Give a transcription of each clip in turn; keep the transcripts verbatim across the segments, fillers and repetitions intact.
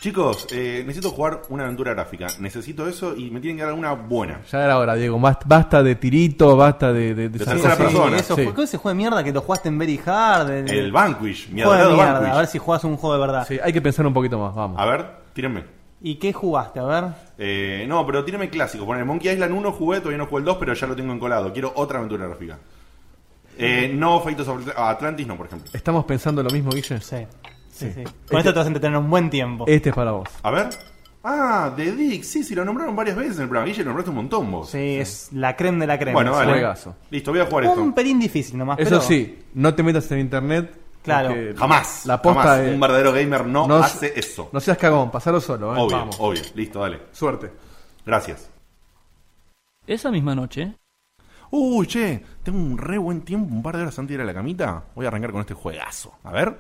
Chicos, eh, necesito jugar una aventura gráfica. Necesito eso y me tienen que dar una buena. Ya era hora, Diego. Basta de tirito, basta de... De, de, de tercera persona. Eso, sí. ¿Qué ese juego de mierda que lo jugaste en Very Hard? El, el Vanquish, mi juego de adorado mierda. Vanquish. A ver si jugás un juego de verdad. Sí, hay que pensar un poquito más, vamos. A ver, tírenme. ¿Y qué jugaste? A ver. Eh, no, pero tírenme clásico. Poner Monkey Island uno jugué, todavía no jugué el dos, pero ya lo tengo encolado. Quiero otra aventura gráfica. Eh, no Fate of Atlantis, no, por ejemplo. ¿Estamos pensando lo mismo, Guille? Sí. Sí, sí. Con Este, esto te vas a entretener un buen tiempo. Este es para vos. A ver. Ah, The Dick, sí, sí, lo nombraron varias veces en el programa. Guille, lo nombraste un montón vos. Sí, sí, es la creme de la creme. Bueno, vale. Juegazo. Listo, voy a jugar esto. Un pelín difícil nomás. Eso pero... sí, no te metas en internet. Claro. Jamás. La posta jamás. es, Un verdadero gamer no, no hace eso. No seas cagón, pasalo solo. ¿eh? Obvio, Vamos. obvio. Listo, dale. Suerte. Gracias. Esa misma noche. Uy, che, tengo un re buen tiempo, un par de horas antes de ir a la camita. Voy a arrancar con este juegazo. A ver.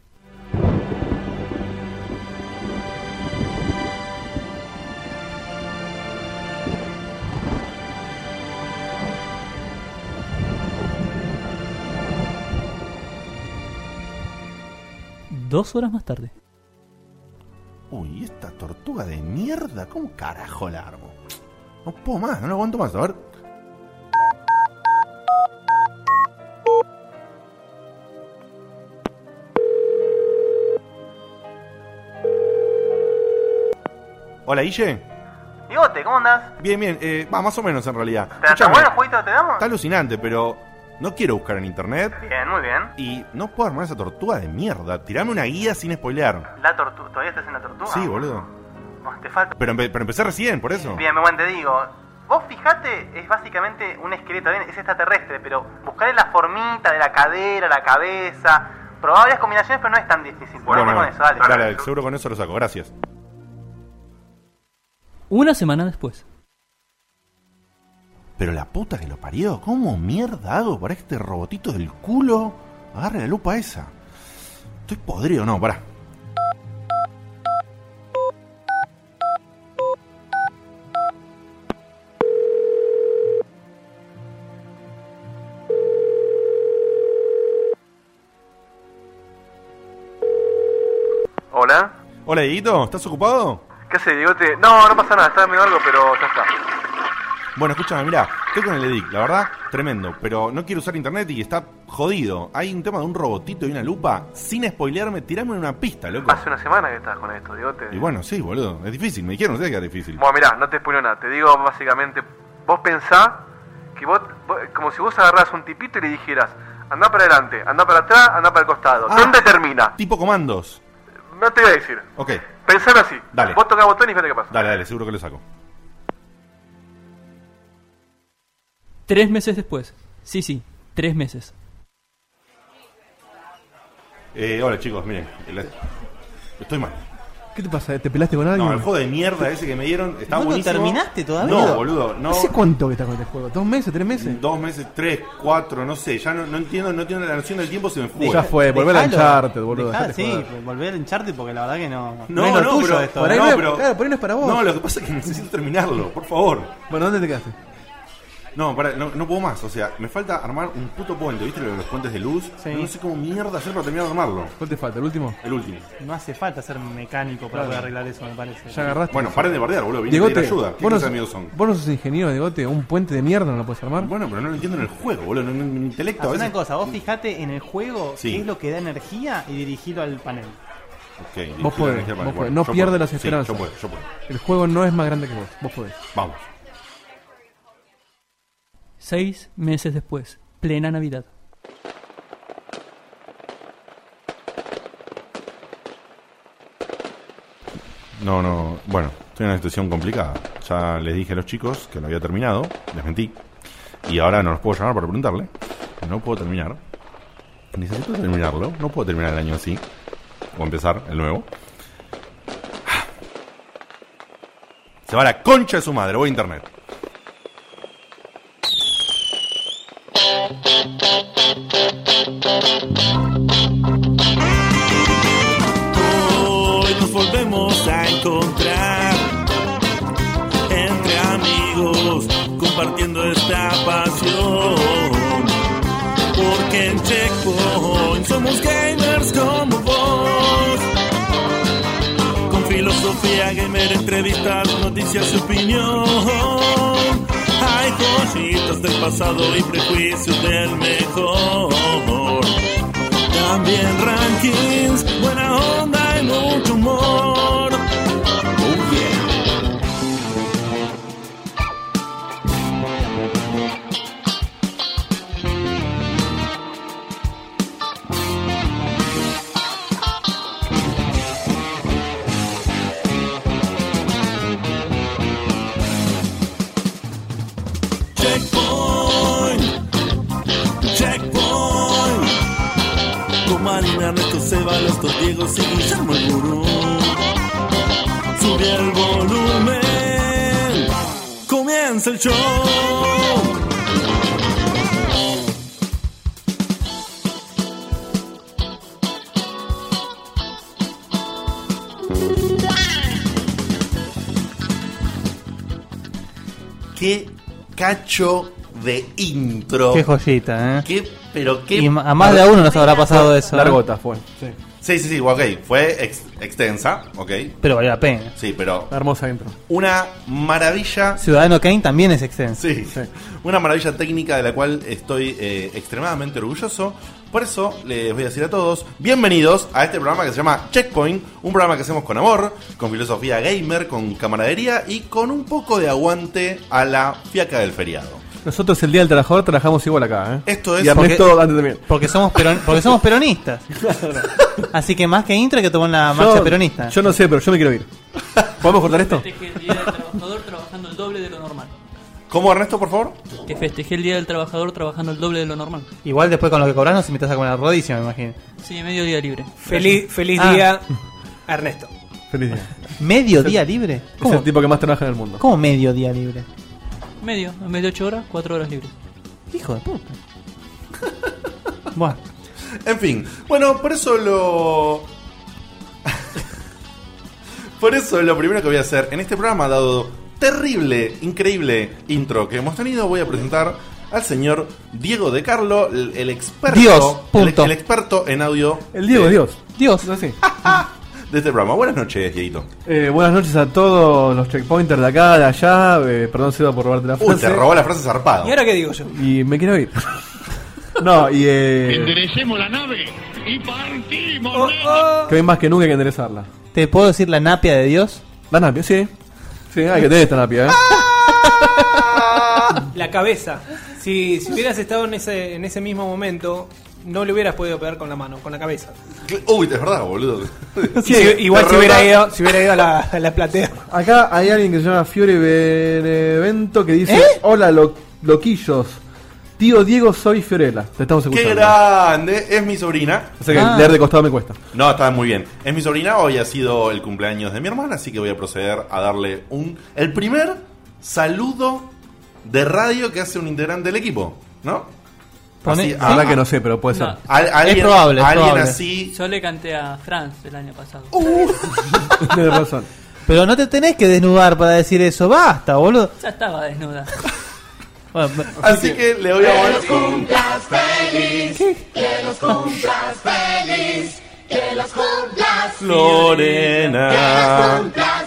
Dos horas más tarde. Uy, esta tortuga de mierda, ¿cómo carajo la armo? No puedo más, no lo aguanto más, a ver. Hola, Guille. Digote, ¿cómo andás? Bien, bien, eh, va, más o menos en realidad. ¿Te está bueno el jueguito que te damos? Está alucinante, pero no quiero buscar en internet. Bien, muy bien. Y no puedo armar esa tortuga de mierda. Tirame una guía sin spoilear. ¿La tortuga? ¿Todavía estás en la tortuga? Sí, boludo. Oh, te falta... Pero, empe pero empecé recién, por eso. Bien, buen te digo. Vos fijate, es básicamente un esqueleto, ¿bien? Es extraterrestre, pero buscarle la formita de la cadera, la cabeza. Probá varias combinaciones, pero no es tan difícil. Bueno, Ponete bueno, con eso, dale. dale, dale, seguro con eso lo saco, gracias. Una semana después. Pero la puta que lo parió, ¿cómo mierda hago para este robotito del culo? Agarre la lupa esa. Estoy podrido, no, pará. Hola. Hola, Dieguito, ¿estás ocupado? ¿Qué haces, Diegote? No, no pasa nada, está medio algo, pero ya está. Bueno, escúchame, mirá, estoy con el Edic, la verdad, tremendo, pero no quiero usar internet y está jodido. Hay un tema de un robotito y una lupa, sin spoilearme, tirame una pista, loco. Hace una semana que estás con esto, Diegote. Y bueno, sí, boludo, es difícil, me dijeron ustedes que es difícil. Bueno, mirá, no te spoileo nada, te digo básicamente, vos pensá que vos, vos como si vos agarrás un tipito y le dijeras, andá para adelante, andá para atrás, andá para el costado. Ah, ¿Dónde termina? Tipo comandos. No te voy a decir. Ok. Pensalo así. Dale. Vos tocás botón y fíjate qué pasa. Dale, dale, seguro que lo saco. Tres meses después. Sí, sí, tres meses. Eh, hola chicos, miren, el- estoy mal. ¿Qué te pasa? ¿Te pelaste con alguien? No, el juego de mierda ese que me dieron está ¿Vos no buenísimo. terminaste todavía? No, boludo, no. ¿Hace cuánto que estás con este juego? ¿Dos meses? ¿Tres meses? Dos meses, tres, cuatro, no sé, ya no, no entiendo, no entiendo la noción del tiempo, se me fue. Ya fue, volver a Uncharted, boludo. Dejá, dejate sí, joder. volver a Uncharted porque la verdad que no. No, es no, lo tuyo pero, esto. por ahí ¿eh? no, no es- pero, claro, por ahí no es para vos. No, lo que pasa es que necesito terminarlo, por favor. Bueno, ¿dónde te quedaste? No, pará, no, no puedo más, o sea, me falta armar un puto puente, ¿viste lo de los puentes de luz? Sí. No sé cómo mierda hacer para terminar de armarlo. ¿Cuál te falta? ¿El último? El último. No hace falta ser mecánico para Claro. poder arreglar eso, me parece. Ya agarraste. Bueno, paren de bardear, boludo, vine a pedir Diegote, ayuda. ¿Qué vos no, clase de amigos son? vos no sos ingeniero, Diegote. Un puente de mierda no lo puedes armar. Bueno, pero no lo entiendo en el juego, boludo, no, no, mi intelecto a Haz veces... una cosa, vos fijate en el juego Sí. qué es lo que da energía y dirigilo al panel. Ok, Vos dirigí podés, la energía para vos el podés. cuerpo. No Yo pierdas puedo. las Sí, esperanzas. yo puedo, yo puedo. El juego no es más grande que vos. Vos podés. Vamos. Seis meses después. Plena Navidad. No, no, bueno, estoy en una situación complicada. Ya les dije a los chicos que lo había terminado, les mentí. Y ahora no los puedo llamar para preguntarle. No puedo terminar. Necesito terminarlo. No puedo terminar el año así. O empezar el nuevo. Se va a la concha de su madre, voy a internet. Hoy nos volvemos a encontrar entre amigos compartiendo esta pasión, porque en Checkpoint somos gamers como vos, con filosofía Filosofía gamer, entrevistas, noticias y opinión. Hay joyitas del pasado y prejuicios del mejor. También rankings, buena onda y mucho humor. Oh yeah. Marina, Ernesto, Seba, los dos Diegos y Guillermo el Gurú. Sube el volumen, comienza el show. Qué cacho de intro. Qué joyita, ¿eh? Qué Pero qué... Y a más de a uno nos habrá pasado eso. Largota fue. Sí. Sí, sí, sí, ok. Fue ex- extensa, ok. Pero valió la pena. Sí, pero Hermosa intro. una maravilla. Ciudadano Kane también es extenso. Sí, sí. Una maravilla técnica de la cual estoy eh, extremadamente orgulloso. Por eso les voy a decir a todos, bienvenidos a este programa que se llama Checkpoint. Un programa que hacemos con amor, con filosofía gamer, con camaradería y con un poco de aguante a la fiaca del feriado. Nosotros el Día del Trabajador trabajamos igual acá, ¿eh? Esto es... Y Ernesto porque, antes también. Porque somos, peron, porque somos peronistas. Así que más que intro hay que tomar la marcha Yo, peronista. yo no sé, pero yo me quiero ir. ¿Podemos cortar esto? Festejé el Día del Trabajador trabajando el doble de lo normal. ¿Cómo, Ernesto, por favor? Que festejé el Día del Trabajador trabajando el doble de lo normal. Igual después con lo que cobras nos invitas a comer la rodicia, me imagino. Sí, medio día libre. Feliz, feliz Ah. día, Ernesto. Feliz día. ¿Medio día libre? Es ¿Cómo, el tipo que más trabaja en el mundo. ¿Cómo medio día libre? Medio, en vez de ocho horas, cuatro horas libres. Hijo de puta. Bueno, En fin, bueno, por eso lo... por eso lo primero que voy a hacer en este programa, dado terrible, increíble intro que hemos tenido, voy a presentar al señor Diego De Carlo, el, el experto... Dios, el, punto. el experto en audio... El Diego de, es Dios. Dios. ¿No es así? de este programa. Buenas noches, Dieguito. Eh, buenas noches a todos los checkpointers de acá, de allá. Eh, perdón, Seba, por robarte la Uy, frase. te robó la frase zarpada. ¿Y ahora qué digo yo? Y me quiero ir. No, y eh, Enderecemos la nave y partimos. Oh, oh. que hoy más que nunca hay que enderezarla. ¿te puedo decir la napia de Dios? La napia, sí. Sí, hay que tener esta napia, ¿eh? La cabeza. Si, si hubieras estado en ese, en ese mismo momento, no le hubieras podido pegar con la mano, con la cabeza. Uy, es verdad, boludo. Sí, si- igual Te si hubiera, rebota- ido, si hubiera ido a la, a la platea. Acá hay alguien que se llama Fiore Benevento que dice: ¿Eh? Hola, lo- loquillos. Tío Diego, soy Fiorella. Te estamos ¡Qué escuchando. grande! Es mi sobrina. O sea que Ah. leer de costado me cuesta. No, está muy bien. Es mi sobrina, hoy ha sido el cumpleaños de mi hermana, así que voy a proceder a darle un el primer saludo de radio que hace un integrante del equipo, ¿no? Pone- Así, ¿sí? La verdad que no sé, pero puede ser. No. Al- alguien, Es probable, es alguien probable. así. Yo le canté a Franz el año pasado. Tienes razón. Pero no te tenés que desnudar para decir eso. Basta, boludo. Ya estaba desnuda. Bueno, Así que le voy a poner. Lorena.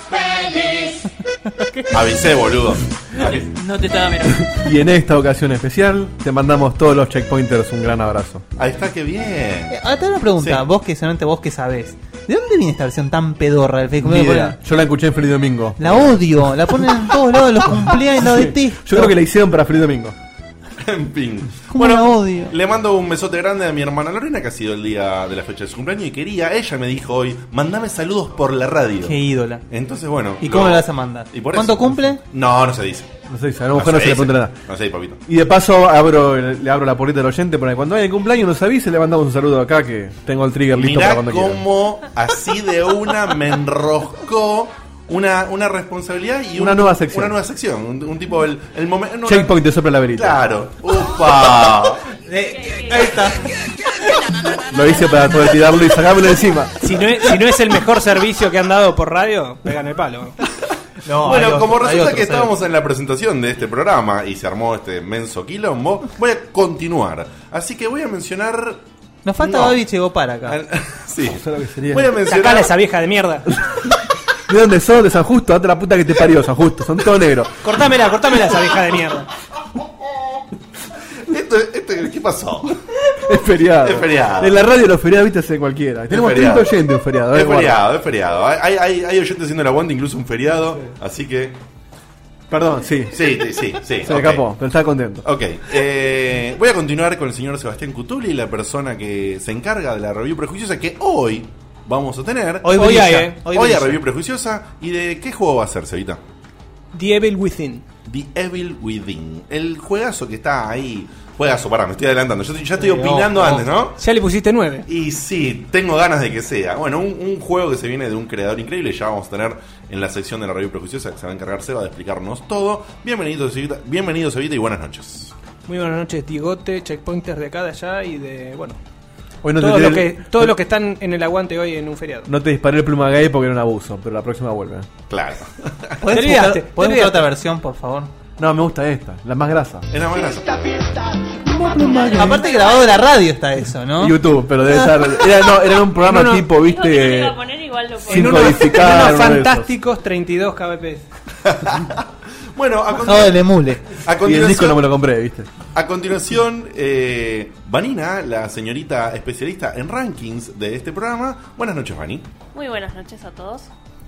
Avisé, boludo. Avisé. No te estaba mirando. Y en esta ocasión especial, te mandamos todos los checkpointers un gran abrazo. Ahí está, qué bien. eh, ahora te hago una pregunta. Sí. Vos que solamente vos que sabés. ¿De dónde viene esta versión tan pedorra del Facebook? Ni idea. Yo la escuché en Feliz Domingo. La odio. La ponen en todos lados. Los cumpleaños. La detesto. Yo creo que la hicieron para Feliz Domingo. En fin. ¿Cómo la odio? Le mando un besote grande a mi hermana Lorena, que ha sido el día de la fecha de su cumpleaños. Y quería, ella me dijo hoy, mandame saludos por la radio. Qué ídola. Entonces, bueno. ¿Y cómo lo- le vas a mandar? y por ¿Cuánto eso- cumple? No, no se dice. No sé, a lo mejor no se le dice. pregunta nada. No se dice, papito. Y de paso abro, le abro la puerta del oyente para que cuando haya el cumpleaños nos avise, le mandamos un saludo acá que tengo el trigger listo Mirá para cuando quiera. cómo así de una me enroscó una, una responsabilidad y Una un- nueva sección. Una nueva sección. Un, un tipo, el, el momento. Checkpoint te sopla la verita. Claro. Upa. Eh, ahí está. Lo hice para poder tirarlo y sacármelo de encima. Si no, es, si no es el mejor servicio que han dado por radio, pegan el palo. No, Bueno, hay como otro, hay resulta otro, que ¿sabes? estábamos en la presentación de este programa y se armó este menso quilombo, voy a continuar. Así que voy a mencionar. Nos falta No. Babi Chegopar acá. al- sí. Eso es lo que sería. Voy a Sacala mencionar. esa vieja de mierda. ¿De dónde son? De San Justo. Date la puta que te parió, San Justo. Son todos negros. Cortámela, cortámela esa vieja de mierda. Esto, esto, ¿Qué pasó? Es feriado. Es feriado. En la radio los feriados, viste, hacen cualquiera. Tenemos feriado. treinta oyentes en feriado. Es eh, guarda. feriado, es feriado. Hay, hay, hay oyentes haciendo el aguante, incluso un feriado. Así que. Perdón, sí. Sí, sí, sí. sí Se ok. me escapó, pero estaba contento. Ok, eh, voy a continuar con el señor Sebastián Cutuli, la persona que se encarga de la review prejuiciosa que hoy vamos a tener. Hoy Hoy brilla, hay, eh. Hoy, Hoy a brilla. review prejuiciosa. ¿Y de qué juego va a ser, Cevita? The Evil Within. The Evil Within. El juegazo que está ahí. Juegazo, pará, me estoy adelantando. Yo, ya estoy Sí, opinando ojo. antes, ¿no? Ya le pusiste nueve. Y sí, tengo ganas de que sea. Bueno, un, un juego que se viene de un creador increíble. Ya vamos a tener en la sección de la review prejuiciosa que se va a encargar Seba de explicarnos todo. Bienvenido, Cevita, bienvenido, Cevita, y buenas noches. Muy buenas noches, Tigote, checkpointers de acá, de allá y de. Bueno. Hoy no te Todos tiré los el- que, todos los que están en el aguante hoy en un feriado. No te disparé el pluma gay porque era un abuso, pero la próxima vuelve. Claro. ¿Podés Te olvidaste, buscar, te ¿podés buscar olvidaste. otra versión, por favor? No, me gusta esta, la más grasa. Es la más grasa. Aparte grabado de la radio está eso, ¿no? YouTube, pero debe estar. Era, no, era un programa No, no. tipo, Dijo que no lo viste. iba a poner, igual lo Sin En pongo. unos, en codificar, unos uno de esos. fantásticos treinta y dos kbps. Bueno, a, Bajado del continu- emule. a Y el disco no continuación, me lo compré, viste. a continuación eh, Vanina, la señorita especialista en rankings de este programa. Buenas noches, Vani. Muy buenas noches a todos.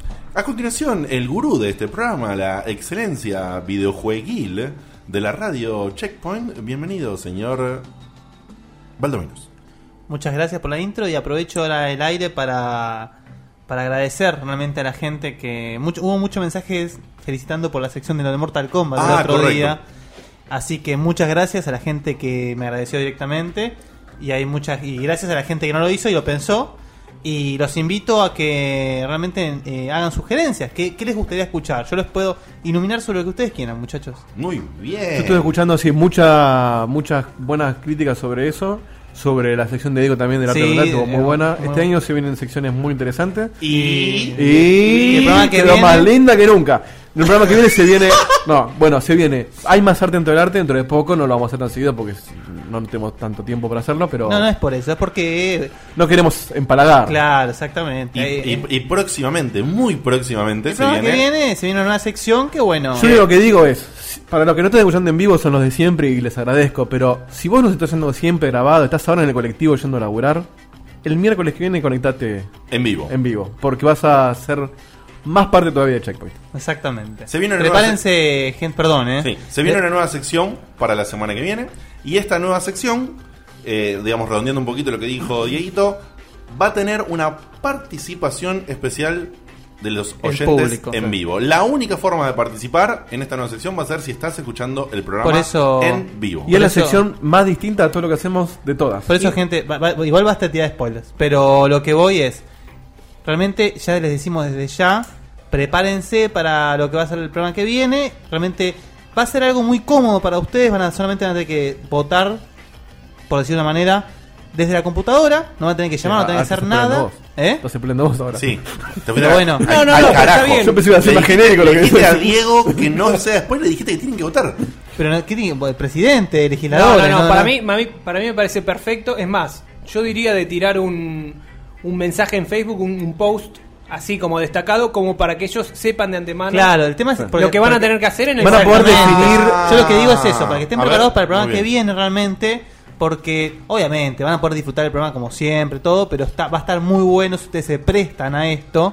A continuación, el gurú de este programa, la excelencia videojueguil de la radio Checkpoint. Bienvenido, señor Valdominos. Muchas gracias por la intro y aprovecho ahora el aire para, para agradecer realmente a la gente que... Mucho, hubo muchos mensajes felicitando por la sección de lo de Mortal Kombat el Ah, otro correcto. día. Así que muchas gracias a la gente que me agradeció directamente y hay muchas y gracias a la gente que no lo hizo y lo pensó. Y los invito a que realmente eh, hagan sugerencias. ¿Qué, ¿Qué les gustaría escuchar? Yo les puedo iluminar sobre lo que ustedes quieran, muchachos. Muy bien. Yo estuve escuchando así mucha, muchas buenas críticas sobre eso. Sobre la sección de Diego también de la Sí, Terminal, estuvo muy eh, buena. muy Este bueno. año se vienen secciones muy interesantes. Y... Y, Y el programa que quedó viene- más linda que nunca. En el programa que viene se viene. No, bueno, se viene. Hay más arte dentro del arte, dentro de poco no lo vamos a hacer tan seguido porque no tenemos tanto tiempo para hacerlo, pero No, no es por eso, es porque... no queremos empalagar. Claro, exactamente. Y, Eh, y- y próximamente, muy próximamente, el se programa viene. que viene se viene una nueva sección que bueno. Yo lo que digo es, para los que no estén escuchando en vivo son los de siempre y les agradezco, pero si vos nos estás haciendo siempre grabado, estás ahora en el colectivo yendo a laburar, el miércoles que viene conectate En vivo. en vivo, porque vas a ser más parte todavía de Checkpoint. Exactamente. Se viene una Prepárense, gente, perdón, eh. Sí, se viene Eh, una nueva sección para la semana que viene. Y esta nueva sección, eh, digamos, redondeando un poquito lo que dijo Dieguito, va a tener una participación especial de los El oyentes público, en sí. vivo. La única forma de participar en esta nueva sección va a ser si estás escuchando el programa Por eso- en vivo. Y es la eso- sección más distinta a todo lo que hacemos de todas. Por eso, gente, va- va- igual basta de tirar spoilers. Pero lo que voy es, realmente ya les decimos desde ya, prepárense para lo que va a ser el programa que viene. Realmente va a ser algo muy cómodo para ustedes. Van a solamente van a tener que votar, por decirlo de una manera, desde la computadora. No van a tener que llamar, no van a tener que Ah, hacer se prende nada. vos. ¿Eh? Estás empleando vos ahora. Sí. Te Pero bueno. al- No, no, al no, pero carajo. está bien. Yo pensé que iba a ser Le más dijiste- genérico lo le que dijiste a decís. Diego que no sea después, le dijiste que tienen que votar. Pero ¿qué tiene? El presidente, No, legislador. no, no, para mí, para mí, para mí me parece perfecto. Es más, yo diría de tirar un, un mensaje en Facebook, un, un post así como destacado, como para que ellos sepan de antemano Claro, el tema es porque- lo que van a porque- tener que hacer en el Van a poder Exactamente. definir- Yo lo que digo es eso, para que estén A ver, preparados para el programa muy que bien. viene realmente, porque obviamente van a poder disfrutar el programa como siempre, todo, pero está, va a estar muy bueno si ustedes se prestan a esto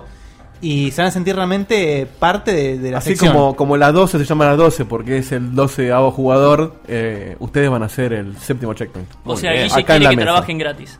y se van a sentir realmente parte de, de la Así sección. como, como la doce se llama la doce porque es el doceavo jugador, eh, ustedes van a ser el séptimo checkpoint. O Muy sea, bien. Guille Acá en quiere la que mesa. trabajen gratis.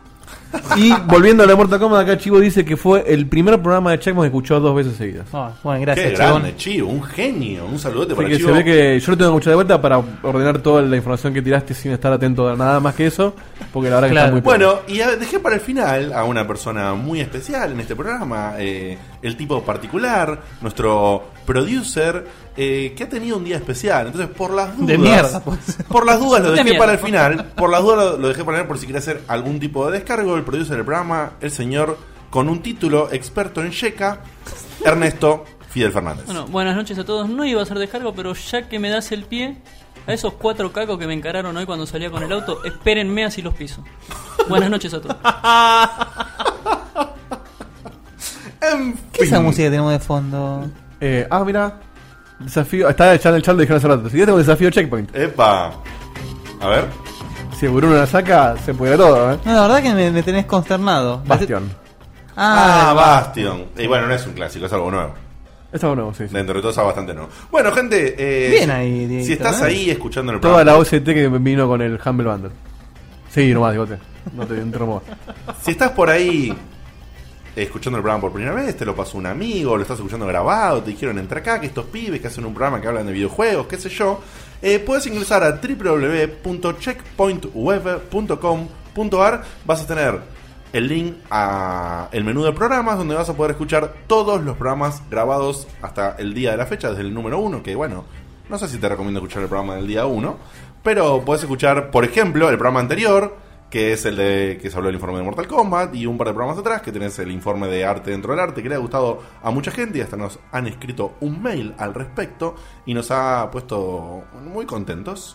Y volviendo a la Mortal Kombat, acá Chivo dice que fue el primer programa de Checkpoint que escuchó dos veces seguidas. Ah, bueno, gracias, Qué Chabón. grande, Chivo, un genio. Un saludote Así para que Chivo. se ve que yo lo tengo que escuchar de vuelta para ordenar toda la información que tiraste sin estar atento a nada más que eso, porque la verdad que Claro. está muy Bueno, y a- dejé para el final a una persona muy especial en este programa, eh, el tipo particular, nuestro producer, eh, que ha tenido un día especial. Entonces, por las dudas. De mierda, pues. Por las dudas lo De dejé mierda. para el final. Por las dudas lo, lo dejé para el final por si quiere hacer algún tipo de descargo. El producer del programa, el señor con un título experto en Checa, Ernesto Fidel Fernández. Bueno, buenas noches a todos. No iba a hacer descargo, pero ya que me das el pie, a esos cuatro cacos que me encararon hoy cuando salía con el auto, espérenme así los piso. Buenas noches a todos. En ¿Qué es esa música que tenemos de fondo? Eh, ah, mira. Desafío. Está ya en el chat, lo dijeron hace rato. Si ya tengo un desafío checkpoint. Epa. A ver. Si Bruno la saca, se puede todo, ¿eh? No, la verdad que me, me tenés consternado. Bastion. Ah, Ah, Bastion. Y bueno, no es un clásico, es algo nuevo. Es algo nuevo, sí. sí. Dentro de todo es bastante nuevo. Bueno, gente, eh, Bien si- ahí, Dieguito, si estás ¿eh? ahí escuchando el Toda programa, la O C T que vino con el Humble Bundle. Sí, nomás, digote. No te interrumpo. si estás por ahí escuchando el programa por primera vez, te lo pasó un amigo, lo estás escuchando grabado, te dijeron entra acá, que estos pibes que hacen un programa que hablan de videojuegos, qué sé yo, eh, puedes ingresar a w w w punto checkpoint web punto com punto a r. Vas a tener el link a el menú de programas donde vas a poder escuchar todos los programas grabados hasta el día de la fecha, desde el número uno, que bueno, no sé si te recomiendo escuchar el programa del día uno, pero puedes escuchar, por ejemplo, el programa anterior, que es el de que se habló del informe de Mortal Kombat, y un par de programas atrás que tenés el informe de arte dentro del arte, que le ha gustado a mucha gente y hasta nos han escrito un mail al respecto y nos ha puesto muy contentos.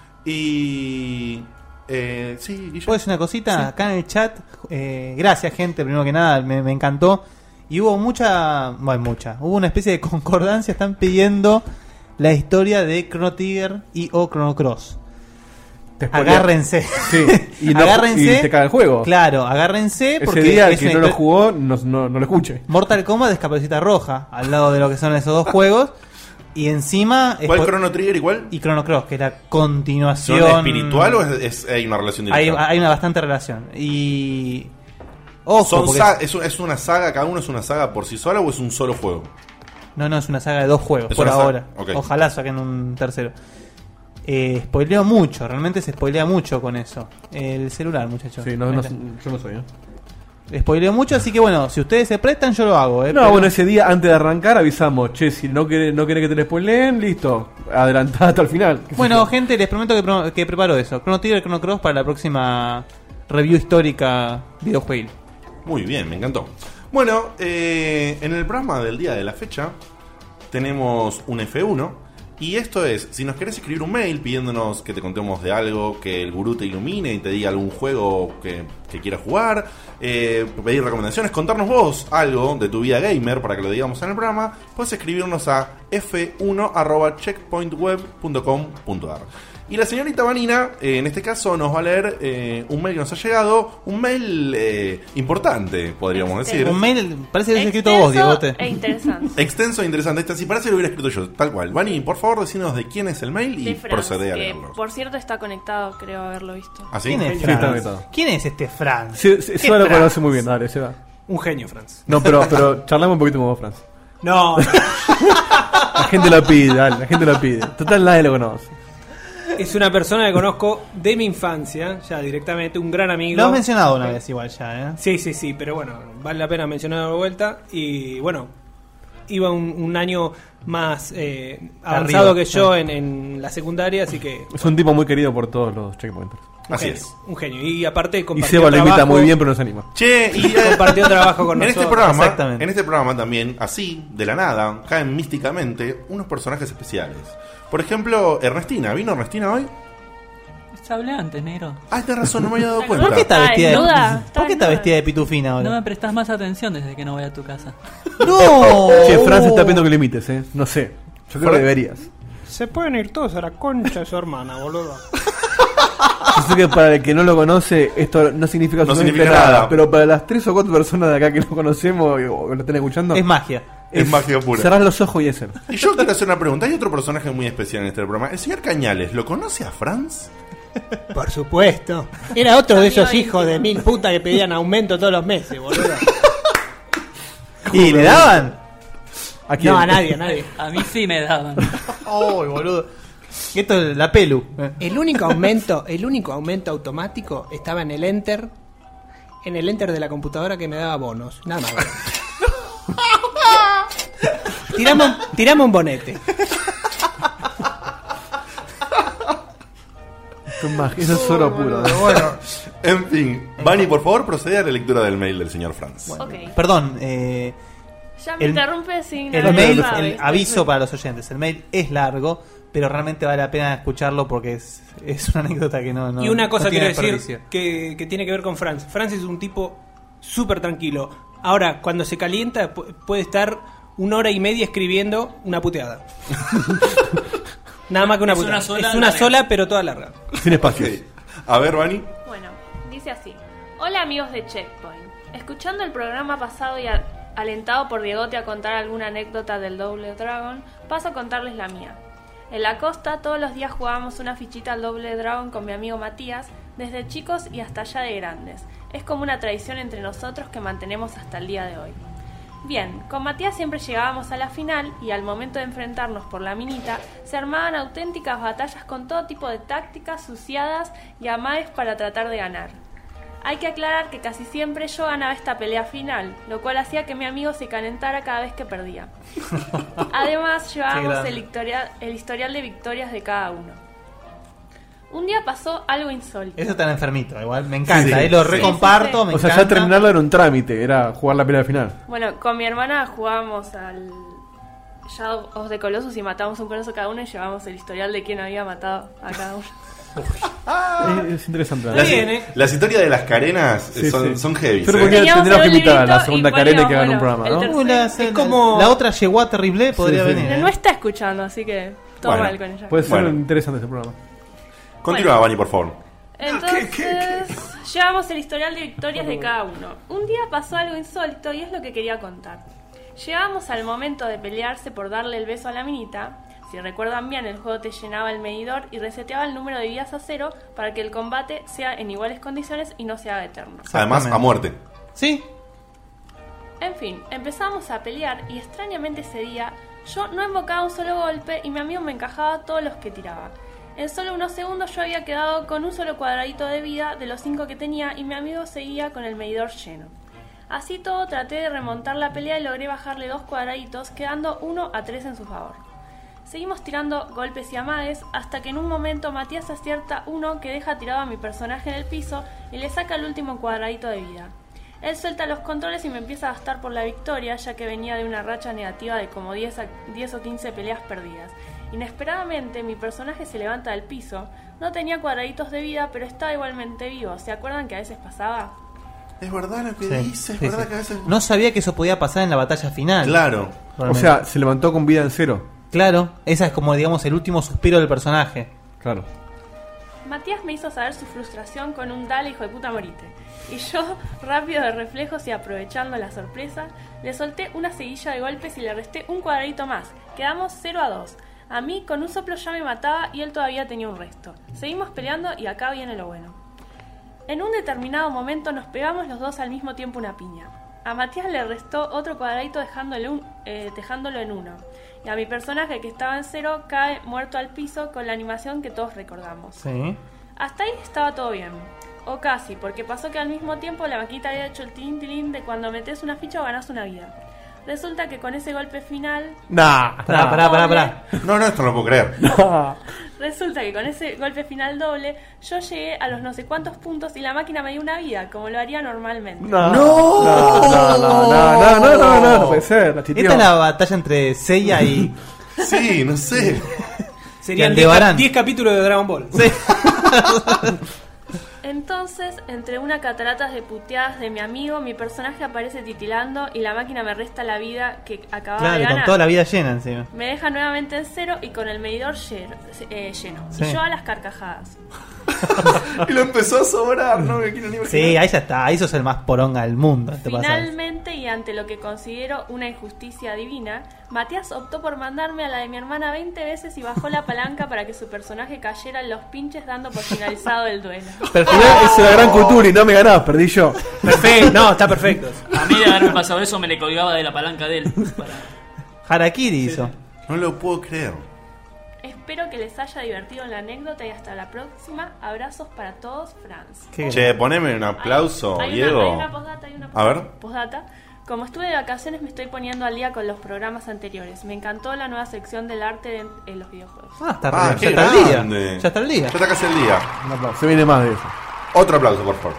Y eh, sí, Guillermo. ¿Puedo decir una cosita? Acá en el chat, eh, gracias gente, primero que nada, me, me encantó. Y hubo mucha, bueno, mucha, hubo una especie de concordancia, están pidiendo la historia de Chrono Trigger y o Chrono Cross. Te spoilea. Agárrense. Sí. Y, no, Agárrense. y te caga el juego. Claro, agárrense Ese porque día el es que una no lo histo- jugó no, no, no lo escuche. Mortal Kombat es Caperucita Roja, al lado de lo que son esos dos juegos. Y encima... ¿Cuál spo- Chrono Trigger igual? Y Chrono Cross, que es la continuación... ¿Son espiritual o es, es- hay una relación Hay, directa? hay una bastante relación. Y... Ojo, Son porque sa- es- es, un- es una saga, cada uno es una saga por sí sola o es un solo juego? No, no, es una saga de dos juegos, Es por una saga, ahora. ok. Ojalá saquen un tercero. Eh, spoileo mucho, realmente se spoilea mucho con eso. El celular, muchachos. Sí, no, no, yo no soy, ¿eh? Spoileo mucho, así que bueno, si ustedes se prestan, yo lo hago. ¿eh? No, Pero- bueno, ese día antes de arrancar avisamos, che, si no querés, no querés que te les spoileen, listo, adelantá hasta el final. ¿Qué sé Bueno, yo? gente, les prometo que, pro- que preparo eso. Chrono Trigger y Chrono Cross para la próxima review histórica videojuego. Muy bien, me encantó. Bueno, eh, en el programa del día de la fecha tenemos un F uno. Y esto es, si nos querés escribir un mail pidiéndonos que te contemos de algo, que el gurú te ilumine y te diga algún juego que, que quieras jugar, eh, pedir recomendaciones, contarnos vos algo de tu vida gamer para que lo digamos en el programa, puedes escribirnos a f uno arroba checkpoint web punto com punto a r. Y la señorita Vanina, eh, en este caso, nos va a leer eh, un mail que nos ha llegado, un mail eh, importante, podríamos decir. Un mail, parece que lo has escrito vos, Diegote. E interesante. Extenso e interesante. Esta sí parece que lo hubiera escrito yo, tal cual. Vani, por favor, decinos de quién es el mail y De Franz, procede a que, leerlo. por cierto, está conectado, creo haberlo visto. ¿Ah, sí? ¿Quién es Sí, está Franz? conectado. ¿Quién es este Franz? Sí, sí, ¿Qué Seba lo Franz? conoce muy bien, dale, Seba. Un genio, Franz. No, pero, pero charlamos un poquito con vos, Franz. No, La gente lo pide, dale, la gente lo pide. Total, nadie lo conoce. es una persona que conozco de mi infancia, ya directamente, un gran amigo. Lo has mencionado una vez igual ya, ¿eh? Sí, sí, sí, pero bueno, vale la pena mencionarlo de vuelta. Y bueno, iba un, un año más eh, avanzado Arriba. que yo en, en la secundaria, así que Es un tipo muy querido por todos los checkpointers. un Así genio, es. un genio. Y aparte Y compartió Seba lo imita trabajo- muy bien, pero no se anima. Che, y eh, compartió trabajo con en este nosotros. programa, Exactamente. en este programa también, así, de la nada, caen místicamente unos personajes especiales. Por ejemplo, Ernestina. ¿Vino Ernestina hoy? Se hablé antes, negro. Ah, tenés razón, no me había dado cuenta. ¿Por qué está Está vestida de, desnuda, está ¿por qué está desnuda. vestida de pitufina No ahora? me prestas más atención desde que no voy a tu casa. ¡No! Che, Franz está pidiendo que lo imites, ¿eh? No sé. Yo creo que deberías. Se pueden ir todos a la concha de su hermana, boludo. Yo sé que para el que no lo conoce, esto no significa No absolutamente significa nada, nada. pero para las tres o cuatro personas de acá que lo conocemos o que lo estén escuchando, Es magia. Es magia pura. cerrás los ojos y es él. Y yo quiero hacer una pregunta. Hay otro personaje muy especial en este programa. El señor Cañales, ¿lo conoce a Franz? Por supuesto. Era otro de esos Amigo hijos de mil putas que pedían aumento todos los meses, boludo. ¿Y le daban? ¿A quién? No, a nadie, a nadie. A mí sí me daban. ¡Oh, boludo! Esto es la pelu. Eh. El único aumento, el único aumento automático estaba en el enter, en el enter de la computadora que me daba bonos, nada más. tiramos, tiramos un bonete. Esto es magia, eso es oro puro. ¿no? Bueno, en fin. Vani, por favor, procede a la lectura del mail del señor Franz. Ok. Perdón, eh, Ya me el- interrumpe sin el nada mail, más, el ¿viste? aviso para los oyentes. El mail es largo, pero realmente vale la pena escucharlo porque es, es una anécdota que no. no Y una cosa no tiene quiero decir desperdicio. que, que tiene que ver con Franz. Franz es un tipo súper tranquilo. Ahora, cuando se calienta, pu- puede estar una hora y media escribiendo una puteada. Nada más que una Es puteada. una sola es una larga. sola, pero toda larga. Sin espacio. Ok. A ver, Vani. Bueno, dice así. Hola amigos de Checkpoint. Escuchando el programa pasado y a- alentado por Diegote a contar alguna anécdota del Double Dragon, paso a contarles la mía. En la costa todos los días jugábamos una fichita al Double Dragon con mi amigo Matías, desde chicos y hasta ya de grandes. Es como una tradición entre nosotros que mantenemos hasta el día de hoy. Bien, con Matías siempre llegábamos a la final y al momento de enfrentarnos por la minita se armaban auténticas batallas con todo tipo de tácticas, suciadas y amagues para tratar de ganar. Hay que aclarar que casi siempre yo ganaba esta pelea final, lo cual hacía que mi amigo se calentara cada vez que perdía. Además, llevábamos grande. el historial, el historial de victorias de cada uno. Un día pasó algo insólito. Eso tan enfermito, igual me encanta, Sí, eh, lo sí. recomparto, Sí, sí, me O sea, ya encanta. terminarlo era un trámite, era jugar la pelea final. Bueno, con mi hermana jugábamos al Shadow of the Colossus y matamos un coloso cada uno y llevamos el historial de quién había matado a cada uno. Es, es interesante. Está Las, bien, ¿eh? las historias de las carenas eh, Sí, son, sí. son heavy. Yo creo ¿eh? que Teníamos tendríamos que un invitar a la librito segunda y carena que haga un poníamos, programa, bueno, ¿no? el Uy, la, Es como... la otra llegó a Terrible, podría Sí, sí. venir. Pero ¿eh? no está escuchando, así que todo Bueno, mal con ella. Puede ser Bueno. interesante ese programa. Continúa, Vani, por favor. Entonces, llevamos el historial de victorias de cada uno. Un día pasó algo insólito y es lo que quería contar. Llegamos al momento de pelearse por darle el beso a la minita. Si recuerdan bien, el juego te llenaba el medidor y reseteaba el número de vidas a cero para que el combate sea en iguales condiciones y no se haga eterno. Además, a muerte. Sí, En fin, empezamos a pelear y extrañamente ese día yo no invocaba un solo golpe y mi amigo me encajaba todos los que tiraba. En solo unos segundos yo había quedado con un solo cuadradito de vida de los cinco que tenía y mi amigo seguía con el medidor lleno. Así todo traté de remontar la pelea y logré bajarle dos cuadraditos, quedando uno a tres en su favor. Seguimos tirando golpes y amagues hasta que en un momento Matías acierta uno que deja tirado a mi personaje en el piso y le saca el último cuadradito de vida. Él suelta los controles y me empieza a gastar por la victoria, ya que venía de una racha negativa de como diez, a- diez o quince peleas perdidas. Inesperadamente mi personaje se levanta del piso, no tenía cuadraditos de vida pero estaba igualmente vivo. ¿Se acuerdan que a veces pasaba? Es verdad lo que sí, dice, es sí, verdad sí. que a veces. No sabía que eso podía pasar en la batalla final. Claro. O Realmente. sea, se levantó con vida en cero. Claro, esa es como, digamos, el último suspiro del personaje. Claro. Matías me hizo saber su frustración con un dale hijo de puta morite. Y yo, rápido de reflejos y aprovechando la sorpresa, le solté una seguilla de golpes y le resté un cuadradito más. Quedamos cero a dos. A mí con un soplo ya me mataba y él todavía tenía un resto. Seguimos peleando y acá viene lo bueno. En un determinado momento nos pegamos los dos al mismo tiempo una piña. A Matías le restó otro cuadradito dejándole un, eh, dejándolo en uno. Y a mi personaje que estaba en cero cae muerto al piso con la animación que todos recordamos. Sí. Hasta ahí estaba todo bien. O casi, porque pasó que al mismo tiempo la vaquita había hecho el tilín tilín de cuando metes una ficha o ganas una vida. Resulta que con ese golpe final... Nah, Pará, pará, pará, pará. No, no, esto no lo puedo creer. nah. Resulta que con ese golpe final doble yo llegué a los no sé cuántos puntos y la máquina me dio una vida, como lo haría normalmente. No, no, no, no, no, no, no, no, no, no puede ser. La chiteó. Esta es la batalla entre Seiya y... Sí, no sé. Serían Aldebarán. diez capítulos de Dragon Ball. Sí. Entonces, entre una cataratas de puteadas de mi amigo, mi personaje aparece titilando y la máquina me resta la vida que acababa Claro, de y ganar. con toda la vida llena encima. Me deja nuevamente en cero y con el medidor lleno. eh, lleno. Sí. Y yo a las carcajadas. Y lo empezó a sobrar, ¿no? Me quiero ni imaginar. Sí, ahí ya está, ahí sos el más poronga del mundo. Te pasas. Finalmente, y ante lo que considero una injusticia divina, Matías optó por mandarme a la de mi hermana veinte veces y bajó la palanca para que su personaje cayera en los pinches dando por finalizado el duelo. Pero al final es una gran cultura y no me ganás, perdí yo. Perfecto, no, está perfecto. A mí de haberme pasado eso me le colgaba de la palanca de él. Para... Harakiri hizo. No lo puedo creer. Espero que les haya divertido la anécdota y hasta la próxima. Abrazos para todos, Franz. Qué Che, poneme un aplauso, Hay- hay Diego. Una, hay una postdata, hay una A ver. postdata. Como estuve de vacaciones me estoy poniendo al día con los programas anteriores. Me encantó la nueva sección del arte en, en los videojuegos. Ah, está, Ah, re- qué ya está el día. grande. Ya está el día. Ya está casi el día. Un aplauso. Se viene más de eso. Otro aplauso, por favor.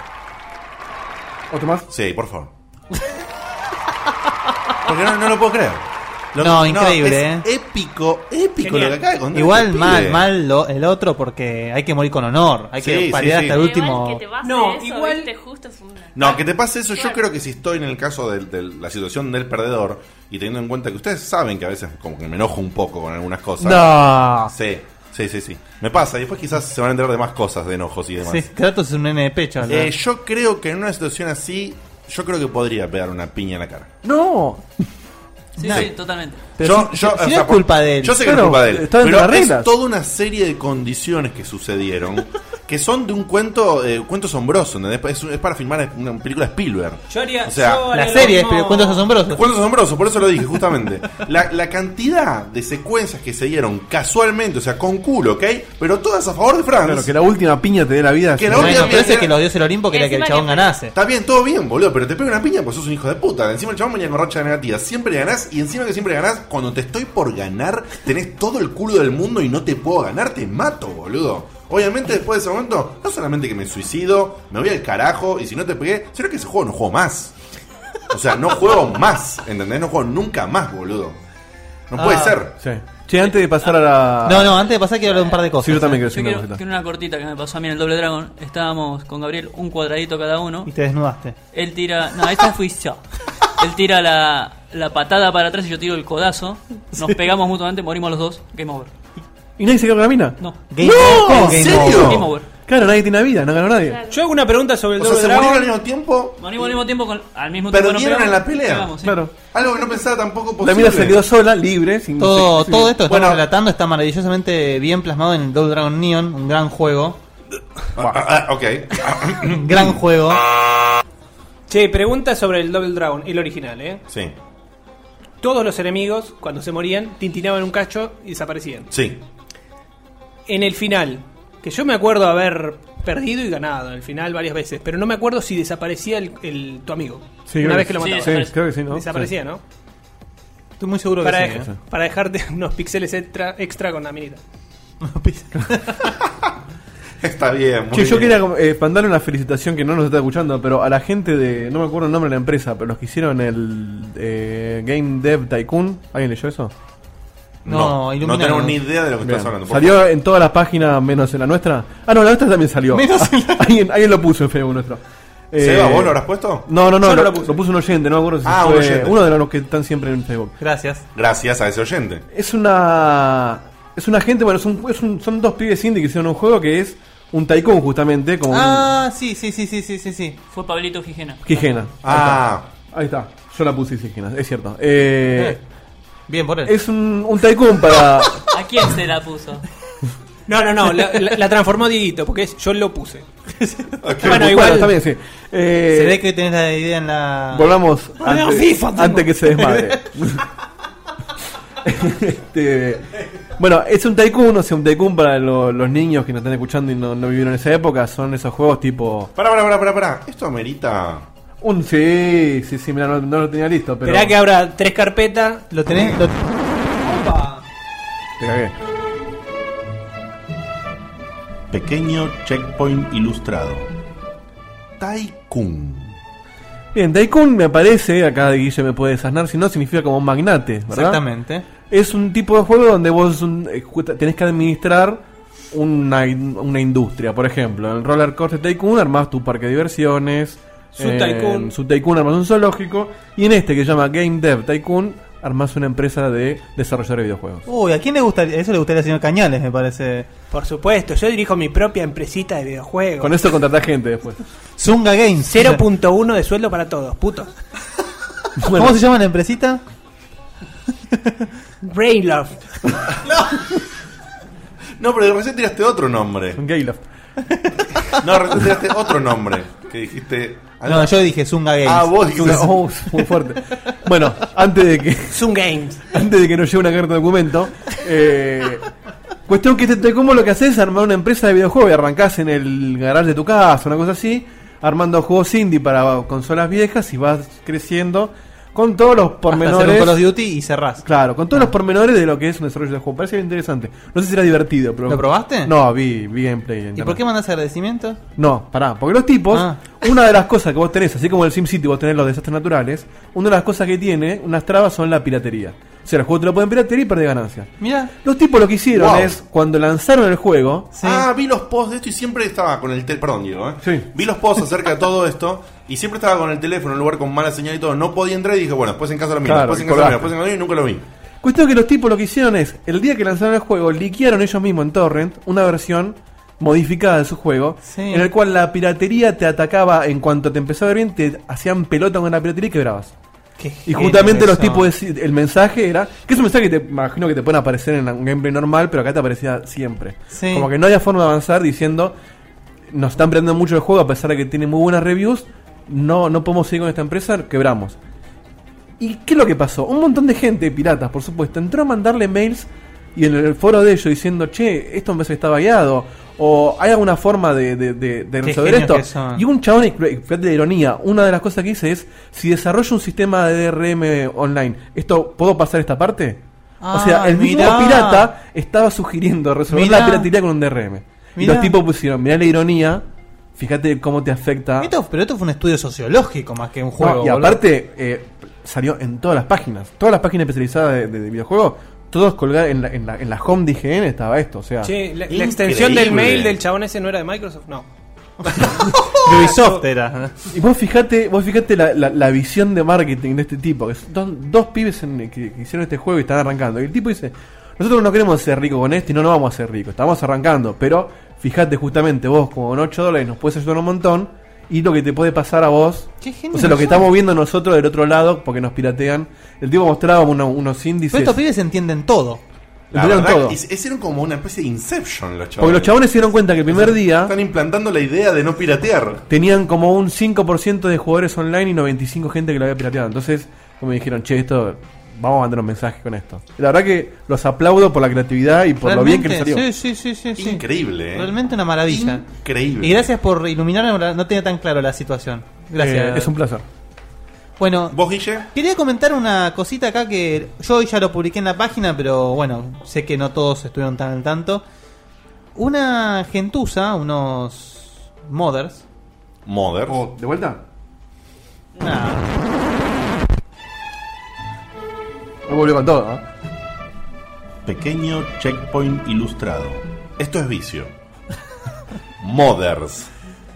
¿Otro más? Sí, por favor. Porque no, no lo puedo creer. Lo- No, increíble, es épico, épico lo que acaba de contar. Igual este mal, pibe. mal lo- el otro porque hay que morir con honor. Hay Sí, que sí, pelear sí. hasta el Igual último. que te pase No, eso, igual- viste, justo es una... No, que te pase eso, yo creo que si estoy en el caso de, de la situación del perdedor y teniendo en cuenta que ustedes saben que a veces como que me enojo un poco con algunas cosas. No. Sí, sí, sí, sí. Me pasa y después quizás se van a enterar de más cosas, de enojos y demás. Sí, Kratos es un nene de pecho. ¿no? Eh, yo creo que en una situación así, yo creo que podría pegar una piña en la cara. No. Sí, No. sí, totalmente. Pero si- si no es culpa de él. Yo sé que Claro, no es culpa de él, está dentro pero de las es reglas. toda una serie de condiciones que sucedieron que son de un cuento eh, cuento asombroso, ¿entendés? Es, es para filmar una película Spielberg. Yo haría, O sea, yo haría La lo serie es mismo- pero cuentos asombrosos. Cuentos asombrosos, por eso lo dije, justamente. La, la cantidad de secuencias que se dieron casualmente, o sea, con culo, ¿ok? Pero todas a favor de Franz. Claro, que la última piña te dé la vida. Que sí. la Bueno, última pero ese piña- que los dioses del Olimpo quería que el Encima chabón que- ganase. Está bien, todo bien, boludo, pero te pega una piña pues sos un hijo de puta. Encima el chabón venía con racha negativa. Siempre ganás y encima que siempre ganás, cuando te estoy por ganar, tenés todo el culo del mundo y no te puedo ganar, te mato, boludo. Obviamente después de ese momento, no solamente que me suicido, me voy al carajo y si no te pegué, sino que ese juego no juego más. O sea, no juego más, ¿entendés? No juego nunca más, boludo. No puede Ah. ser. Sí. Che, antes de pasar a la. No, no, antes de pasar quiero hablar de un par de cosas. Sí, yo también quiero Yo decir una quiero, cosita. quiero una cortita que me pasó a mí en el Doble Dragon. Estábamos con Gabriel un cuadradito cada uno. Y te desnudaste. Él tira. No, esta fui yo. Él tira la, la patada para atrás y yo tiro el codazo. Nos pegamos mutuamente, morimos los dos. Game over. ¿Y nadie se quedó con la mina? No. Game ¡No! over, ¿En game serio? over. Game over. Claro, nadie tiene vida, no ganó nadie. Claro. Yo hago una pregunta sobre el O sea, Doble se Dragon. murieron al mismo tiempo. Morimos al mismo tiempo con. Al mismo tiempo ¿Perdieron nos en la pegamos, pelea? pegamos, sí. Claro. Algo que no pensaba tampoco posible. La mina se quedó sola, libre, sin. Todo, sin- todo esto que Bueno. estamos relatando está maravillosamente bien plasmado en el Double Dragon Neon, un gran juego. Ah, ah, ah, ok. Un gran juego. Che, pregunta sobre el Double Dragon, el original, ¿eh? Sí, Todos los enemigos, cuando se morían, tintinaban un cacho y desaparecían. sí. En el final, que yo me acuerdo haber perdido y ganado en el final varias veces, pero no me acuerdo si desaparecía el, el- tu amigo. Sí, Una creo vez que lo sí, matabas. Sí, creo que sí, ¿no? Desaparecía, ¿no? Estoy muy seguro que Para, sí. dej- ¿eh? para dejarte unos píxeles extra, extra con la minita. Está bien. Muy Che, yo bien. quería eh, mandarle una felicitación que no nos está escuchando, pero a la gente de. No me acuerdo el nombre de la empresa, pero los que hicieron el eh, Game Dev Tycoon. ¿Alguien leyó eso? No, No, no ilumínanos. tenemos ni idea de lo que Bien. estás hablando. por Salió favor. en todas las páginas menos en la nuestra. Ah, no, la nuestra también salió. Menos en la- alguien, alguien lo puso en Facebook nuestro. Seba, Eh, ¿vos lo habrás puesto? No, no, no, Yo no lo, lo puse. lo puso un oyente, no me acuerdo si Ah, un fue oyente. uno de los que están siempre en Facebook. Gracias. Gracias a ese oyente. Es una. Es una gente, bueno, es un, es un- son dos pibes indie que hicieron un juego que es un Tycoon, justamente, como Ah, sí, sí, sí, sí, sí, sí, sí. Fue Pablito Gijena. un Quijena. Ah, Ahí está, yo la puse Quijena, es cierto. Eh, Bien por él. es un, un Tycoon para. ¿A quién se la puso? No, no, no, la, la- la transformó Dieguito, porque es- yo lo puse. ok. Bueno, igual- está bien, sí. Eh, Se ve que tenés la idea en la. Volvamos Bueno, antes, FIFA, tengo. antes que se desmadre. Este, bueno, es un Tycoon, o sea, un Tycoon para lo- los niños que nos están escuchando y no, no vivieron esa época. Son esos juegos tipo. Pará, pará, pará, pará, pará. Esto amerita. Un sí, sí, sí, mira, no, no lo tenía listo, pero. Esperá que abra tres carpetas. ¿Lo tenés? Lo- Opa. Te cagué. Pequeño checkpoint ilustrado. Tycoon. Bien, Tycoon me parece, acá Guille me puede desasnar, si no significa como un magnate, ¿verdad? Exactamente. Es un tipo de juego donde vos un- eh, ju- tenés que administrar una, in- una industria. Por ejemplo, en el Roller Coaster Tycoon armás tu parque de diversiones. Su en Tycoon. Su Tycoon armás un zoológico. Y en este que se llama Game Dev Tycoon armás una empresa de desarrolladores de videojuegos. Uy, ¿a quién le gustaría? Eso le gustaría al señor Cañales, me parece. Por supuesto, yo dirijo mi propia empresita de videojuegos. Con eso contratás gente después. Zunga Games. cero punto uno de sueldo para todos, putos. ¿Cómo se llama la empresita? Brainlove. No, pero recién tiraste otro nombre. Gayloft. No, recién tiraste otro nombre. Que dijiste. No, yo dije Zunga Games. Ah, vos dijiste. Oh, muy fuerte. Bueno, antes de que Zoom Games. antes de que nos llegue una carta de documento, eh, cuestión que este ¿cómo lo que haces es armar una empresa de videojuegos y arrancás en el garage de tu casa, una cosa así, armando juegos indie para consolas viejas y vas creciendo con todos los Hasta hacer un pormenores. Call of Duty y cerrás. Claro, con todos los pormenores de lo que es un desarrollo de juego. Parece interesante. No sé si era divertido, pero. ¿Lo probaste? No, vi, vi gameplay. en ¿Y internet. por qué mandás agradecimientos? No, pará, porque los tipos, Ah. una de las cosas que vos tenés, así como en el SimCity vos tenés los desastres naturales, una de las cosas que tiene, unas trabas son la piratería. O sea, el juego te lo pueden piratear y perder ganancias. Mira, Los tipos lo que hicieron Wow. es, cuando lanzaron el juego, sí. Ah, vi los posts de esto y siempre estaba con el teléfono. Perdón, Diego, ¿eh? Sí. Vi los posts acerca de todo esto y siempre estaba con el teléfono en un lugar con mala señal y todo. No podía entrar y dije, bueno, después en casa lo miro, Claro, después en casa lo miro, colgaste. después en casa lo miro y nunca lo vi. cuestión que los tipos lo que hicieron es, el día que lanzaron el juego, liquearon ellos mismos en Torrent una versión modificada de su juego, Sí. en el cual la piratería te atacaba en cuanto te empezó a ver bien, te hacían pelota con la piratería y quebrabas. Qué Y genio justamente los eso. tipos, deci- el mensaje era, que es un mensaje que te imagino que te pueden aparecer en un gameplay normal, pero acá te aparecía siempre. Sí. Como que no había forma de avanzar diciendo, nos están perdiendo mucho el juego a pesar de que tiene muy buenas reviews, no, no podemos seguir con esta empresa, quebramos. ¿Y qué es lo que pasó? Un montón de gente, piratas por supuesto, entró a mandarle mails y en el foro de ellos diciendo, che, esto me parece que está vagueado, o hay alguna forma de, de, de, de Qué resolver genios esto. que son. Y un chabón, y fíjate la ironía, una de las cosas que dice es, si desarrollo un sistema de D R M online, ¿esto puedo pasar esta parte? Ah, o sea, el mismo mirá. pirata estaba sugiriendo resolver Mirá. la piratería con un D R M. Y Mirá. los tipos pusieron, mirá la ironía, fíjate cómo te afecta. Esto- pero esto fue un estudio sociológico más que un No, juego. y boludo. aparte, eh, salió en todas las páginas. Todas las páginas especializadas de, de- de videojuegos, todos colgados en la, en, la, en la home de I G N estaba esto. O sea, Che, la, la Increíble. extensión del mail del chabón ese no era de Microsoft, no. Ubisoft era. y vos fijate, vos fijate la, la, la visión de marketing de este tipo. Que son dos pibes en- que, que hicieron este juego y están arrancando. Y el tipo dice, nosotros no queremos ser ricos con esto y no nos vamos a ser ricos. Estamos arrancando. Pero fíjate justamente vos, como con ocho dólares nos puedes ayudar un montón. Y lo que te puede pasar a vos. Qué genio O sea, lo que son. estamos viendo nosotros del otro lado, porque nos piratean. El tipo mostraba uno- unos índices. Pero estos pibes entienden todo. La Entendieron verdad, todo. es- hicieron como una especie de Inception los chavales. Porque los chabones se dieron cuenta que el primer día Están implantando la idea de no piratear. tenían como un cinco por ciento de jugadores online y noventa y cinco gente que lo había pirateado. Entonces, como dijeron, che, esto, vamos a mandar un mensaje con esto. Y la verdad que los aplaudo por la creatividad y por lo bien que les salió. Sí, sí, sí, sí, sí. Increíble, ¿eh? Realmente una maravilla. Increíble. Y gracias por iluminarme, no tenía tan claro la situación. Gracias. Eh, es un placer. Bueno, ¿Vos, Guille? quería comentar una cosita acá que yo hoy ya lo publiqué en la página, pero bueno, sé que no todos estuvieron tan al tanto. Una gentuza, unos modders. Mother. Oh, ¿de vuelta? Nah, Me volvió con todo, ¿no? Pequeño checkpoint ilustrado. Esto es vicio. Mothers.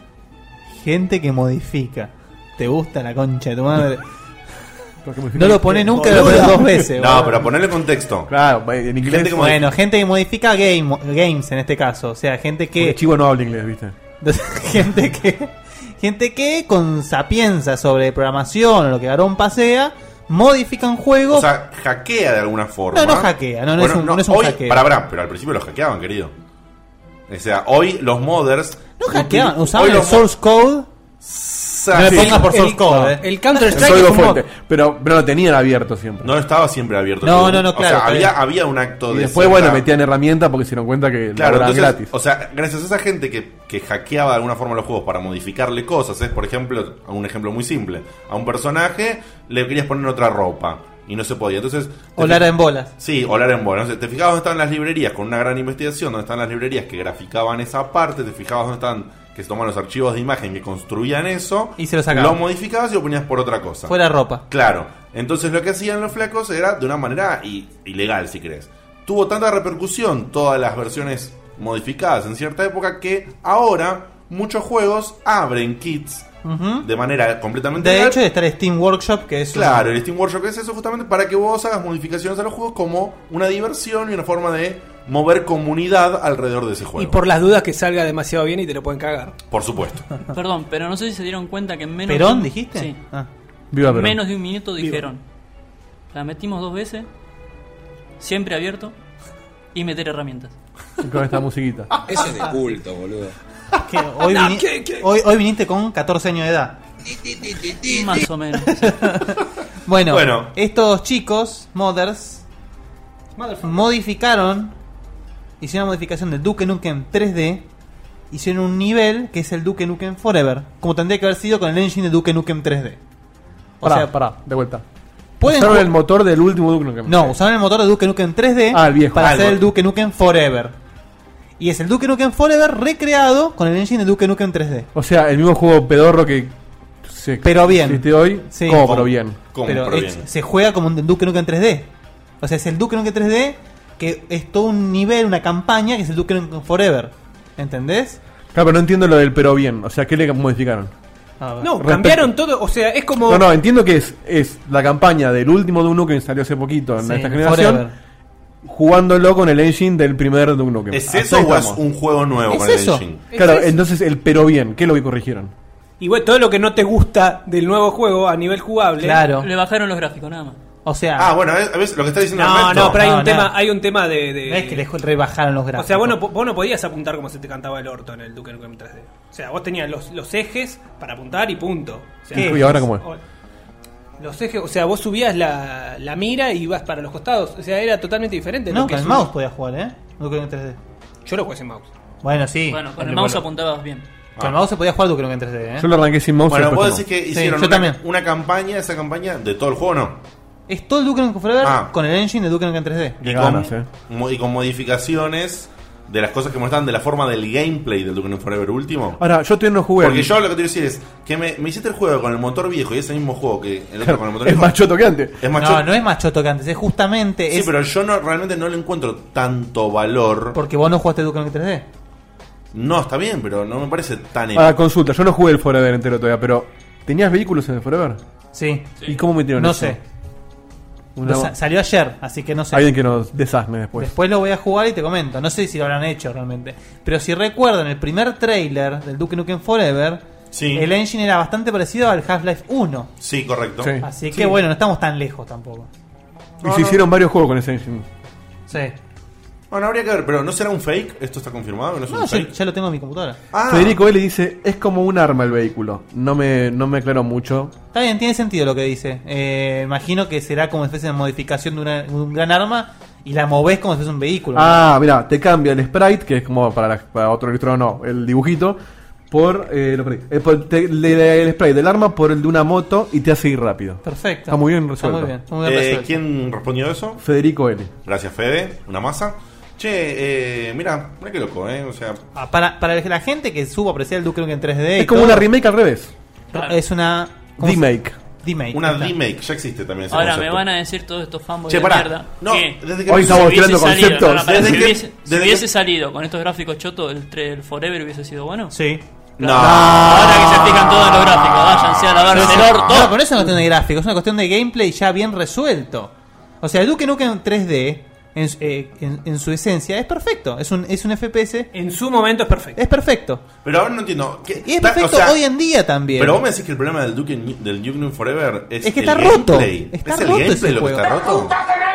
gente que modifica. ¿Te gusta la concha de tu madre? Porque me No lo pone nunca, lo Boludo. pone dos veces. No, boludo. pero ponerle contexto. Claro, en inglés. Gente como- Bueno, gente que modifica game, games en este caso. O sea, gente Porque que. Chivo no habla inglés, ¿viste? gente que. Gente que con sapienza sobre programación o lo que Garón pasea, modifican juegos. O sea, hackea de alguna forma. No, no hackea, no, no es un- no es un hoy, hackeo. Para, para, pero al principio los hackeaban, querido. O sea, hoy los modders. no hackeaban, util- usaban hoy el los source code. mo- No me Sí. pongas por source el- code, eh. El Counter El Strike código es un mod. fuente. Pero, pero lo tenían abierto siempre. No estaba siempre abierto. No, tío. no, no, O claro, sea, está había, bien. había un acto Y de. después, cierta- bueno, metían herramientas porque se dieron cuenta que Claro, la entonces, gratis. o sea, gracias a esa gente que, que hackeaba de alguna forma los juegos para modificarle cosas, es por ejemplo, un ejemplo muy simple, a un personaje le querías poner otra ropa y no se podía, entonces... te O Lara fi- en bolas. Sí, o Lara en bolas. Entonces, te fijabas dónde estaban las librerías con una gran investigación, dónde están las librerías que graficaban esa parte, te fijabas dónde están, que se toman los archivos de imagen que construían eso, Y se lo sacaban. lo modificabas y lo ponías por otra cosa. Fuera ropa. Claro, entonces lo que hacían los flacos era de una manera i- ilegal, si crees. Tuvo tanta repercusión todas las versiones modificadas en cierta época que ahora muchos juegos abren kits Ujú. de manera completamente De legal. hecho, está el Steam Workshop, que es. Claro, el Steam Workshop es eso justamente para que vos hagas modificaciones a los juegos como una diversión y una forma de mover comunidad alrededor de ese Y juego. por las dudas que salga demasiado bien y te lo pueden cagar. Por supuesto. Perdón, pero no sé si se dieron cuenta que en menos ¿Perón de un- dijiste? Sí. Ah. Viva Perón. Menos de un minuto dijeron. La metimos dos veces, siempre abierto, y meter herramientas. Con esta musiquita. Eso es de culto, boludo. Que hoy, No, vini- ¿qué, qué? Hoy, hoy viniste con catorce años de edad. Más o menos. Bueno, Bueno. estos chicos, modders, modificaron, hicieron una modificación del Duke Nukem tres D, hicieron un nivel que es el Duke Nukem Forever, como tendría que haber sido con el engine de Duke Nukem tres D. O Pará, sea, pará, de vuelta. pueden Usaron ju- el motor del último Duke Nukem. No, usaron el motor de Duke Nukem tres D Ah, el viejo. para Ah, el hacer el motor. Duke Nukem Forever. Y es el Duke Nukem Forever recreado con el engine de Duke Nukem tres D. O sea, el mismo juego pedorro que se Pero bien. existe hoy. Sí. ¿Cómo, ¿Cómo? pero bien? ¿Cómo? Pero Pero es- bien. se juega como un Duke Nukem tres D. O sea, es el Duke Nukem tres D que es todo un nivel, una campaña que es el Duke Nukem Forever. ¿Entendés? Claro, pero no entiendo lo del pero bien. O sea, ¿qué le modificaron? No, Respecto- cambiaron todo. O sea, es como. No, no, entiendo que es, es la campaña del último Duke Nukem que salió hace poquito en Sí, esta generación, Forever. jugándolo con el engine del primer Duke Nukem. ¿Es Hasta eso ahí o es estamos. un juego nuevo Es con eso. el engine? Claro, Es eso. entonces el pero bien, ¿qué es lo que corrigieron? Y bueno, todo lo que no te gusta del nuevo juego a nivel jugable. Claro. Le bajaron los gráficos, nada más. O sea, Ah, bueno, a veces lo que está diciendo No, Ernesto. no, pero hay No, un tema, nada. hay un tema de. de- no es que les rebajaron los gráficos. O sea, vos no, vos no podías apuntar como se te cantaba el orto en el Duke Nukem tres D. O sea, vos tenías los, los ejes para apuntar y punto. O sea, ¿Qué? ¿Y ahora cómo es? o- Los ejes, o sea, vos subías la, la mira y ibas para los costados. O sea, era totalmente diferente. No, lo que con el subí- mouse podías jugar, ¿eh? Duke Nukem tres D. Yo lo jugué sin mouse. Bueno, sí. Bueno, con En el mouse bueno, apuntabas bien. Con el mouse se podía jugar Duke Nukem tres D, ¿eh? Yo lo arranqué sin mouse. Bueno, y después vos con decís que Sí, hicieron yo una, también. una campaña, esa campaña de todo el juego, ¿no? Es todo el Duke Nukem Forever Ah. con el engine de Duke Nukem tres D. mouse. Qué Y ganas, con, eh. mo- y con modificaciones de las cosas que muestran de la forma del gameplay del Duke Nukem Forever último. Ahora, yo todavía no jugué. Porque al- yo lo que te quiero decir es que me, me hiciste el juego con el motor viejo y ese mismo juego que el otro con el motor es viejo. más choto que antes. Es más No, choto. no es más choto que antes, es justamente. Sí, es pero yo no realmente no le encuentro tanto valor. porque vos no jugaste Duke Nukem tres D. No, está bien, pero no me parece tan Ahora, consulta, yo no jugué el Forever entero todavía, pero ¿tenías vehículos en el Forever? Sí. ¿Y cómo metieron No eso? sé. Una- Lo sa- salió ayer, así que no sé. Alguien que nos desasme después. Después lo voy a jugar y te comento. No sé si lo habrán hecho realmente. Pero si recuerdan el primer trailer del Duke Nukem Forever, Sí. el engine era bastante parecido al Half-Life uno. Sí, correcto. Sí. Así que bueno, no estamos tan lejos tampoco. Y No, se no. hicieron varios juegos con ese engine. Sí. Bueno, habría que ver, pero ¿no será un fake? ¿Esto está confirmado? ¿Que no es No, un yo fake? ya lo tengo en mi computadora. Ah, Federico L dice, es como un arma el vehículo. No me, no me aclaró mucho. Está bien, tiene sentido lo que dice. Eh, imagino que será como una especie de modificación de, una- de un gran arma y la movés como si fuese un vehículo. Ah, mira, te cambia el sprite, que es como para, la- para otro electrodo, no, el dibujito, por, eh, lo perdí. Eh, por- te- le- le- el sprite del arma por el de una moto y te hace ir rápido. Perfecto. Está muy bien Está resuelto. muy bien. está muy bien eh, resuelto. ¿quién respondió eso? Federico L. Gracias, Fede. Una masa. Che, eh, mira, mira qué loco, ¿eh? O sea, Ah, para, para la gente que supo apreciar el Duke Nukem tres D. y Es como todo, una remake al revés. Es una. ¿cómo se- D-make. D-make. una ahí está. remake, ya existe también ese Ahora concepto. me van a decir todos estos fanboys Che, de pará. mierda. No, que desde que Hoy no estamos se- si hubiese tirando salido, conceptos. no, no, pará, Desde si que- hubiese, si desde hubiese que- salido con estos gráficos chotos, el, tre- el Forever hubiese sido bueno. Sí. No. Ahora que se fijan todos en los gráficos, váyanse a lavarse el orto. No, pero no es una cuestión de gráficos, es una cuestión de gameplay ya bien resuelto. O sea, el Duke Nukem tres D, en, su- eh, en, en su esencia, es perfecto. Es un, es un F P S. En su momento es perfecto. Es perfecto. Pero ahora no entiendo. ¿qué- Y es está- perfecto o sea, hoy en día también. Pero vos me decís que el problema del Duke, del Duke Nukem Forever es, Es que el está roto. gameplay. Está ¿Es el roto gameplay ese lo que juego. está roto?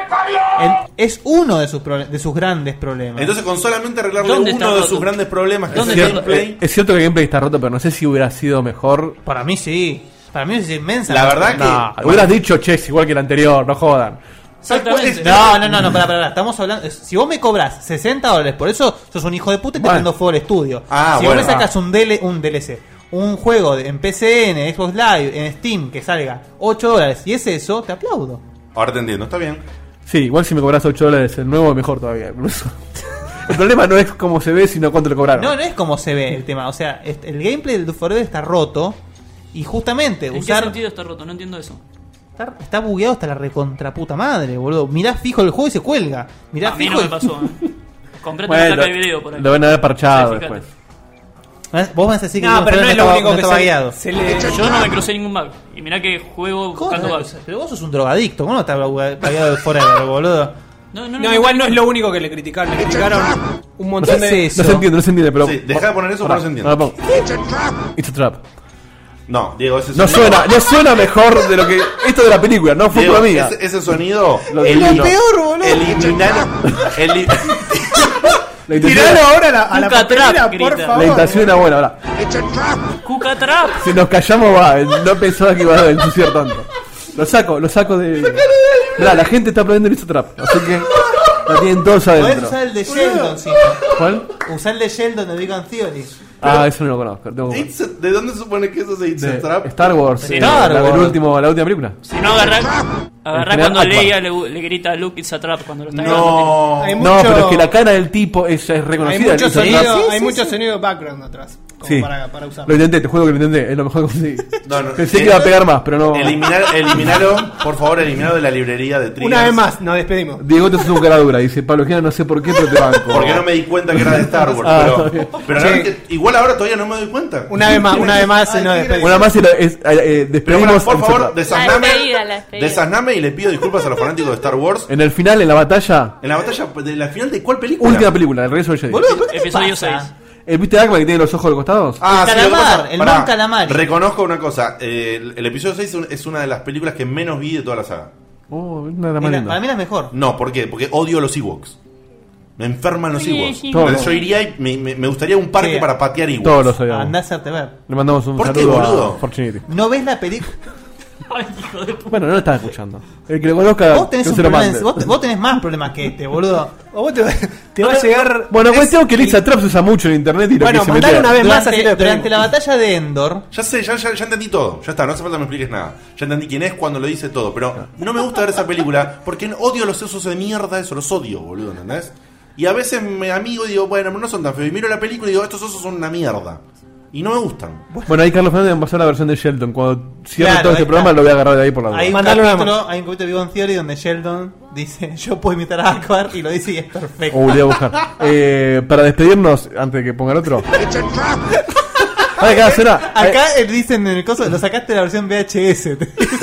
El- es uno de sus, prole- de sus grandes problemas. Entonces con solamente arreglarle ¿Dónde está uno de roto? sus grandes problemas, que es ¿Dónde el está roto? gameplay. Es cierto que el gameplay está roto, pero no sé si hubiera sido mejor. Para mí sí. Para mí es inmensa. La verdad que... No, hubieras dicho, che, es igual que el anterior, no jodan. Exactamente. No, no, no, no, para, para, estamos hablando. Si vos me cobras sesenta dólares por eso, sos un hijo de puta y te Bueno. prendo fuego al estudio. Ah, si bueno. vos me sacas un, D L, un D L C, un juego de- en P C N, Xbox Live, en Steam, que salga ocho dólares y es eso, te aplaudo. Ahora te entiendo, está bien. Sí, igual si me cobras ocho dólares el nuevo, mejor todavía. incluso. El problema no es cómo se ve, sino cuánto le cobraron. No, no es como se ve el tema. O sea, est- el gameplay del Forever está roto. Y justamente, ¿En qué usar. sentido está roto? No entiendo eso. Está, está bugueado hasta la recontraputa madre, boludo. Mirá fijo el juego y se cuelga. Mirá A mí fijo. no me y- pasó. ¿eh? Comprate Bueno, una placa de video por ahí. lo van a haber parchado Sí, fíjate. después. Vos vas a decir que No, el pero no Forever es lo estaba- único no que estaba se, guiado. se le. Yo no me crucé ningún bug. Y mirá que juego buscando Joder, bugs. pero vos sos un drogadicto. ¿Cómo no está bugueado el Forever, boludo? No, no, No, igual no es lo único que le criticaron. Le criticaron un montón ¿Qué de. es No eso? se entiende, no se entiende, pero. Sí, deja de poner eso, pero no se entiende. No lo pongo. It's a trap. No, Diego, ese No sonido... suena, no suena mejor de lo que. Esto de la película, no fue Diego, por mía. ese, ese sonido... Lo Es lo elimino. peor, boludo. Eliminar... eli- La intención, Tiralo era, ahora a la, a la Cuca papelera, Trap, por grita. la favor. intención era buena, ahora. Cuca Trap. Si nos callamos, va. No pensaba que iba a ensuciar tanto. Lo saco, lo saco de. Mirá, la gente está aprendiendo el It's a trap. Así que. La tienen todos Podés adentro. usar el de Sheldon, sí. ¿Cuál? Usar el de Sheldon de Big Bang Theory. Ah, eso no lo conozco. tengo que- It's a- ¿De dónde se supone que eso es It's a de Trap? Star Wars. Sí, eh, Star la, del Wars. último, la última película. Si no agarrá, agarrá general cuando Akbar. Leia le, le grita a Luke It's a Trap cuando lo está No. Hay No, mucho- pero es que la cara del tipo es, es Hay reconocida. mucho It's a sonido, trap. hay mucho sonido de background atrás. como Sí. para, para usarlo. Lo intenté, te juego que lo intenté. Es lo mejor que conseguí. No, no. Pensé que iba a pegar más, pero no. Eliminar, eliminalo, por favor, eliminalo de la librería de Triggers. Una vez más, nos despedimos. Diego, te sos un cara dura. Dice Pablo Gina, no sé por qué, pero te banco. Porque no me di cuenta que era de Star Wars. Ah, pero está bien. pero Sí. realmente, igual ahora todavía no me doy cuenta. Una vez más, una vez más, nos despedimos. Una más y la- es, eh, eh, Pero bueno, despedimos. por al favor, cerrar. desasname, La despedida, la despedida. desasname y le pido disculpas a los fanáticos de Star Wars. En el final, en la batalla, En la batalla de la final de cuál película? última película, el regreso del Jedi. Boludo, ¿pero qué te Episodio pasa? seis. ¿El viste Dagmar que tiene los ojos de los costados? Ah, El sí, lo que calamar, pasa- el pará, man calamari. Reconozco una cosa, eh, el, el episodio seis es una de las películas que menos vi de toda la saga. Oh, una de las Es más la- lindas. para mí la mejor. No, ¿por qué? Porque odio los Ewoks. Me enferman los Sí, Ewoks. sí. Todos. Entonces yo iría y me, me- me gustaría un parque Sí. para patear Ewoks. Todos los odiamos. Andá a hacerte ver. Le mandamos un ¿Por qué, saludo boludo? a Fortunity. ¿No ves la película? Ay, hijo de puta. Bueno, no lo estás escuchando. El que lo conozca, Vos tenés, que un se lo problema, mande. vos, vos tenés más problemas que este, boludo. O vos te, va- te va a llegar. Bueno, es- cuestión que Lisa Trap se usa mucho en internet y lo Bueno, que se mandale mete. una vez más así Durante, lo despedimos. durante la batalla de Endor, Ya sé, ya, ya, ya entendí todo. Ya está, no hace falta que me expliques nada. Ya entendí quién es cuando lo dice todo. Pero no me gusta ver esa película porque odio los osos de mierda, eso los odio, boludo, ¿entendés? Y a veces me amigo y digo, bueno, no son tan feos. Y miro la película y digo, estos osos son una mierda. Y no me gustan. Bueno, ahí Carlos Fernández me pasó la versión de Shelton. Cuando cierre Claro, todo este ahí programa está. lo voy a agarrar de ahí por la duda. hay un, Mandale una capítulo, hay un capítulo de Big Bang Theory donde Sheldon dice, yo puedo imitar a Akbar, y lo dice y es perfecto. O volví a buscar. Eh, para despedirnos, antes de que pongan otro. Ay, acá será. Acá eh, dicen en el coso, lo sacaste de la versión V H S.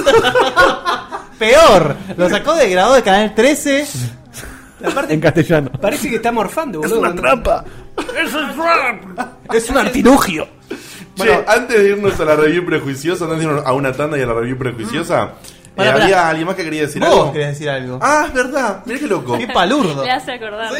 Peor, lo sacó de grabado de Canal trece. Aparte, En castellano. parece que está morfando, Es boludo. una trampa. Es un artilugio. Che, antes de irnos a la review prejuiciosa, antes de irnos a una tanda y a la review prejuiciosa, eh, Pará, pará. había alguien más que quería decir Vos algo. querés decir algo. Ah, es verdad, mirá qué loco. Qué palurdo. Le hace acordar.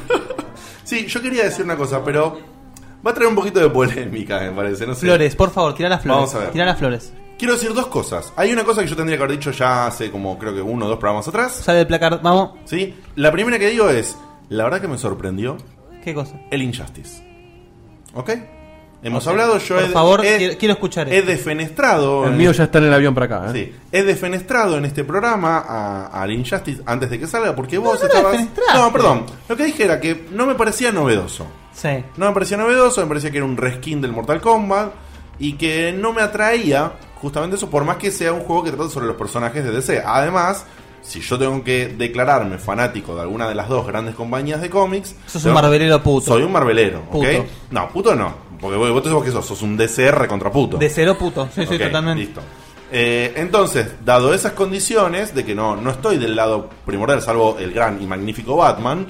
Sí, yo quería decir una cosa, pero va a traer un poquito de polémica, me parece, no sé. Flores, por favor, tirá las flores. Vamos a ver. Tirá las flores. Quiero decir dos cosas. Hay una cosa que yo tendría que haber dicho ya hace como creo que uno o dos programas atrás. Sale el placar, vamos. ¿Sí? La primera que digo es, la verdad que me sorprendió ¿Qué cosa? el Injustice. ¿Ok? Hemos Ok. hablado, yo Por he, favor, he- quiero, quiero escuchar he esto. defenestrado. El en mío ya está en el avión para acá. ¿eh? Sí, he defenestrado en este programa a- al Injustice antes de que salga porque vos no lo estabas... defenestraste. No, perdón. Lo que dije era que no me parecía novedoso. Sí. No me parecía novedoso, me parecía que era un reskin del Mortal Kombat y que no me atraía justamente eso, por más que sea un juego que trata sobre los personajes de D C. Además, si yo tengo que declararme fanático de alguna de las dos grandes compañías de cómics... Sos un tengo- marvelero puto. Soy un marvelero, ¿ok? Puto. No, puto no. Porque vos, vos, vos que sos, sos un D C R contra puto. De cero puto. Sí, sí, Ok, totalmente. Listo. Eh, entonces, dado esas condiciones de que no, no estoy del lado primordial, salvo el gran y magnífico Batman,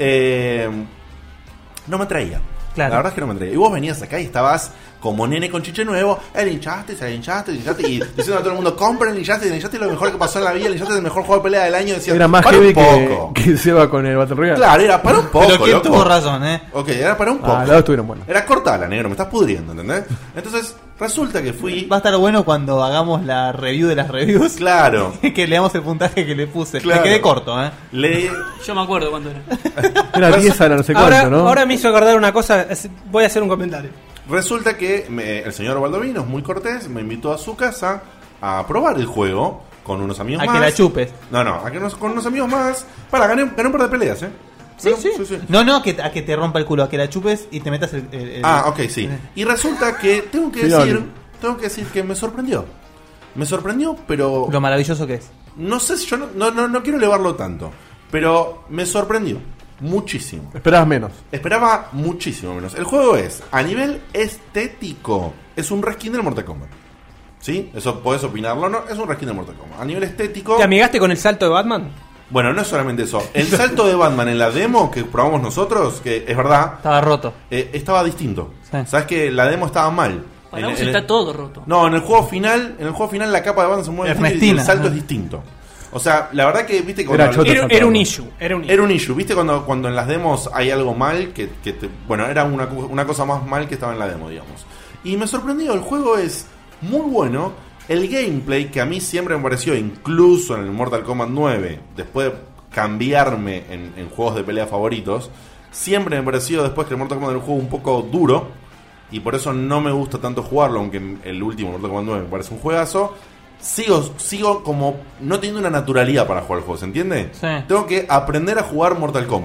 eh, no me atraía. Claro. La verdad es que no me atraía. Y vos venías acá y estabas como nene con chiche nuevo, el Injustice, el Injustice, el Injustice, y diciendo a todo el mundo, compren el Injustice, el Injustice es lo mejor que pasó en la vida, el Injustice es el mejor juego de pelea del año. Decía, Era más para heavy un poco. que, que se va con el Battle Royale. Claro, era para un poco, Pero quién loco. tuvo razón, eh. Ok, era para un poco. Ah, los dos estuvieron buenos. Era cortala, negro, me estás pudriendo, ¿entendés? Entonces, resulta que fui... Va a estar bueno cuando hagamos la review de las reviews. Claro. Que leamos el puntaje que le puse. Claro. Me quedé corto, eh. Le... Yo me acuerdo cuánto era. Era diez a la no sé Ahora, cuánto, ¿no? ahora me hizo acordar una cosa. es- Voy a hacer un comentario. Resulta que me- el señor Baldovino es muy cortés, me invitó a su casa a probar el juego con unos amigos A más. que la chupes. No, no, a que nos- con unos amigos más. Para, gané, gané un par de peleas, ¿eh? Sí, No, sí. No, no, que, a que te rompa el culo, a que la chupes y te metas el. el- el- Ah, ok, sí. Y resulta que tengo que Sí, decir, dale. tengo que decir que me sorprendió. Me sorprendió, pero Lo maravilloso que es. no sé si yo no, no, no, no quiero elevarlo tanto, pero me sorprendió muchísimo. Esperabas menos. Esperaba muchísimo menos. El juego es, a nivel estético, es un reskin del Mortal Kombat. ¿Sí? Eso podés opinarlo, ¿no? Es un reskin del Mortal Kombat. A nivel estético... ¿Te amigaste con el salto de Batman? Bueno, no es solamente eso. El salto de Batman en la demo que probamos nosotros, que es verdad, Estaba roto. eh, estaba distinto. Sí. ¿Sabes que la demo estaba mal? Para En- vos en- está todo roto. No, en el juego final, en el juego final la capa de Batman se mueve distinto y Ernestina. el salto Ah. es distinto. O sea, la verdad que, viste, cuando Era choto. Era, salto de era un Batman. issue. Era un issue. era un issue, ¿viste? Cuando, cuando en las demos hay algo mal, que, que te- bueno, era una, cu- una cosa más mal que estaba en la demo, digamos. Y me sorprendió, el juego es muy bueno. El gameplay, que a mí siempre me pareció, incluso en el Mortal Kombat nueve, después de cambiarme en, en juegos de pelea favoritos, siempre me pareció después que el Mortal Kombat era un juego un poco duro, y por eso no me gusta tanto jugarlo, aunque el último Mortal Kombat nueve me parece un juegazo. Sigo, sigo como no teniendo una naturalidad para jugar el juego, ¿se entiende? Sí. Tengo que aprender a jugar Mortal Kombat.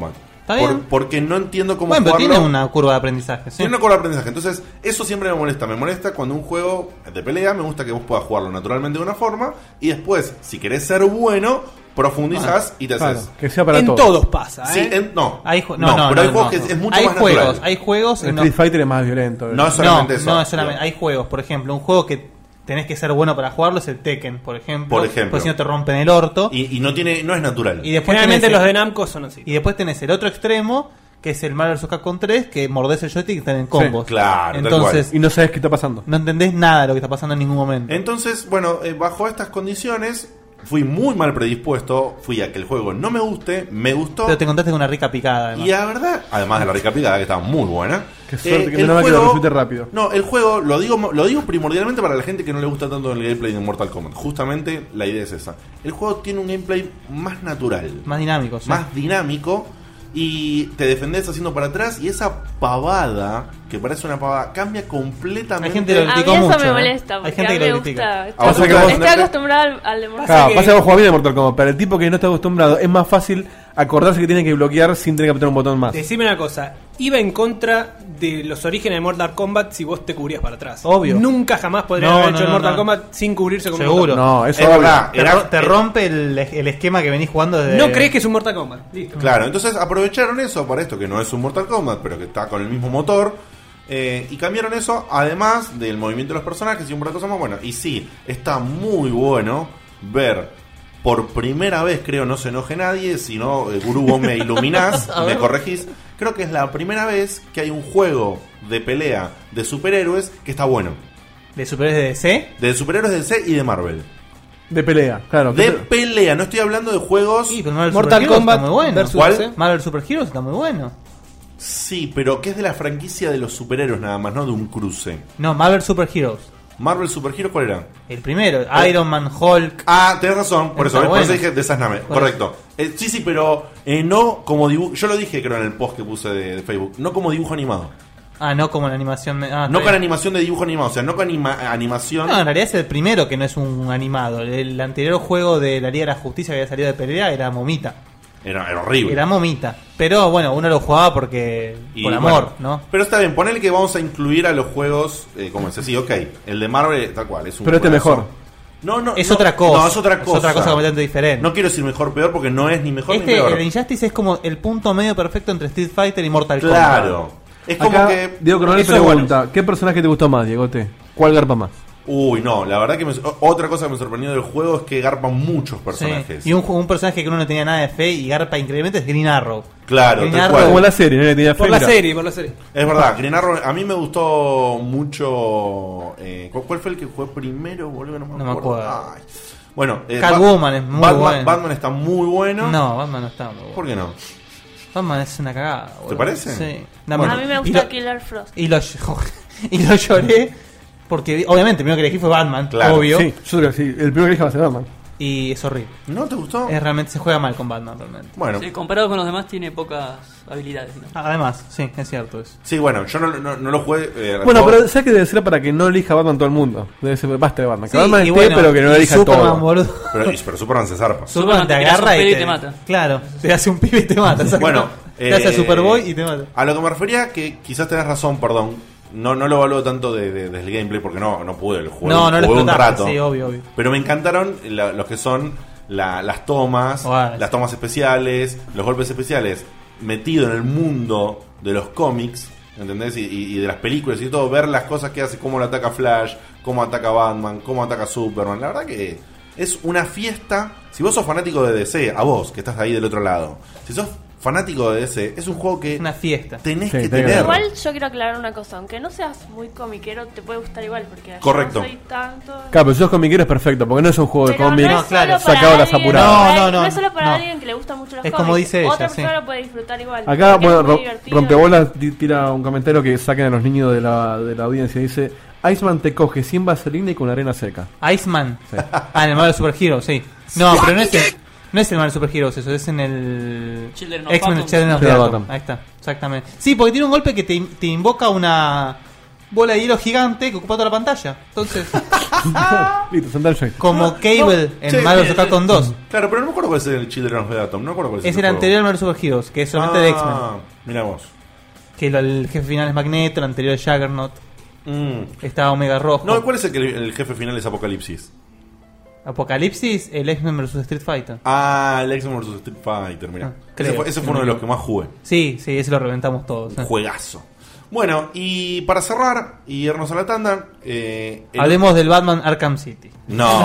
Está Por- bien. porque no entiendo cómo Bueno, pero jugarlo. tiene una curva de aprendizaje. Sí. Tiene una curva de aprendizaje. Entonces, eso siempre me molesta. Me molesta cuando un juego de pelea, me gusta que vos puedas jugarlo naturalmente de una forma. Y después, si querés ser bueno, profundizás y te Claro, haces. que sea para En todos. todos pasa, Sí, ¿eh? en- no. Hay ju- no, no, no, pero hay no, juegos no, que no. es, es mucho hay más juegos, natural. hay juegos. El no- Street Fighter es más violento. No es solamente no, eso. no es solamente. Digo. Hay juegos, por ejemplo, un juego que tenés que ser bueno para jugarlo es el Tekken, por ejemplo. Por ejemplo. Porque si no te rompen el orto. Y, Y, y no tiene, no es natural. después Generalmente tenés los el- de Namco son así. Y después tenés el otro extremo, que es el Marvel versus. Capcom tres, que mordés el joystick y están en combos. claro, tal Entonces, Y no sabes qué está pasando. no entendés nada de lo que está pasando en ningún momento. Entonces, bueno, eh, bajo estas condiciones, fui muy mal predispuesto. Fui a que el juego no me guste, me gustó. Pero te contaste con una rica picada, además. Y la verdad, además de la rica picada, que estaba muy buena. eh, Qué suerte, que el menos mal que lo resulte rápido. No, el juego, lo digo, lo digo primordialmente para la gente que no le gusta tanto el gameplay de Mortal Kombat. Justamente la idea es esa. El juego tiene un gameplay más natural, Más dinámico, sí. más dinámico. Y te defendés haciendo para atrás. Y esa pavada, que parece una pavada, cambia completamente. Hay gente que lo A mí criticó eso mucho, me ¿eh? molesta, Hay porque gente a mí que me lo gusta. critica. Estoy, Pasa que acostum- vos- estoy acostumbrada al, al de Mortal Claro, Kombat. pasa que vos jugás bien de Mortal Kombat. Para el tipo que no está acostumbrado, es más fácil acordarse que tiene que bloquear sin tener que apretar un botón más. Decime una cosa, iba en contra de los orígenes de Mortal Kombat si vos te cubrías para atrás. Obvio. Nunca jamás podrían No, haber no, hecho el no, Mortal no. Kombat sin cubrirse con un Seguro. botón. No, eso Es obvio. verdad. Te, Era- ro- te eh, rompe el, el esquema que venís jugando desde... No crees que es un Mortal Kombat. Listo. Claro, entonces aprovecharon eso para esto, que no es un Mortal Kombat, pero que está con el mismo motor. eh, y cambiaron eso, además del movimiento de los personajes y un par de cosas más buenas. Y sí, está muy bueno ver por primera vez, creo, no se enoje nadie, si no, eh, Gurú, vos me iluminás, me corregís. Creo que es la primera vez que hay un juego de pelea de superhéroes que está bueno. ¿De superhéroes de D C? De superhéroes de D C y de Marvel. De pelea, claro. De ¿Qué- pelea, no estoy hablando de juegos... Sí, pero Marvel Mortal Super Heroes Kombat está muy bueno. versus ¿Cuál? D C. Marvel Super Heroes está muy bueno. Sí, pero que es de la franquicia de los superhéroes nada más, no de un cruce. No, Marvel Super Heroes. Marvel Super Hero, ¿cuál era? El primero, Iron Man, Hulk. Ah, tenés razón, por eso, Está por eso bueno. dije Desasname, Por correcto. Eh, sí, sí, pero eh, no como dibujo, yo lo dije creo en el post que puse de, de Facebook, no como dibujo animado. Ah, no como la animación. Ah, No está con bien. animación de dibujo animado, o sea, no con anima- animación... No, en realidad es el primero que no es un animado. El anterior juego de la Liga de la Justicia que había salido de pelea era Momita. Era, era horrible. Era Momita. Pero bueno, uno lo jugaba porque. Y, por amor, bueno, ¿no? Pero está bien, ponele que vamos a incluir a los juegos, eh, como ese, sí, ok, el de Marvel tal cual, es un Pero este juegazo. mejor. No, no, Es no, otra cosa. No, es otra cosa. Es otra cosa completamente diferente. No quiero decir mejor peor porque no es ni mejor ni Este, peor. el Injustice es como el punto medio perfecto entre Street Fighter y Mortal Kombat. Claro. Es como Acá, que... Diego Coronel eso es pregunta: bueno. ¿qué personaje te gustó más, Diegote? ¿Cuál garpa más? Uy, no, la verdad que me- o- otra cosa que me sorprendió del juego es que garpan muchos Sí. personajes. Y un, un personaje que uno no tenía nada de fe y garpa increíblemente es Green Arrow. Claro, Green tal Arrow- cual. Como la serie, ¿no? Le tenía fe, Por la mirá. serie, por la serie. Es verdad, Green Arrow, a mí me gustó mucho... eh, ¿cu- ¿Cuál fue el que fue primero? Boludo, no me No me acuerdo. acuerdo. Ay. Bueno, eh, Catwoman es muy Batman, bueno. Batman está muy bueno. No, Batman no está muy bueno. ¿Por qué no? Batman es una cagada. boludo. parece? Sí. Bueno. A mí me Y gusta lo- Killer Frost. Y lo, y lo lloré porque, obviamente, el primero que elegí fue Batman, Claro, obvio. Sí, yo creo que sí. El primero que dije va a ser Batman. Y es horrible. ¿No te gustó? Es realmente, se juega mal con Batman, realmente. Bueno, Sí, comparado con los demás tiene pocas habilidades. ¿no? Además, sí, es cierto eso. sí, bueno, yo no, no, no lo jugué. eh, al Bueno, juego. pero ¿sabes que debe ser para que no elija Batman todo el mundo? Debe ser basta de Batman. Que Sí, Batman y esté, bueno, pero que no lo y elija Superman, todo. boludo. Pero, y- pero Superman se zarpa. Superman te te tiras un agarra y pibe te, y te mata. Claro, te hace un pibe y te mata. exacto. Bueno, te hace eh, Superboy y te mata. A lo que me refería, que quizás tenés razón, perdón. No, no lo evalúo tanto de, de- del gameplay porque no, no pude. Lo jugué, No, no lo jugué un explotaste, rato. sí, obvio, obvio. Pero me encantaron la- los que son la- las tomas, Bueno, las sí. tomas especiales, los golpes especiales, metido en el mundo de los cómics, ¿entendés? Y, y- y de las películas y todo, ver las cosas que hace, cómo lo ataca Flash, cómo ataca Batman, cómo ataca Superman. La verdad que es una fiesta. Si vos sos fanático de D C, a vos que estás ahí del otro lado, si sos fanático de D C, es un juego que Una fiesta. tenés Sí, que tenés que tener. Igual yo quiero aclarar una cosa, aunque no seas muy comiquero, te puede gustar igual, porque yo Correcto. no soy tanto... Claro, pero si sos comiquero es perfecto, porque no es un juego de Pero cómics no No, es claro, solo para sacado las alguien- apuradas. No, no, no, es solo para no. alguien que le gustan mucho los Es cómics. como dice ella, Otra sí. persona lo puede disfrutar igual. Acá, porque bueno, es muy ro- divertido. Rompebolas ti- tira un comentario que saquen a los niños de la, de la audiencia. Dice: Iceman te coge sin vaselina y con arena seca. Iceman. Ah, en el Marvel Super Hero, sí. No, pero no es el, no es el Marvel Super Hero, eso es en el Children of X-Men Atom. Children of the Children of Atom. Atom. Ahí está, exactamente. Sí, porque tiene un golpe que te, te invoca una bola de hielo gigante que ocupa toda la pantalla. Entonces, Listo, sentar el joystick. como Cable en Che, Marvel che, vs. Capcom dos. Claro, pero no me acuerdo cuál es el Children of the Atom. No me acuerdo cuál es, Es ese el juego. anterior al Marvel Super Heroes, que es solamente de X-Men. Ah, mira vos. Que lo- el jefe final es Magneto, el anterior es Juggernaut. Mm. Está Omega Rojo. No, ¿cuál es el que el jefe final es Apocalipsis? Apocalipsis, el X-Men vs. Street Fighter. Ah, el X-Men versus. Street Fighter, mira. Ah, ese creo. fue, ese fue uno de los que más jugué. Sí, sí, ese lo reventamos todos. Un juegazo. Bueno, y para cerrar y irnos a la tanda, eh, el- Hablemos del Batman Arkham City. No.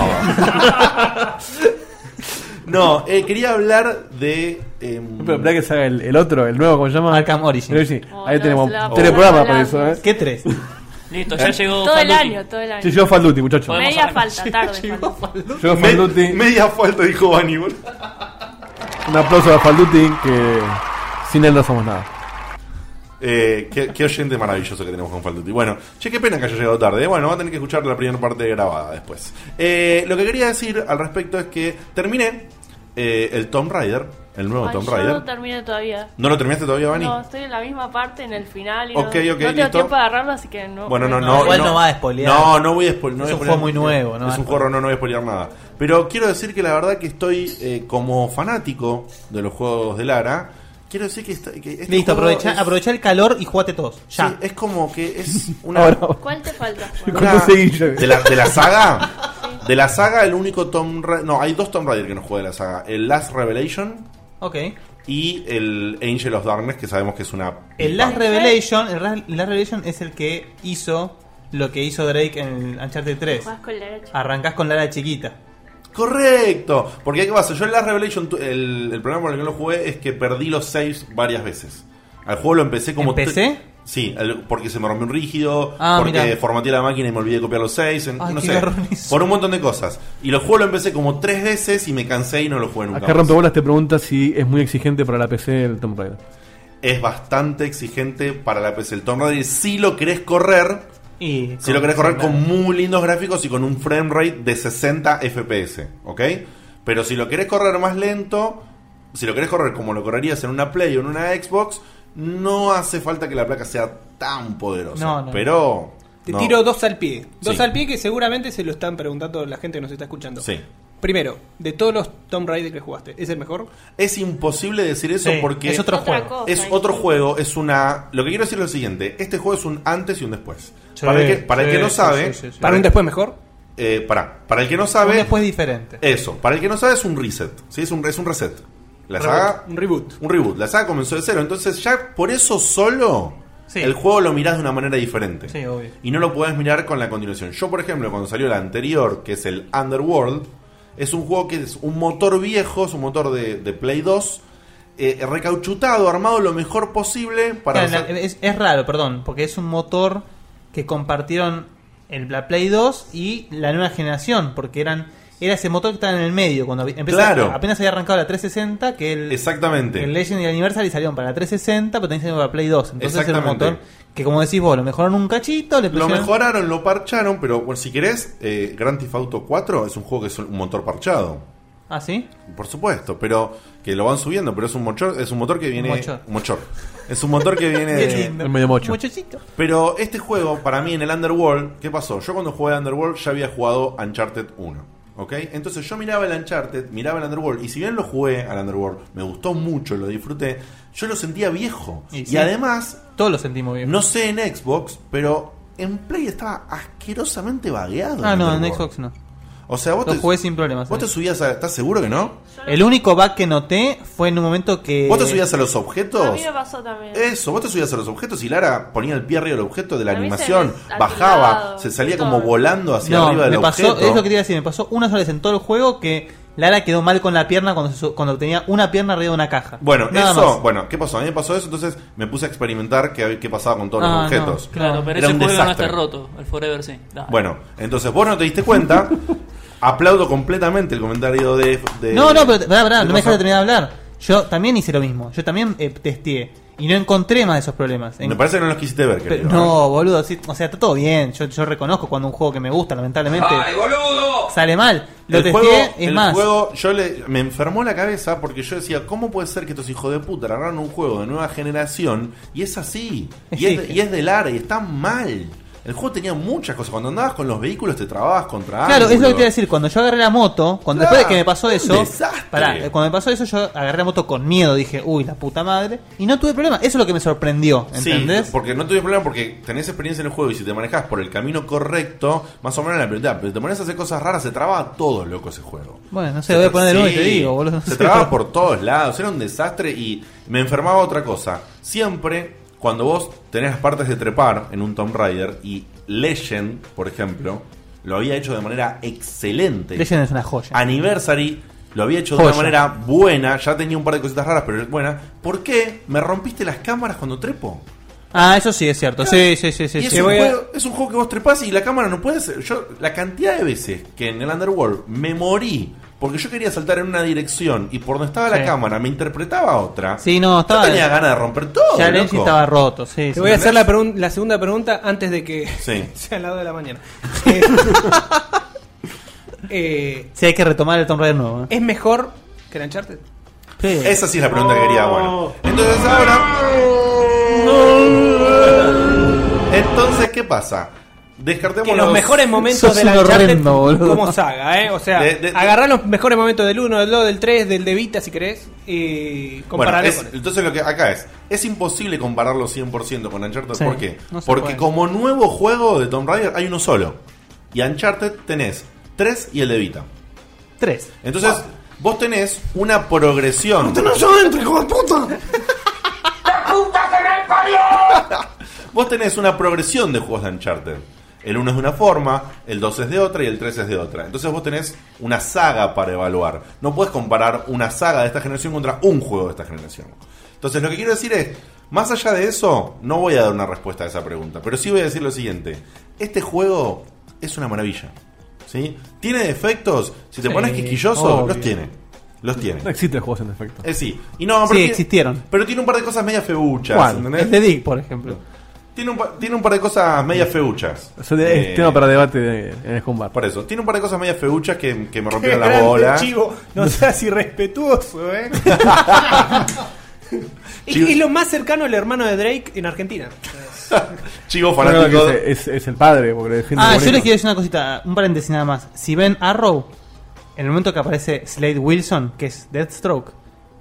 No, eh, quería hablar de. Eh, Pero espera que salga el, el otro, el nuevo, ¿cómo se llama? Arkham Origins. Sí, Oh, ahí no, tenemos se la tres puedo programas hablar. para eso, ¿eh? ¿Qué tres? Listo, ya llegó Todo el Falduti. año, todo el año. Sí, llegó Falduti, muchachos. Podemos Media arrancar. falta, tarde. falta. Llegó me- Falduti. media falta, dijo Bani, boludo. Un aplauso a Falduti, que sin él no somos nada. Eh, qué, qué oyente maravilloso que tenemos con Falduti. Bueno, che, qué pena que haya llegado tarde. ¿eh? Bueno, va a tener que escuchar la primera parte grabada después. Eh, lo que quería decir al respecto es que terminé eh, el Tomb Raider, el nuevo Ay, Tomb yo Raider. no terminé todavía. ¿No lo terminaste todavía, Bani? No, estoy en la misma parte, en el final. Y Ok, no, ok, no tengo listo. tiempo de agarrarlo, así que no. Bueno, no, no, no. Igual no va a spoilear. No, no voy a spoilear. Es un juego muy nuevo, no va Es a un juego, no, no voy a spoilear nada. Pero quiero decir que la verdad que estoy eh, como fanático de los juegos de Lara. Quiero decir que, está, que este Listo, juego aprovecha, es, aprovecha el calor y jugate todos. Ya. sí, es como que es una, Ahora, ¿Cuál te falta? Juan? una- ¿Cuánto seguís, yo? de la de la saga. De la saga, el único Tomb Raider. No, hay dos Tomb Raider que no jugué de la saga: el Last Revelation Ok. y el Angel of Darkness, que sabemos que es una. El Last Revelation, el Ra- Last Revelation es el que hizo lo que hizo Drake en el Uncharted tres. Jugás con la derecha. Arrancás con Lara chiquita. Correcto, porque ¿qué pasa? Yo en Last Revelation, tu- el, el problema por el que no lo jugué es que perdí los saves varias veces. Al juego lo empecé como. ¿En P C? tre- Sí, el- porque se me rompió un rígido, Ah, porque mirá. formateé la máquina y me olvidé de copiar los saves, en- Ay, no qué sé, garrón eso. por un montón de cosas. Y los juegos lo empecé como tres veces y me cansé y no lo jugué nunca Acá más. Rompebolas te pregunta si es muy exigente para la P C el Tomb Raider. Es bastante exigente para la P C. El Tomb Raider, si lo querés correr, Y si lo querés correr con muy lindos gráficos y con un frame rate de sesenta F P S, ¿ok? Pero si lo querés correr más lento, si lo querés correr como lo correrías en una Play o en una Xbox, no hace falta que la placa sea tan poderosa. No, no. Pero... Te no. tiro dos al pie. Dos Sí. al pie que seguramente se lo están preguntando la gente que nos está escuchando. Sí. Primero, de todos los Tomb Raider que jugaste, ¿es el mejor? Es imposible decir eso Sí, porque... es otro Otra juego. cosa, Es ahí. otro juego, es una... Lo que quiero decir es lo siguiente. Este juego es un antes y un después. Sí, para el que, para el sí, que no sí, sabe... sí, sí, sí. ¿Para un después mejor? Eh, para, para el que no Un sabe... después diferente. Eso, para el que no sabe es un reset, ¿sí? Es un, es un reset. La saga, Un reboot. un reboot. La saga comenzó de cero, entonces ya por eso solo Sí. el juego lo mirás de una manera diferente. Sí, obvio. Y no lo podés mirar con la continuación. Yo, por ejemplo, cuando salió la anterior, que es el Underworld, es un juego que es un motor viejo, es un motor de, de Play dos, eh, recauchutado, armado lo mejor posible para... Claro, hacer- la- es, es raro, perdón, porque es un motor que compartieron el, la Play dos y la nueva generación, porque eran era ese motor que estaba en el medio cuando vi- empezó, Claro. apenas había arrancado la trescientos sesenta, que el, Exactamente. el Legend y el Anniversary salieron para la trescientos sesenta, pero también salieron para la Play dos. Entonces era un Exactamente. motor que, como decís vos, lo mejoraron un cachito, le Lo pusieron- mejoraron, lo parcharon, pero bueno, si querés, eh, Grand Theft Auto cuatro es un juego que es un motor parchado. ¿Ah, sí? Por supuesto, pero que lo van subiendo, pero es un motor, es un motor que viene... mochor. un mochor. Es un motor que viene Qué de... lindo. Es medio mocho. Mochocito. Pero este juego, para mí, en el Underworld, ¿qué pasó? Yo cuando jugué a Underworld ya había jugado Uncharted uno. ¿Ok? Entonces yo miraba el Uncharted, miraba el Underworld, y si bien lo jugué al Underworld, me gustó mucho, lo disfruté, yo lo sentía viejo. Y Y, sí. además, Todos lo sentimos bien. no sé en Xbox, pero en Play estaba asquerosamente vagueado. ah, el no, en Underworld. Xbox no. O sea, vos Lo te, jugué sin problemas. vos te eh. subías a... ¿Estás seguro que no? El único bug que noté fue en un momento que... ¿Vos te subías a los objetos? A mí me pasó también. Eso, vos te subías a los objetos y Lara ponía el pie arriba del objeto de la A mí se animación, me- al bajaba, lado, se salía todo. como volando hacia No, arriba del me pasó, objeto. es lo que te iba a decir, me pasó una sola vez en todo el juego que Lara quedó mal con la pierna cuando, se su- cuando tenía una pierna arriba de una caja. Bueno, Nada eso, más. bueno, ¿qué pasó? A mí me pasó eso, entonces me puse a experimentar qué, qué pasaba con todos Ah, los objetos. no, Claro, pero Era ese un juego no desastre. está roto. El Forever sí. Dale. Bueno, entonces vos no te diste cuenta. Aplaudo completamente el comentario de. de No, no, pero pará, pará, de no me dejas cosa. de terminar de hablar. Yo también hice lo mismo, yo también eh, testeé y no encontré más de esos problemas. En- Me parece que no los quisiste ver, Pero- querido. no, boludo, sí, o sea, está todo bien. Yo, yo reconozco cuando un juego que me gusta, lamentablemente, sale mal. Lo el testé, juego, es el más. juego yo le, me enfermó la cabeza porque yo decía, ¿cómo puede ser que estos hijos de puta agarraron un juego de nueva generación y es así? Y, Sí. es, de, y es de Lara y está mal. El juego tenía muchas cosas. Cuando andabas con los vehículos te trababas contra Claro, ángulos. es lo que te iba a decir. Cuando yo agarré la moto, cuando Claro, después de que me pasó un eso, desastre. pará, eh, cuando me pasó eso, yo agarré la moto con miedo. Dije, uy, la puta madre. Y no tuve problema. Eso es lo que me sorprendió, ¿entendés? Sí, porque no tuve problema porque tenés experiencia en el juego y si te manejás por el camino correcto, más o menos la prioridad. Pero te pones a hacer cosas raras, se traba todo loco ese juego. Bueno, no sé, lo voy a poner de nuevo y te digo, boludo. No Se sé. trababa por todos lados, era un desastre y me enfermaba otra cosa. Siempre, cuando vos tenés las partes de trepar en un Tomb Raider y Legend, por ejemplo, lo había hecho de manera excelente. Legend es una joya. Anniversary lo había hecho de Joya. una manera buena, ya tenía un par de cositas raras, pero es buena. ¿Por qué me rompiste las cámaras cuando trepo? Ah, eso sí es cierto. Sí, sí, sí, sí. Y es, sí. un Voy a- juego, es un juego que vos trepás y la cámara no puede ser. Yo, la cantidad de veces que en el Underworld me morí porque yo quería saltar en una dirección y por donde estaba Sí. la cámara me interpretaba otra. Sí, no, estaba. Yo tenía ganas de romper todo. Ya loco. Lenzi estaba roto, sí. Te sí. voy a hacer la, pregun- la segunda pregunta antes de que Sí. sea las dos de la mañana. Eh, eh, Sí, hay que retomar el Tomb Raider nuevo. ¿eh? ¿Es mejor que el Uncharted? Sí. Esa sí es la pregunta que quería. Bueno, entonces ahora. Entonces, ¿qué pasa? Descartemos Que los mejores momentos Sos del un Uncharted horrendo, boludo. como saga, ¿eh? O sea, De- de- de- agarrar los mejores momentos del uno, del dos, del tres, del de Vita, si querés, y Bueno, compararlo es- con eso. entonces lo que acá es, es imposible compararlo cien por ciento con Uncharted. Sí, ¿Por qué? no se Porque puede. como nuevo juego de Tomb Raider hay uno solo. Y Uncharted tenés tres y el de Vita. Tres. Entonces, vos tenés una progresión. Vos tenés una progresión de juegos de Uncharted. El uno es de una forma, el dos es de otra y el tres es de otra. Entonces vos tenés una saga para evaluar. No puedes comparar una saga de esta generación contra un juego de esta generación. Entonces lo que quiero decir es, más allá de eso, no voy a dar una respuesta a esa pregunta. Pero sí voy a decir lo siguiente. Este juego es una maravilla. ¿Sí? ¿Tiene defectos? Si te Sí, pones quisquilloso, obvio. los tiene. Los tiene. No existen juegos en defecto. Eh, sí. Y no, pero Sí, tiene- existieron. Pero tiene un par de cosas media feuchas. ¿Cuál? ¿entendés? El de Dick, por ejemplo. Tiene un, pa- tiene un par de cosas media feuchas. Eso de- Eh, es tema para debate de- en el Combat. Por eso, tiene un par de cosas media feuchas que, que me rompieron Qué las grande, bolas. Chivo, no seas irrespetuoso, ¿eh? es, Chivo- es lo más cercano al hermano de Drake en Argentina. Chivo Bueno, fanático. que de- es, es- es el padre, porque le defiende Ah, bonito. yo les quiero decir una cosita, un paréntesis nada más. Si ven Arrow, en el momento que aparece Slade Wilson, que es Deathstroke,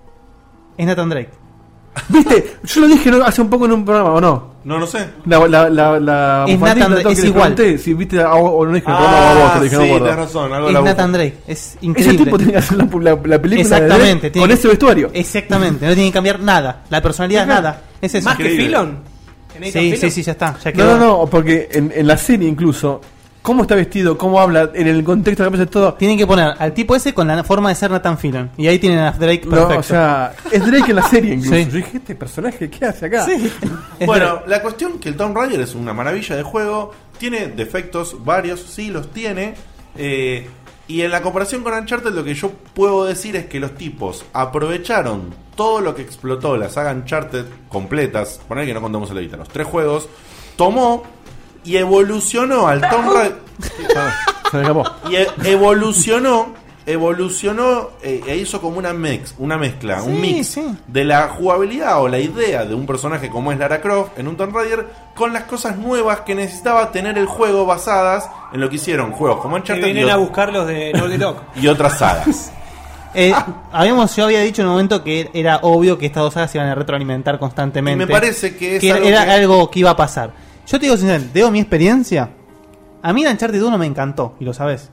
es Nathan Drake. ¿Viste? Yo lo dije ¿no? hace un poco en un programa, ¿o no? No, no sé. La, la, la, la Es bufandita, Nathan- todo es que le igual. pregunté, si viste a- o no dije en el programa o a vos, te Ah, dije, sí, no me acuerdo. tenés razón. Algo de Es la Nathan bufa. Drake, es Ese increíble. tipo tiene que hacer la, la, la película Exactamente, de- tiene con que- ese vestuario. Exactamente, no tiene que cambiar nada. La personalidad, Ajá. nada. Es eso. Más que Increíble. Fillon. ¿En Nathan Sí, Fillon? sí, sí, ya está. Ya No, quedó. no, no, porque en, en la serie incluso, cómo está vestido, cómo habla, en el contexto que aparece todo. Tienen que poner al tipo ese con la forma de ser Nathan Fillon. Y ahí tienen a Drake perfecto. No, o sea, es Drake en la serie incluso. Sí. Yo dije, este personaje, ¿qué hace acá? Sí. Es Bueno, Drake. la cuestión que el Tomb Raider es una maravilla de juego. Tiene defectos varios, sí los tiene. eh, y en la comparación con Uncharted lo que yo puedo decir es que los tipos aprovecharon todo lo que explotó la saga Uncharted completas. Poner que no contamos el de Vita, los tres juegos. Tomó y evolucionó al Tomb Raider. Se me escapó. Y e- evolucionó, evolucionó eh, e hizo como una mix, una mezcla, Sí, un mix sí. de la jugabilidad o la idea de un personaje como es Lara Croft en un Tomb Raider con las cosas nuevas que necesitaba tener el juego basadas en lo que hicieron juegos como Que Uncharted y, vienen a ot- buscar los de Naughty Dog. y otras sagas. Eh, habíamos, yo había dicho en un momento que era obvio que estas dos sagas se iban a retroalimentar constantemente. Y me parece que es que algo era que- algo que iba a pasar. Yo te digo sinceramente, tengo mi experiencia. A mí el Uncharted uno me encantó, y lo sabes.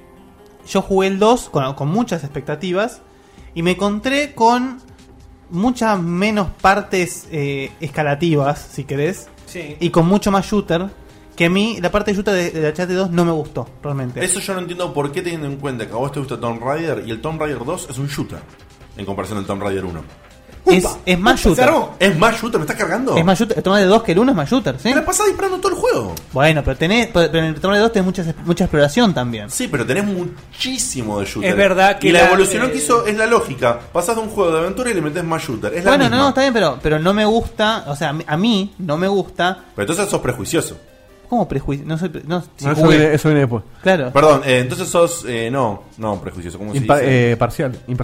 Yo jugué el dos con, con muchas expectativas y me encontré con muchas menos partes eh, escalativas, si querés, Sí. y con mucho más shooter. Que a mí la parte de shooter de, de Uncharted dos no me gustó, realmente. Eso yo no entiendo por qué teniendo en cuenta que a vos te gusta Tomb Raider y el Tomb Raider dos es un shooter en comparación al Tomb Raider uno. Es, es más Se shooter. armó. ¿Es más shooter? ¿Me estás cargando? Es más shooter. El Tomb Raider dos que el uno es más shooter, ¿sí? Te la pasás disparando todo el juego. Bueno, pero tenés, pero en el Tomb Raider dos tenés mucha, mucha exploración también. Sí, pero tenés muchísimo de shooter. Es verdad que Y la, la- evolución eh, que hizo es la lógica. Pasás de un juego de aventura y le metés más shooter. Es la Bueno, misma. no, no, está bien, pero, pero no me gusta, o sea, a mí- a mí no me gusta. Pero entonces sos prejuicioso. ¿Cómo prejuicio? No soy. pre- No, si No, eso, jugué. viene, eso viene después. Claro. Perdón, eh, entonces sos. Eh, no, no, prejuicioso. ¿Cómo se Impa- dice? eh, parcial, imparcial.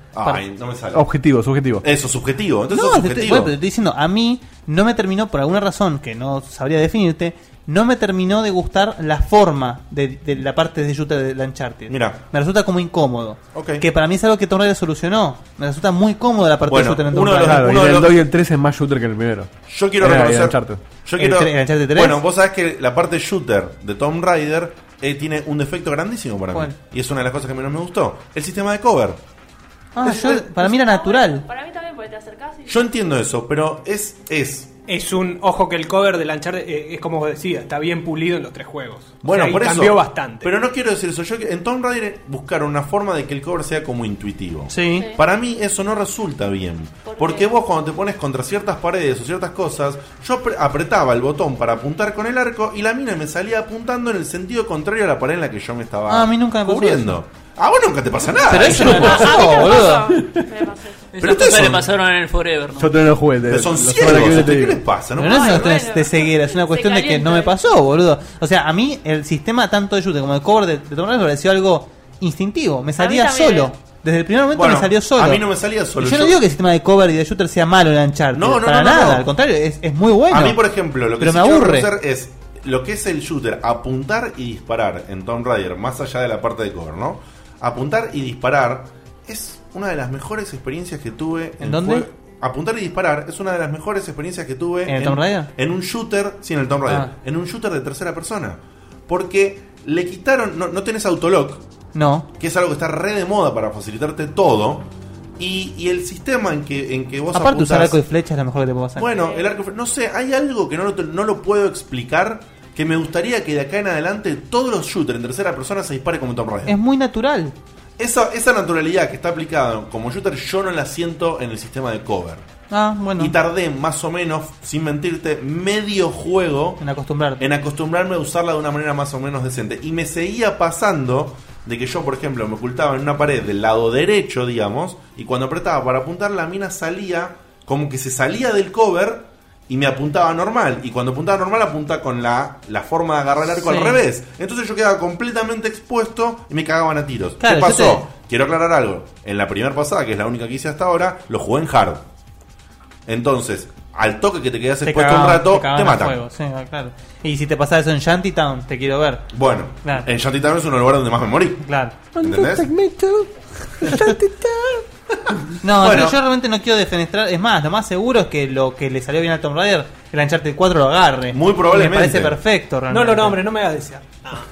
Ay, no me sale. Objetivo, subjetivo. Eso, subjetivo. Entonces No, sos te estoy, subjetivo. bueno, te estoy diciendo, a mí no me terminó, por alguna razón que no sabría definirte, no me terminó de gustar la forma de, de la parte de shooter de la Uncharted. Mira. Me resulta como incómodo. Ok. Que para mí es algo que Tomb Raider solucionó. Me resulta muy cómoda la parte Bueno, de shooter en Tomb uno de los- Raider. Claro, uno y de el los- dos y el tres es más shooter que el primero. Yo quiero Era reconocer. el Uncharted. Yo ¿El quiero. tre- el Uncharted tres? Bueno, vos sabés que la parte shooter de Tomb Raider eh, tiene un defecto grandísimo para ¿Cuál? mí. Y es una de las cosas que menos me gustó. El sistema de cover. Ah, yo- para mí era natural. Para mí también, porque te acercás y... Yo entiendo eso, pero es. es Es un ojo que el cover de Uncharted eh, es como vos decías, está bien pulido en los tres juegos. Bueno, O sea, y por eso. cambió bastante. Pero no quiero decir eso. Yo en Tomb Raider buscaron una forma de que el cover sea como intuitivo. Sí. Sí. Para mí eso no resulta bien. ¿Por qué? Porque vos cuando te pones contra ciertas paredes o ciertas cosas, yo apre- apretaba el botón para apuntar con el arco y la mina me salía apuntando en el sentido contrario a la pared en la que yo me estaba Ah, a mí nunca me pasó cubriendo. A vos nunca te pasa nada. Pero eso no Ah, pasó, a mí me boludo. pasó. Me pasó eso. Esas Pero ustedes cosas le son- pasaron en el Forever, ¿no? Yo todavía no jugué. Pero son la semana ciegos, que viene te ¿qué digo. les pasa? No Pero no es Ay, una cuestión bueno. de ceguera, es una Se cuestión de que calienta. no me pasó, boludo. O sea, a mí el sistema tanto de shooter como de cover de, de Tomb Raider me pareció algo instintivo. Me salía también. solo. Desde el primer momento Bueno, me salió solo. a mí no me salía solo. Y yo, Yo- no digo que el sistema de cover y de shooter sea malo en Uncharted. No, no, para no, no, nada. no. Al contrario, es, es muy bueno. A mí, por ejemplo, lo que Pero sí me quiero aburre. reconocer es lo que es el shooter, apuntar y disparar en Tomb Raider, más allá de la parte de cover, ¿no? Apuntar y disparar es una de las mejores experiencias que tuve. ¿En dónde? jue- Apuntar y disparar es una de las mejores experiencias que tuve ¿En el Tomb Raider? en un shooter, sí, en el Tomb Raider, Ah. en un shooter de tercera persona. Porque le quitaron, no, no tenés autolock, No. que es algo que está re de moda para facilitarte todo. Y, y el sistema en que, en que vos Aparte, usar apuntás- arco y flecha es lo mejor que te puedo hacer. bueno, el arco y flecha- no sé, hay algo que no lo, no lo puedo explicar, que me gustaría que de acá en adelante todos los shooters en tercera persona se dispare como Tomb Raider. Es muy natural. Esa, esa naturalidad que está aplicada como shooter yo no la siento en el sistema de cover. Ah, bueno. Y tardé más o menos, sin mentirte, medio juego En acostumbrarte. en acostumbrarme a usarla de una manera más o menos decente. Y me seguía pasando de que yo, por ejemplo, me ocultaba en una pared del lado derecho, digamos, y cuando apretaba para apuntar, la mina salía como que se salía del cover y me apuntaba normal. Y cuando apuntaba normal, apunta con la, la forma de agarrar el arco Sí. al revés. Entonces yo quedaba completamente expuesto y me cagaban a tiros. Claro, ¿Qué yo pasó? te- Quiero aclarar algo. En la primera pasada, que es la única que hice hasta ahora, lo jugué en hard. Entonces, al toque que te quedas Te expuesto un cagaban- rato, te, cagaban a matan. fuego, sí, claro. Y si te pasa eso en Shantytown, te quiero ver. Bueno, Claro. en Shantytown es uno de los lugares donde más me morí. Claro. ¿Entendés? No, Bueno. yo, yo realmente no quiero defenestrar. Es más, lo más seguro es que lo que le salió bien a Tomb Raider, el Uncharted cuatro lo agarre. Muy probablemente. Me parece perfecto, No realmente. lo nombres, no me hagas desear.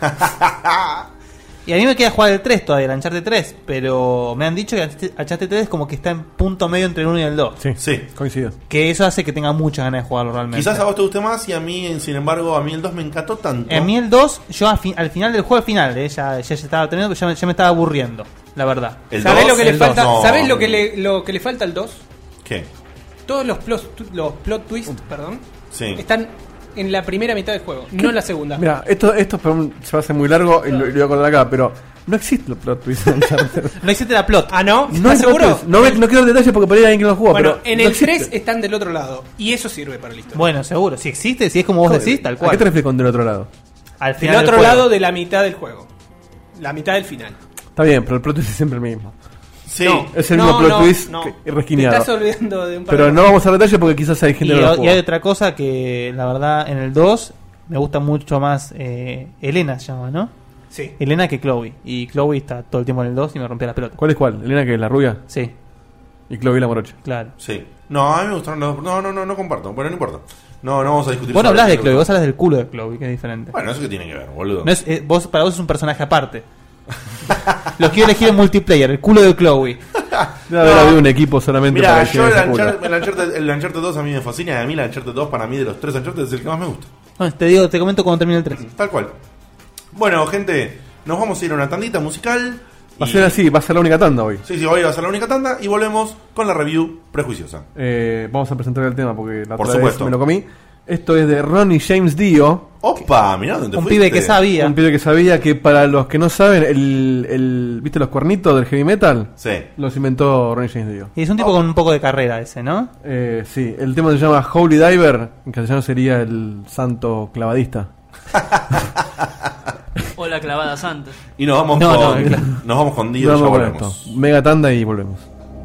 Y a mí me queda jugar el tres todavía, el Uncharted tres. Pero me han dicho que el Uncharted tres como que está en punto medio entre el uno y el dos. Sí, Sí. coincido. Que eso hace que tenga muchas ganas de jugarlo realmente. Quizás a vos te guste más y a mí, sin embargo, a mí el dos me encantó tanto. A mí el dos, yo al, fin- al final del juego, al final, eh, ya, ya, ya estaba teniendo, ya me, ya me estaba aburriendo, la verdad. El ¿Sabés dos, lo que le el falta? dos, no. ¿Sabés lo que le lo que le falta al dos? ¿Qué? Todos los plot los plot twists, perdón, Sí. están en la primera mitad del juego, no en la segunda. Mira, esto, esto perdón, se va a hacer muy largo y lo, lo voy a contar acá, pero no existe el plot twist en Uncharted. No existe la plot. Ah, ¿no? No ¿Estás hay plot seguro? twist. No, ve- no quiero detalles porque por ahí hay alguien que lo juega. Bueno, pero en no el existe. tres están del otro lado y eso sirve para la historia. Bueno, seguro. Si existe, si es como vos decís, tal ¿A qué te cual. refieres con del otro lado? Al Del final del otro juego. lado de la mitad del juego. La mitad del final. Está bien, pero el plot twist es siempre el mismo. Sí. No. Es el No, mismo plot no, twist no. que- Te resquineado. estás olvidando de un par Pero de no vamos a detalles porque quizás hay gente Y, que no lo y hay juega. otra cosa que, la verdad, en el dos me gusta mucho más eh, Elena, se llama, ¿no? Sí. Elena que Chloe. Y Chloe está todo el tiempo en el dos y me rompió la pelota. ¿Cuál es cuál? ¿Elena que es la rubia? Sí, Y Chloe la morocha. claro. Sí. No, a mí me gustaron los... No, no, no, no comparto. Bueno, no importa. No, no vamos a discutir Vos no sobre hablas de eso. Chloe, vos hablas del culo de Chloe, que es diferente. Bueno, eso que tiene que ver, boludo. No es, eh, vos, para vos es un personaje aparte. Los quiero elegir en multiplayer, el culo de Chloe. Debe haber habido un equipo solamente Mira, para que yo llegue el ese culo. Uncharted, el, Uncharted, el Uncharted dos a mí me fascina y a mí el Uncharted dos para mí de los tres Uncharted es el que más me gusta. Bueno, te digo, te comento cuando termine el tres. Tal cual. Bueno, gente, nos vamos a ir a una tandita musical. Va a y- ser así, va a ser la única tanda hoy. Sí, sí, hoy va a ser la única tanda y volvemos con la review prejuiciosa. Eh, vamos a presentar el tema porque la Por otra supuesto. vez me lo comí. Esto es de Ronnie James Dio, Opa, mirá dónde te Un fuiste. pibe que sabía. un pibe que sabía que para los que no saben, el, el ¿viste los cuernitos del heavy metal? Sí. Los inventó Ronnie James Dio. Y es un tipo con un poco de carrera ese, ¿no? Eh, sí, el tema se llama Holy Diver, en castellano sería el santo clavadista. O la clavada santa. Y nos vamos No, con no, claro. nos vamos con Dio, Vamos ya con volvemos. esto. Mega tanda y volvemos.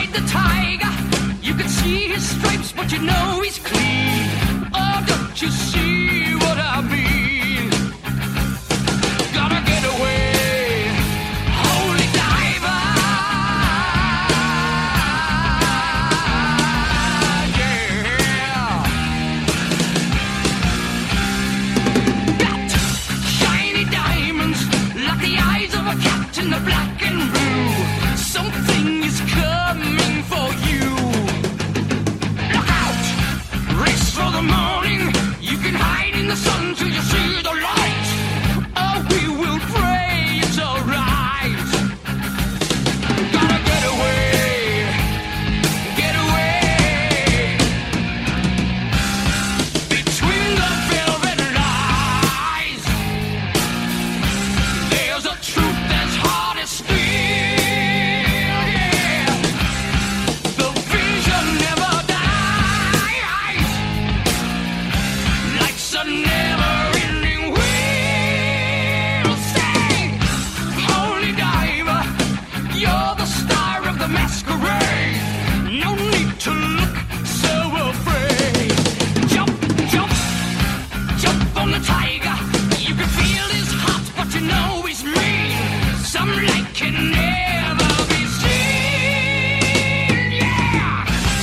ride the tiger. You can see his stripes, but you know he's clean. Oh, don't you see what I mean? Gotta get away, holy diver. Yeah. Got shiny diamonds, like the eyes of a cat in the black and blue. Something is coming for you. Look out! Race for the morning. You can hide in the sun till you see the light. Oh, we will pray it's alright. Gotta get away, get away. Between the velvet lies, there's a truth that's hard as steel. Yeah. The vision never dies. Life's a never-ending wheel. Say, holy diver, you're the star of the masquerade. No need to look so afraid. Jump, jump, jump on the tiger. You can feel his heart, but you know he's mean. Some light can never be seen. Yeah.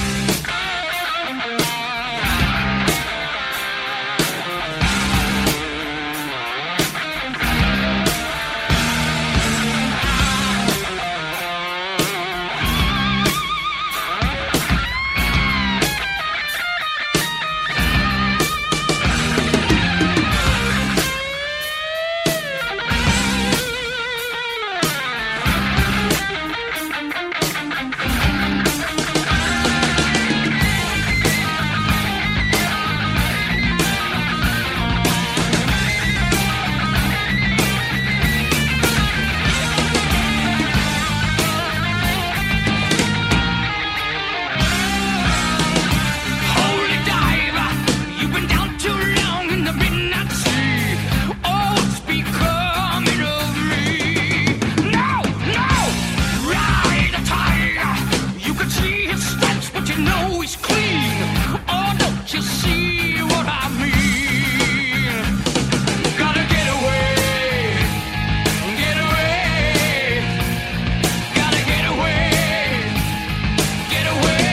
Holy diver, you've been down too long in the midnight sea. Oh, what's becoming of me? No, no, ride the tiger. You can see his stripes, but you know he's clean. Oh, don't you see what I mean? Gotta get away, get away. Gotta get away, get away.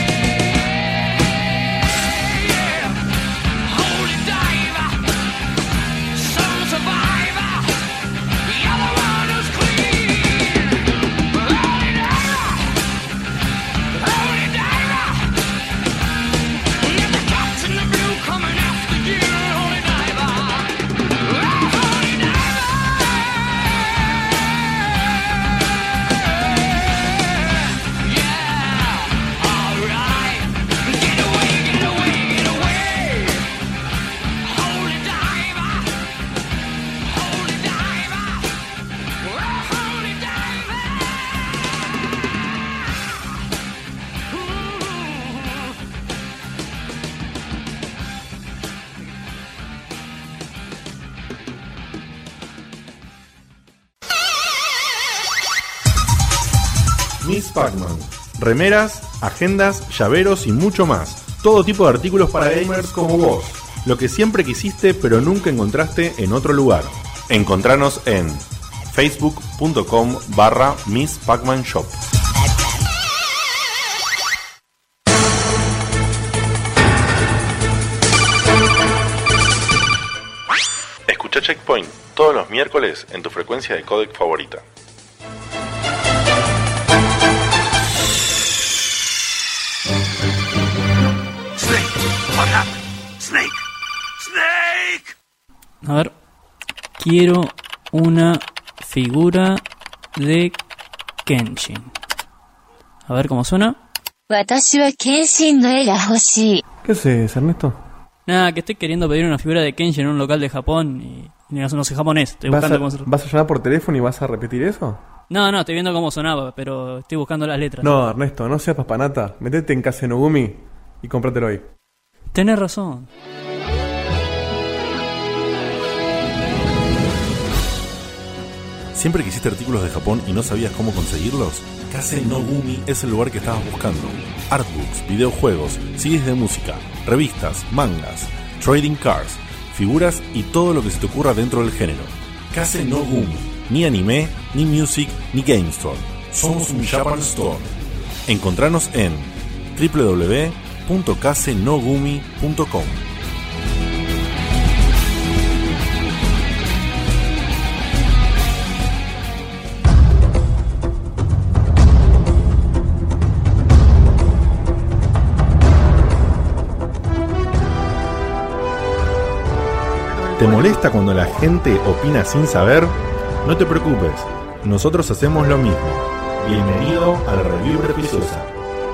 Yeah. Holy diver, soul survivor. You're the one who's clean. Holy diver, holy diver. Get the captain the blue coming after you. Holy diver, oh, holy diver. Yeah, all right. Get away, get away, get away. Holy diver, holy diver, oh, holy diver. Ooh. Miss Pac-Man. Remeras, agendas, llaveros y mucho más. Todo tipo de artículos para gamers como vos. Lo que siempre quisiste pero nunca encontraste en otro lugar. Encontranos en facebook.com barra Miss Pac-Man Shop. Escucha Checkpoint todos los miércoles en tu frecuencia de codec favorita. Snake, what happened? Snake, Snake. A ver, quiero una figura de Kenshin. A ver cómo suena. 私は謙信の絵が欲しい。 ¿Qué haces, Ernesto? Nada, que estoy queriendo pedir una figura de Kenshin en un local de Japón y, y no, no sé japonés. Estoy ¿Vas buscando a, cómo se... ¿Vas a llamar por teléfono y vas a repetir eso? No, no, estoy viendo cómo sonaba, pero estoy buscando las letras. No, Ernesto, no seas papanata. Metete en Kazenogumi y cómpratelo hoy. Tenés razón. ¿Siempre quisiste artículos de Japón y no sabías cómo conseguirlos? Kase no Gumi es el lugar que estabas buscando. Artbooks, videojuegos, C Ds de música, revistas, mangas, trading cards, figuras y todo lo que se te ocurra dentro del género. Kase no Gumi. Ni anime, ni music, ni game store. Somos un Japan Store. Encontranos en doble u doble u doble u punto kase no gumi punto com. ¿Te molesta cuando la gente opina sin saber? No te preocupes, nosotros hacemos lo mismo. Bienvenido a la Review Prejuiciosa.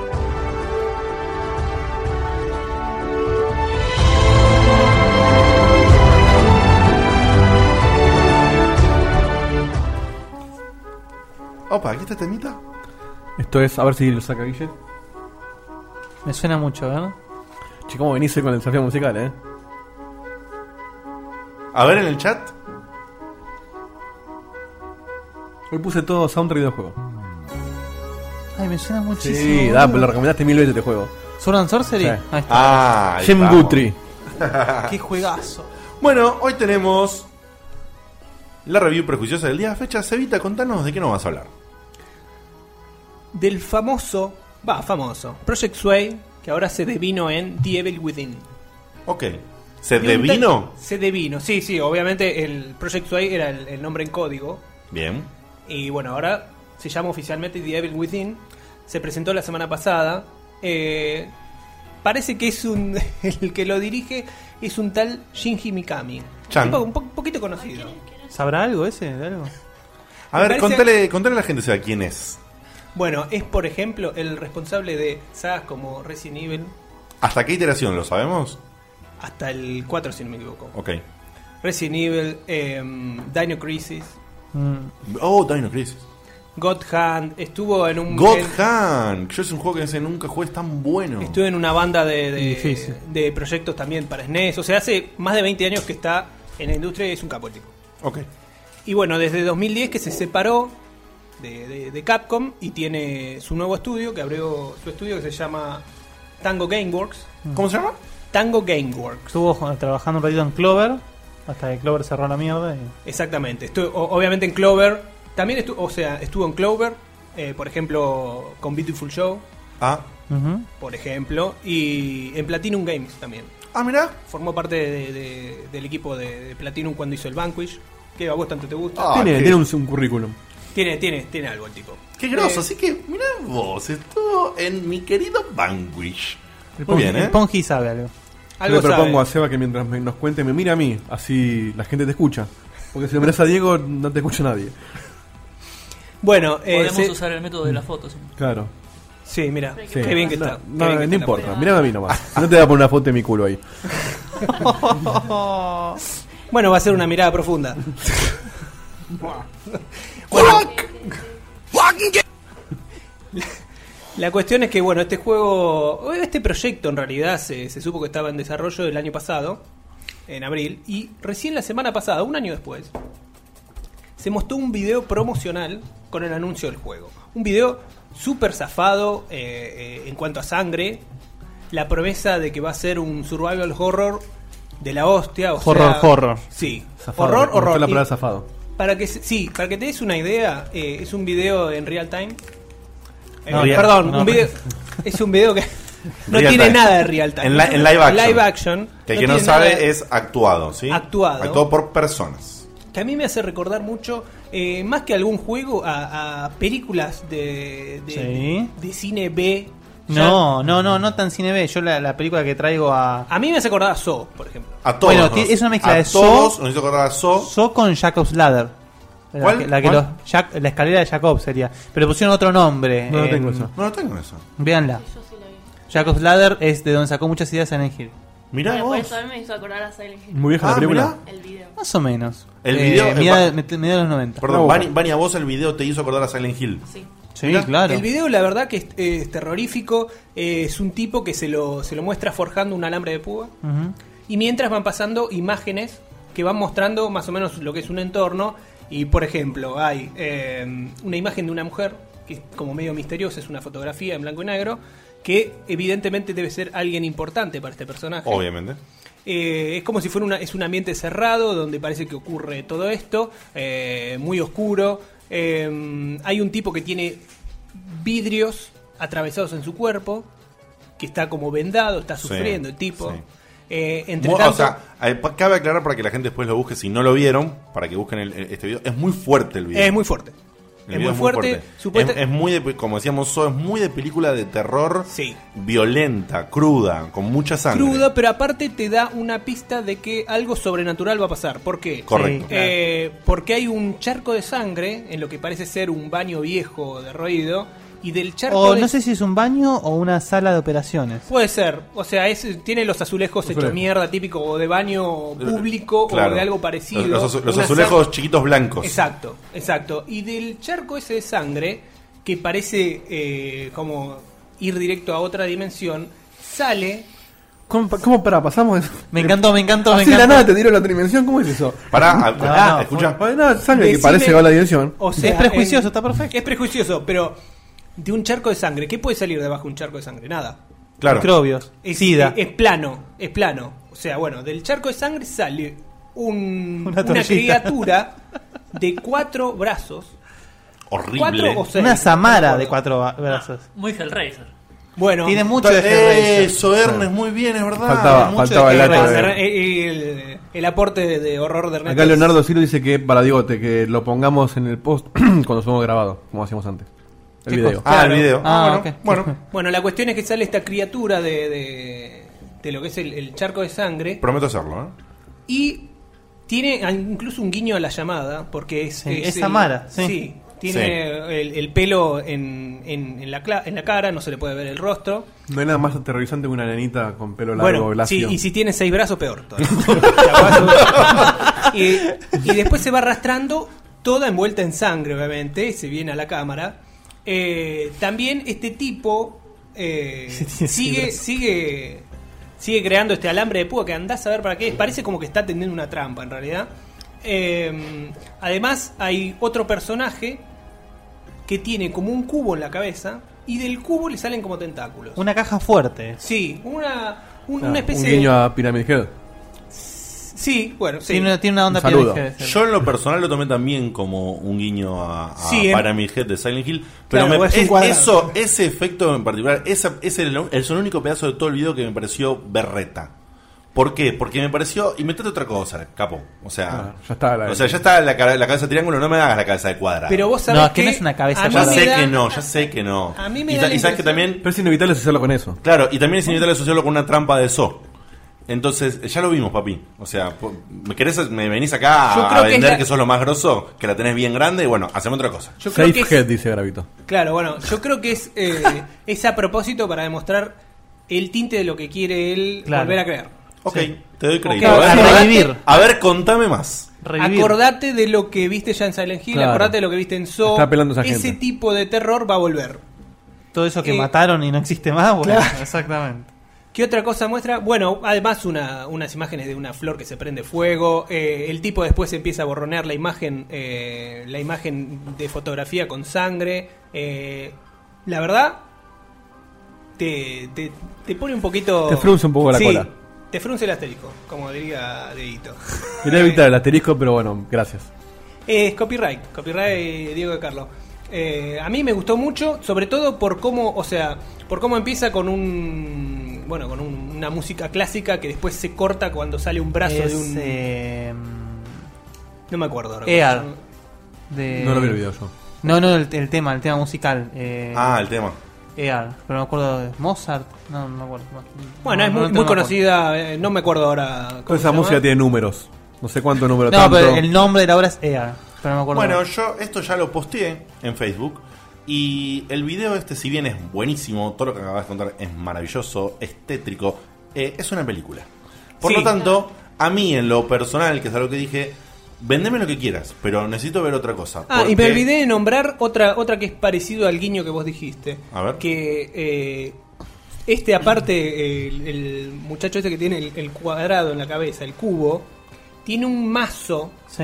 Opa, ¿aquí está temita? Esto es, a ver si lo saca Guille. Me suena mucho, ¿verdad? Che, ¿cómo venís con el desafío musical, eh? A ver en el chat. Hoy puse todo soundtrack de juego. Ay, me suena muchísimo. Sí, da, pero lo recomendaste mil veces este juego. ¿Sword and Sorcery? Sí. Ahí está. Ah, ahí Gem estamos. Guthrie. Qué juegazo. Bueno, hoy tenemos la review prejuiciosa del día. Fecha, Cevita, contanos de qué nos vas a hablar. Del famoso, va, famoso, Project Sway, que ahora se devino en The Evil Within. Ok. ¿Se Y un devino? te- Se devino, sí, sí, obviamente el Project Sway era el, el nombre en código. Bien. Y bueno, ahora se llama oficialmente The Evil Within. Se presentó la semana pasada. Eh, parece que es un. El que lo dirige es un tal Shinji Mikami. Chan. Tipo, un po- poquito conocido. ¿Sabrá algo ese? ¿De algo? A Me ver, parece- contale, contale a la gente, o sea, quién es. Bueno, es por ejemplo el responsable de sagas como Resident Evil ¿Hasta qué iteración lo sabemos? hasta el cuatro, si no me equivoco. Ok. Resident Evil, eh, Dino Crisis, Oh, Dino Crisis. God Hand, estuvo en un. God en- Hand. Yo es un juego que ese nunca jugué, es tan bueno. Estuve en una banda de, de, Difícil. de proyectos también para S N E S. O sea, hace más de veinte años que está en la industria y es un capo el tipo. Ok. Y bueno, desde dos mil diez que se separó de, de- de Capcom y tiene su nuevo estudio, que abrió su estudio que se llama Tango Gameworks. ¿Cómo se llama? Tango Gameworks. Estuvo jo- trabajando un ratito en Clover, hasta que Clover cerró la mierda. Y... Exactamente. Estuvo, o- obviamente en Clover. También estuvo, o sea, estuvo en Clover, eh, por ejemplo, con Beautiful Show, Ah. Ujú. por ejemplo, y en Platinum Games también. Ah, mirá. Formó parte de- de- del equipo de, de Platinum cuando hizo el Vanquish, que a vos tanto te gusta. Ah, tiene qué- tiene un, un currículum. Tiene, tiene, tiene algo el tipo. Qué groso. Eh, Así que, mirá vos, estuvo en mi querido Vanquish. El Muy Pongi- bien, ¿eh? el Pongi sabe algo. Yo Algo le propongo sabe. a Seba que mientras me- nos cuente me mira a mí, así la gente te escucha. Porque si lo miras a Diego no te escucha nadie. Bueno, eh, Podemos se- usar el método de las fotos. Claro. sí, mira, Sí. qué bien que no, está. No, qué bien que no está la importa, foto. mirame a mí nomás. Si no te voy a poner una foto de mi culo ahí. Bueno, va a ser una mirada profunda. La cuestión es que, bueno, este juego, este proyecto en realidad se, se supo que estaba en desarrollo el año pasado, en abril, y recién la semana pasada, un año después, se mostró un video promocional con el anuncio del juego. Un video súper zafado eh, eh, en cuanto a sangre, la promesa de que va a ser un survival horror de la hostia. O Horror, sea, horror. Sí, Zafado, horror, me gustó horror. la Y- palabra zafado. para que se- sí, para que te des una idea, eh, es un video en real time. Eh, No, perdón, no. un video es un video que no Real tiene time. nada de real time. En, li- en live action. Live action. Que el que no tiene sabe nada- es actuado, ¿sí? Actuado. Actuado por personas. que a mí me hace recordar mucho, eh, más que algún juego, a, a películas de, de, Sí. de cine B. No, no, no, no tan cine B. Yo la, la película que traigo a. A mí me hace acordar a Saw, por ejemplo. A todos. Bueno, ¿no? que es una mezcla a de todos Saw- nos hizo acordar a Saw. So con Jacob's Ladder. La ¿Cuál? que- La, que ¿Cuál? los- Jac- la escalera de Jacob sería. Pero pusieron otro nombre. No lo en- tengo eso. No, no tengo eso. Véanla. Jacob's Ladder es de donde sacó muchas ideas en el Hill. Mirá Bueno, por vos. eso a mí me hizo acordar a Silent Hill. Muy vieja Ah, la película. mirá. El video. Más o menos. El Eh, video- media- eh, met- media de los noventa. Perdón, No, Vani, Vani, a vos el video te hizo acordar a Silent Hill. Sí. Sí, Mirá, claro. El video, la verdad, que es, es terrorífico. Eh, es un tipo que se lo, se lo muestra forjando un alambre de púa. Ujú. Y mientras van pasando imágenes que van mostrando más o menos lo que es un entorno. Y por ejemplo, hay eh, una imagen de una mujer que es como medio misteriosa, es una fotografía en blanco y negro, que evidentemente debe ser alguien importante para este personaje. Obviamente. Eh, es como si fuera una, es un ambiente cerrado donde parece que ocurre todo esto, eh, muy oscuro. Eh, hay un tipo que tiene vidrios atravesados en su cuerpo, que está como vendado, está sufriendo Sí, el tipo. sí. Eh, entre Mu- tanto, o sea, eh, pa- cabe aclarar para que la gente después lo busque, si no lo vieron, para que busquen el- el- este video. Es muy fuerte el video. es muy fuerte. El Es video muy fuerte. Supuesta- Es, es muy de, como decíamos, So, es muy de película de terror, Sí. violenta, cruda, con mucha sangre. Crudo, pero aparte te da una pista de que algo sobrenatural va a pasar. ¿Por qué? Correcto. Sí. Eh, porque hay un charco de sangre en lo que parece ser un baño viejo derroído. Y del charco O de... no sé si es un baño o una sala de operaciones. Puede ser, o sea, es, tiene los azulejos hechos Azulejos. mierda, típico o de baño público Claro. o de algo parecido. Los, los azu- los Una azulejos sal- chiquitos blancos. Exacto, exacto. Y del charco ese de sangre, que parece eh, como ir directo a otra dimensión, sale... ¿Cómo, cómo para? Pasamos eso. Me encantó, me encantó, me Así de la encantó. nada te dieron la otra dimensión, ¿cómo es eso? Pará, No, ah, no, escucha. Bueno, no, sangre que Decime- parece que va a la dimensión. O sea, Es prejuicioso, en- está perfecto. Es prejuicioso, pero de un charco de sangre, ¿qué puede salir debajo de un charco de sangre? Nada. Claro. Microbios, Es, sida. es, es plano, es plano. O sea, bueno, del charco de sangre sale un- Una una, toallita. criatura de cuatro brazos. Horrible. Cuatro o seis. Una samara no me de acuerdo. cuatro ba- brazos. Muy Hellraiser. Bueno, Tiene mucho de Hellraiser. Eso, Ernest, muy bien, es verdad. Faltaba, mucho faltaba de el dato el, de... el- el aporte de, de horror de Ernesto. Acá Leonardo Ciro dice que, para Diegote, que lo pongamos en el post cuando somos grabado, como hacíamos antes. El ¿Qué video. cosa? Ah, Claro. el video. Ah, Ah, ok. bueno, bueno. Bueno, la cuestión es que sale esta criatura de, de, de lo que es el, el charco de sangre Prometo hacerlo, ¿eh? y tiene incluso un guiño a la llamada, porque es... Sí, es el- Samara, sí. tiene El, el pelo en, en, en la, cla- en la cara, no se le puede ver el rostro. No hay nada más aterrorizante que una nenita con pelo largo, Bueno, sí, lacio. y si tiene seis brazos, peor. todavía. y, y después se va arrastrando, toda envuelta en sangre, obviamente, se viene a la cámara. Eh, también este tipo eh, Sí, tiene seis sigue, brazos. sigue, sigue creando este alambre de púa que andás a ver para qué. Parece como que está tendiendo una trampa, en realidad. Eh, además, hay otro personaje que tiene como un cubo en la cabeza y del cubo le salen como tentáculos. Una caja fuerte. Sí, una, un- Ah, una especie un guiño de... a Pyramid Head. Sí, bueno, sí. Tiene, una, tiene una onda Un saludo. Pyramid Head. Yo en lo personal lo tomé también como un guiño a, a Sí, ¿eh? Pyramid Head de Silent Hill. Pero Claro, me- es un es- cuadrado. eso, ese efecto en particular, esa, ese es el, es el único pedazo de todo el video que me pareció berreta. ¿Por qué? Porque me pareció... Inventate otra cosa, capo. O sea, Ah, ya está la- o sea, ya está la, cara- la cabeza de triángulo, no me hagas la cabeza de cuadrado. Pero vos sabés No, es que que no es una cabeza a mí ya me sé da- que no, ya sé que no. A mí me y, da ta- la y sabes que impresión- también... Pero es inevitable asociarlo con eso. Claro, y también es inevitable asociarlo con una trampa de zoo. Entonces, ya lo vimos, papi. O sea, po- ¿me querés, me venís acá Yo a, creo a que vender es que, la- sos lo más grosso, que la tenés bien grande? Bueno, hacemos otra cosa. Yo creo Safe que es- Head, dice Gravito. Claro, bueno, yo creo que es, eh, es a propósito para demostrar el tinte de lo que quiere él Claro. volver a crear. Ok, te doy crédito. Ok, a, ver, a revivir. a ver, contame más. Revivir. Acordate de lo que viste ya en Silent Hill, Claro. acordate de lo que viste en Saw. Está apelando a esa Ese gente. tipo de terror va a volver. Todo eso que Eh, mataron y no existe más, bueno, claro. exactamente. ¿Qué otra cosa muestra? Bueno, además una, unas imágenes de una flor que se prende fuego. Eh, el tipo después empieza a borronear la imagen, eh, la imagen de fotografía con sangre. Eh, la verdad, te, te, te pone un poquito... Te frunce un poco la Sí, cola. te frunce el asterisco, como diría Deito. Quería evitar el asterisco, pero bueno, gracias. Es copyright, copyright Diego de Carlos. Eh, a mí me gustó mucho, sobre todo por cómo, o sea, por cómo empieza con un, bueno, con un- una música clásica que después se corta cuando sale un brazo Es, de un, eh, no me acuerdo ahora. Ear. cómo se llama. de- No lo vi el video yo. No, no, el, el tema, el tema musical. Eh, Ah, el tema. Ear, pero no me acuerdo de Mozart. No, no me acuerdo. Bueno, No, es no, muy, no muy me acuerdo. conocida, eh, no me acuerdo ahora. cómo Toda se esa llama. música tiene números. No sé cuántos números No, tanto. pero el nombre de la obra es Ear, pero no me acuerdo. Bueno, yo esto ya lo posteé en Facebook. Y el video este, si bien es buenísimo, todo lo que acabas de contar es maravilloso, es tétrico, eh, es una película. Por Sí. lo tanto, a mí en lo personal, que es algo que dije, vendeme lo que quieras, pero necesito ver otra cosa. Ah, y me porque- olvidé de nombrar otra otra que es parecido al guiño que vos dijiste. A ver. Que eh, este aparte, el, el muchacho este que tiene el, el cuadrado en la cabeza, el cubo, tiene un mazo Sí.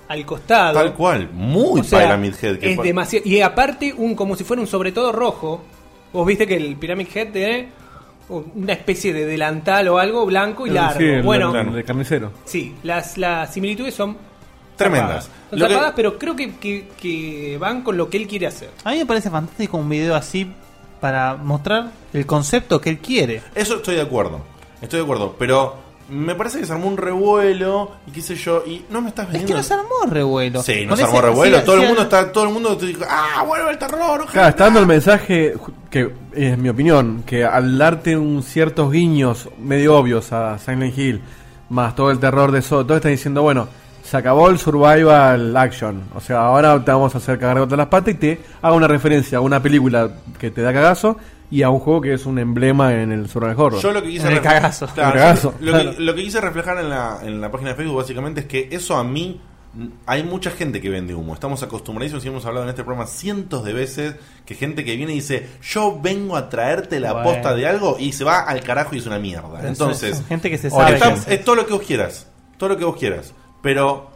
al costado. Tal cual, muy O sea, Pyramid Head. Que es por- demasiado. Y aparte, un como si fuera un sobre todo rojo. Vos viste que el Pyramid Head tiene una especie de delantal o algo blanco y largo. Sí, el- bueno, el de carnicero. sí, las, las similitudes son Tremendas. zarpadas. Son Lo que- zarpadas, pero creo que, que, que van con lo que él quiere hacer. A mí me parece fantástico un video así para mostrar el concepto que él quiere. Eso estoy de acuerdo. Estoy de acuerdo. Pero me parece que se armó un revuelo y qué sé yo. Y no me estás Es vendiendo. que no se armó revuelo. Sí, no Con se armó ese- revuelo. sí, todo sí, el mundo sí, está, todo el mundo te dijo, ah, vuelve el terror. ojalá". Claro, está dando el mensaje que es mi opinión, que al darte un ciertos guiños medio obvios a Silent Hill, más todo el terror de eso, todo está diciendo, bueno, se acabó el survival action, o sea, ahora te vamos a hacer cagar contra las patas y te haga una referencia a una película que te da cagazo y a un juego que es un emblema en el survival horror. Yo lo que quise En el refle- cagazo. Claro, En el cagazo, yo- lo, claro. que, lo que quise reflejar en la, en la página de Facebook básicamente es que eso a mí mm, hay mucha gente que vende humo. Estamos acostumbrados y hemos hablado en este programa cientos de veces que gente que viene y dice, yo vengo a traerte la Bueno. posta de algo y se va al carajo y es una mierda. Pero Entonces, eso es gente que se Ahora, sabe. está- que- es todo lo que vos quieras, todo lo que vos quieras. Pero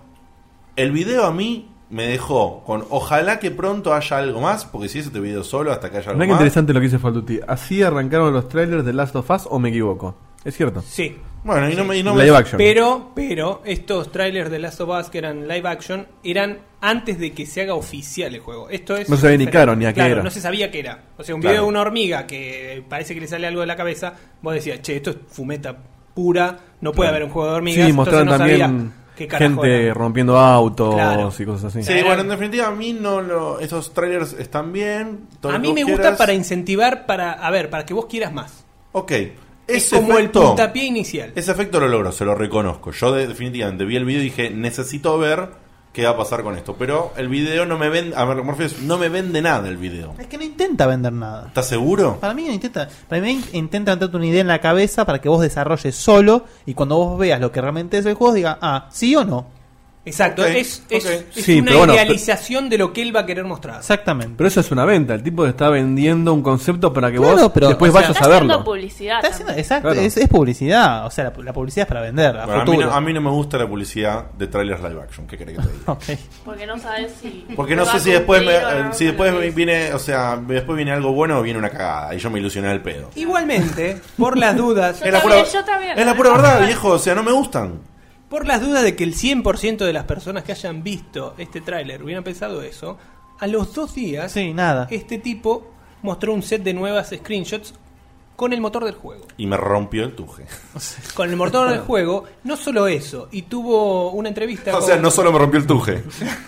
el video a mí me dejó con ojalá que pronto haya algo más, porque si es este video solo hasta que haya algo Mirá qué más. interesante lo que dice Falduti. ¿Así arrancaron los trailers de Last of Us o me equivoco? ¿Es cierto? Sí. Bueno, y no me, y no me- Live action. Pero, pero, estos trailers de Last of Us que eran live action eran antes de que se haga oficial el juego. Esto es No se sabía ni diferente. claro ni a qué Claro, era. no se sabía qué era. O sea, un Claro. video de una hormiga que parece que le sale algo de la cabeza, vos decías, che, esto es fumeta pura, no puede Claro. haber un juego de hormigas. Sí, entonces mostraron no sabía también qué carajo gente era. rompiendo autos Claro. y cosas así. Sí, bueno, en definitiva a mí no lo, estos trailers están bien. todo A lo mí que me vos gusta quieras. para incentivar, para, a ver, para que vos quieras más. Ok. Es Ese como el efecto, puntapié inicial. ese efecto lo logro, se lo reconozco. Yo de- definitivamente vi el video y dije, necesito ver qué va a pasar con esto. Pero el video no me vende, a ver, Morpheus, no me vende nada el video. Es que no intenta vender nada. ¿Estás seguro? Para mí no intenta. Para mí intenta meterte una idea en la cabeza para que vos desarrolles solo y cuando vos veas lo que realmente es el juego diga, ah, sí o no. Exacto, Ok, es, es, ok. es Sí, una pero bueno, idealización de lo que él va a querer mostrar. Exactamente. Pero eso es una venta. El tipo te está vendiendo un concepto para que Claro, vos pero, después o sea, vayas Está a haciendo verlo. publicidad. Está haciendo- también. exacto, Claro. es, es publicidad. O sea, la, la publicidad es para vender a Bueno, a, mí futuro. no, a mí no me gusta la publicidad de trailers live action. ¿Qué querés que te diga? Ok. Porque no sabes si. Porque no va sé a si después, me- cumplir o eh, no si con lo después que me dice. viene, o sea, después viene algo bueno o viene una cagada. Y yo me ilusioné al pedo. Igualmente, por las dudas, Yo Es la también, pura, yo también. es la pura verdad, viejo. O sea, no me gustan. por las dudas de que el cien por ciento de las personas que hayan visto este tráiler hubieran pensado eso, a los dos días, Sí, nada. este tipo mostró un set de nuevas screenshots con el motor del juego. Y me rompió el tuje. Con el motor del juego, no solo eso, y tuvo una entrevista O con- sea, no solo me rompió el tuje.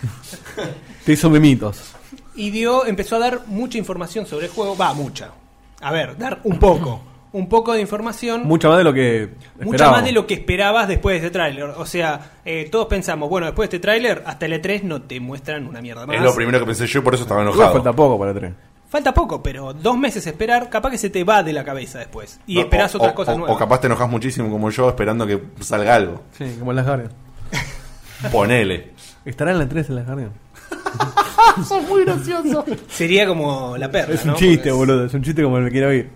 Te hizo mimitos. y dio, empezó a dar mucha información sobre el juego, va, mucha. A ver, dar un poco, un poco de información. Mucha más de lo que Mucho esperábamos. más de lo que esperabas después de este tráiler. O sea, eh, todos pensamos, bueno, después de este tráiler, hasta el E tres no te muestran una mierda más. Es lo primero que pensé yo, por eso estaba Igual enojado. falta poco para el tren. Falta poco, pero dos meses esperar, capaz que se te va de la cabeza después. Y No, esperás o- otras o- cosas o- nuevas. O capaz te enojas muchísimo como yo esperando que salga algo. Sí, como en las Guardian. Ponele. ¿Estará en la tres en las Guardian? Sos muy gracioso. Sería como la perla, Es un ¿no? chiste, Porque es- boludo. Es un chiste como el que quiero oír.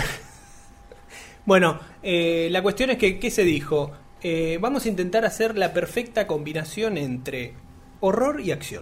Bueno, eh, la cuestión es que, ¿qué se dijo? Eh, vamos a intentar hacer la perfecta combinación entre horror y acción.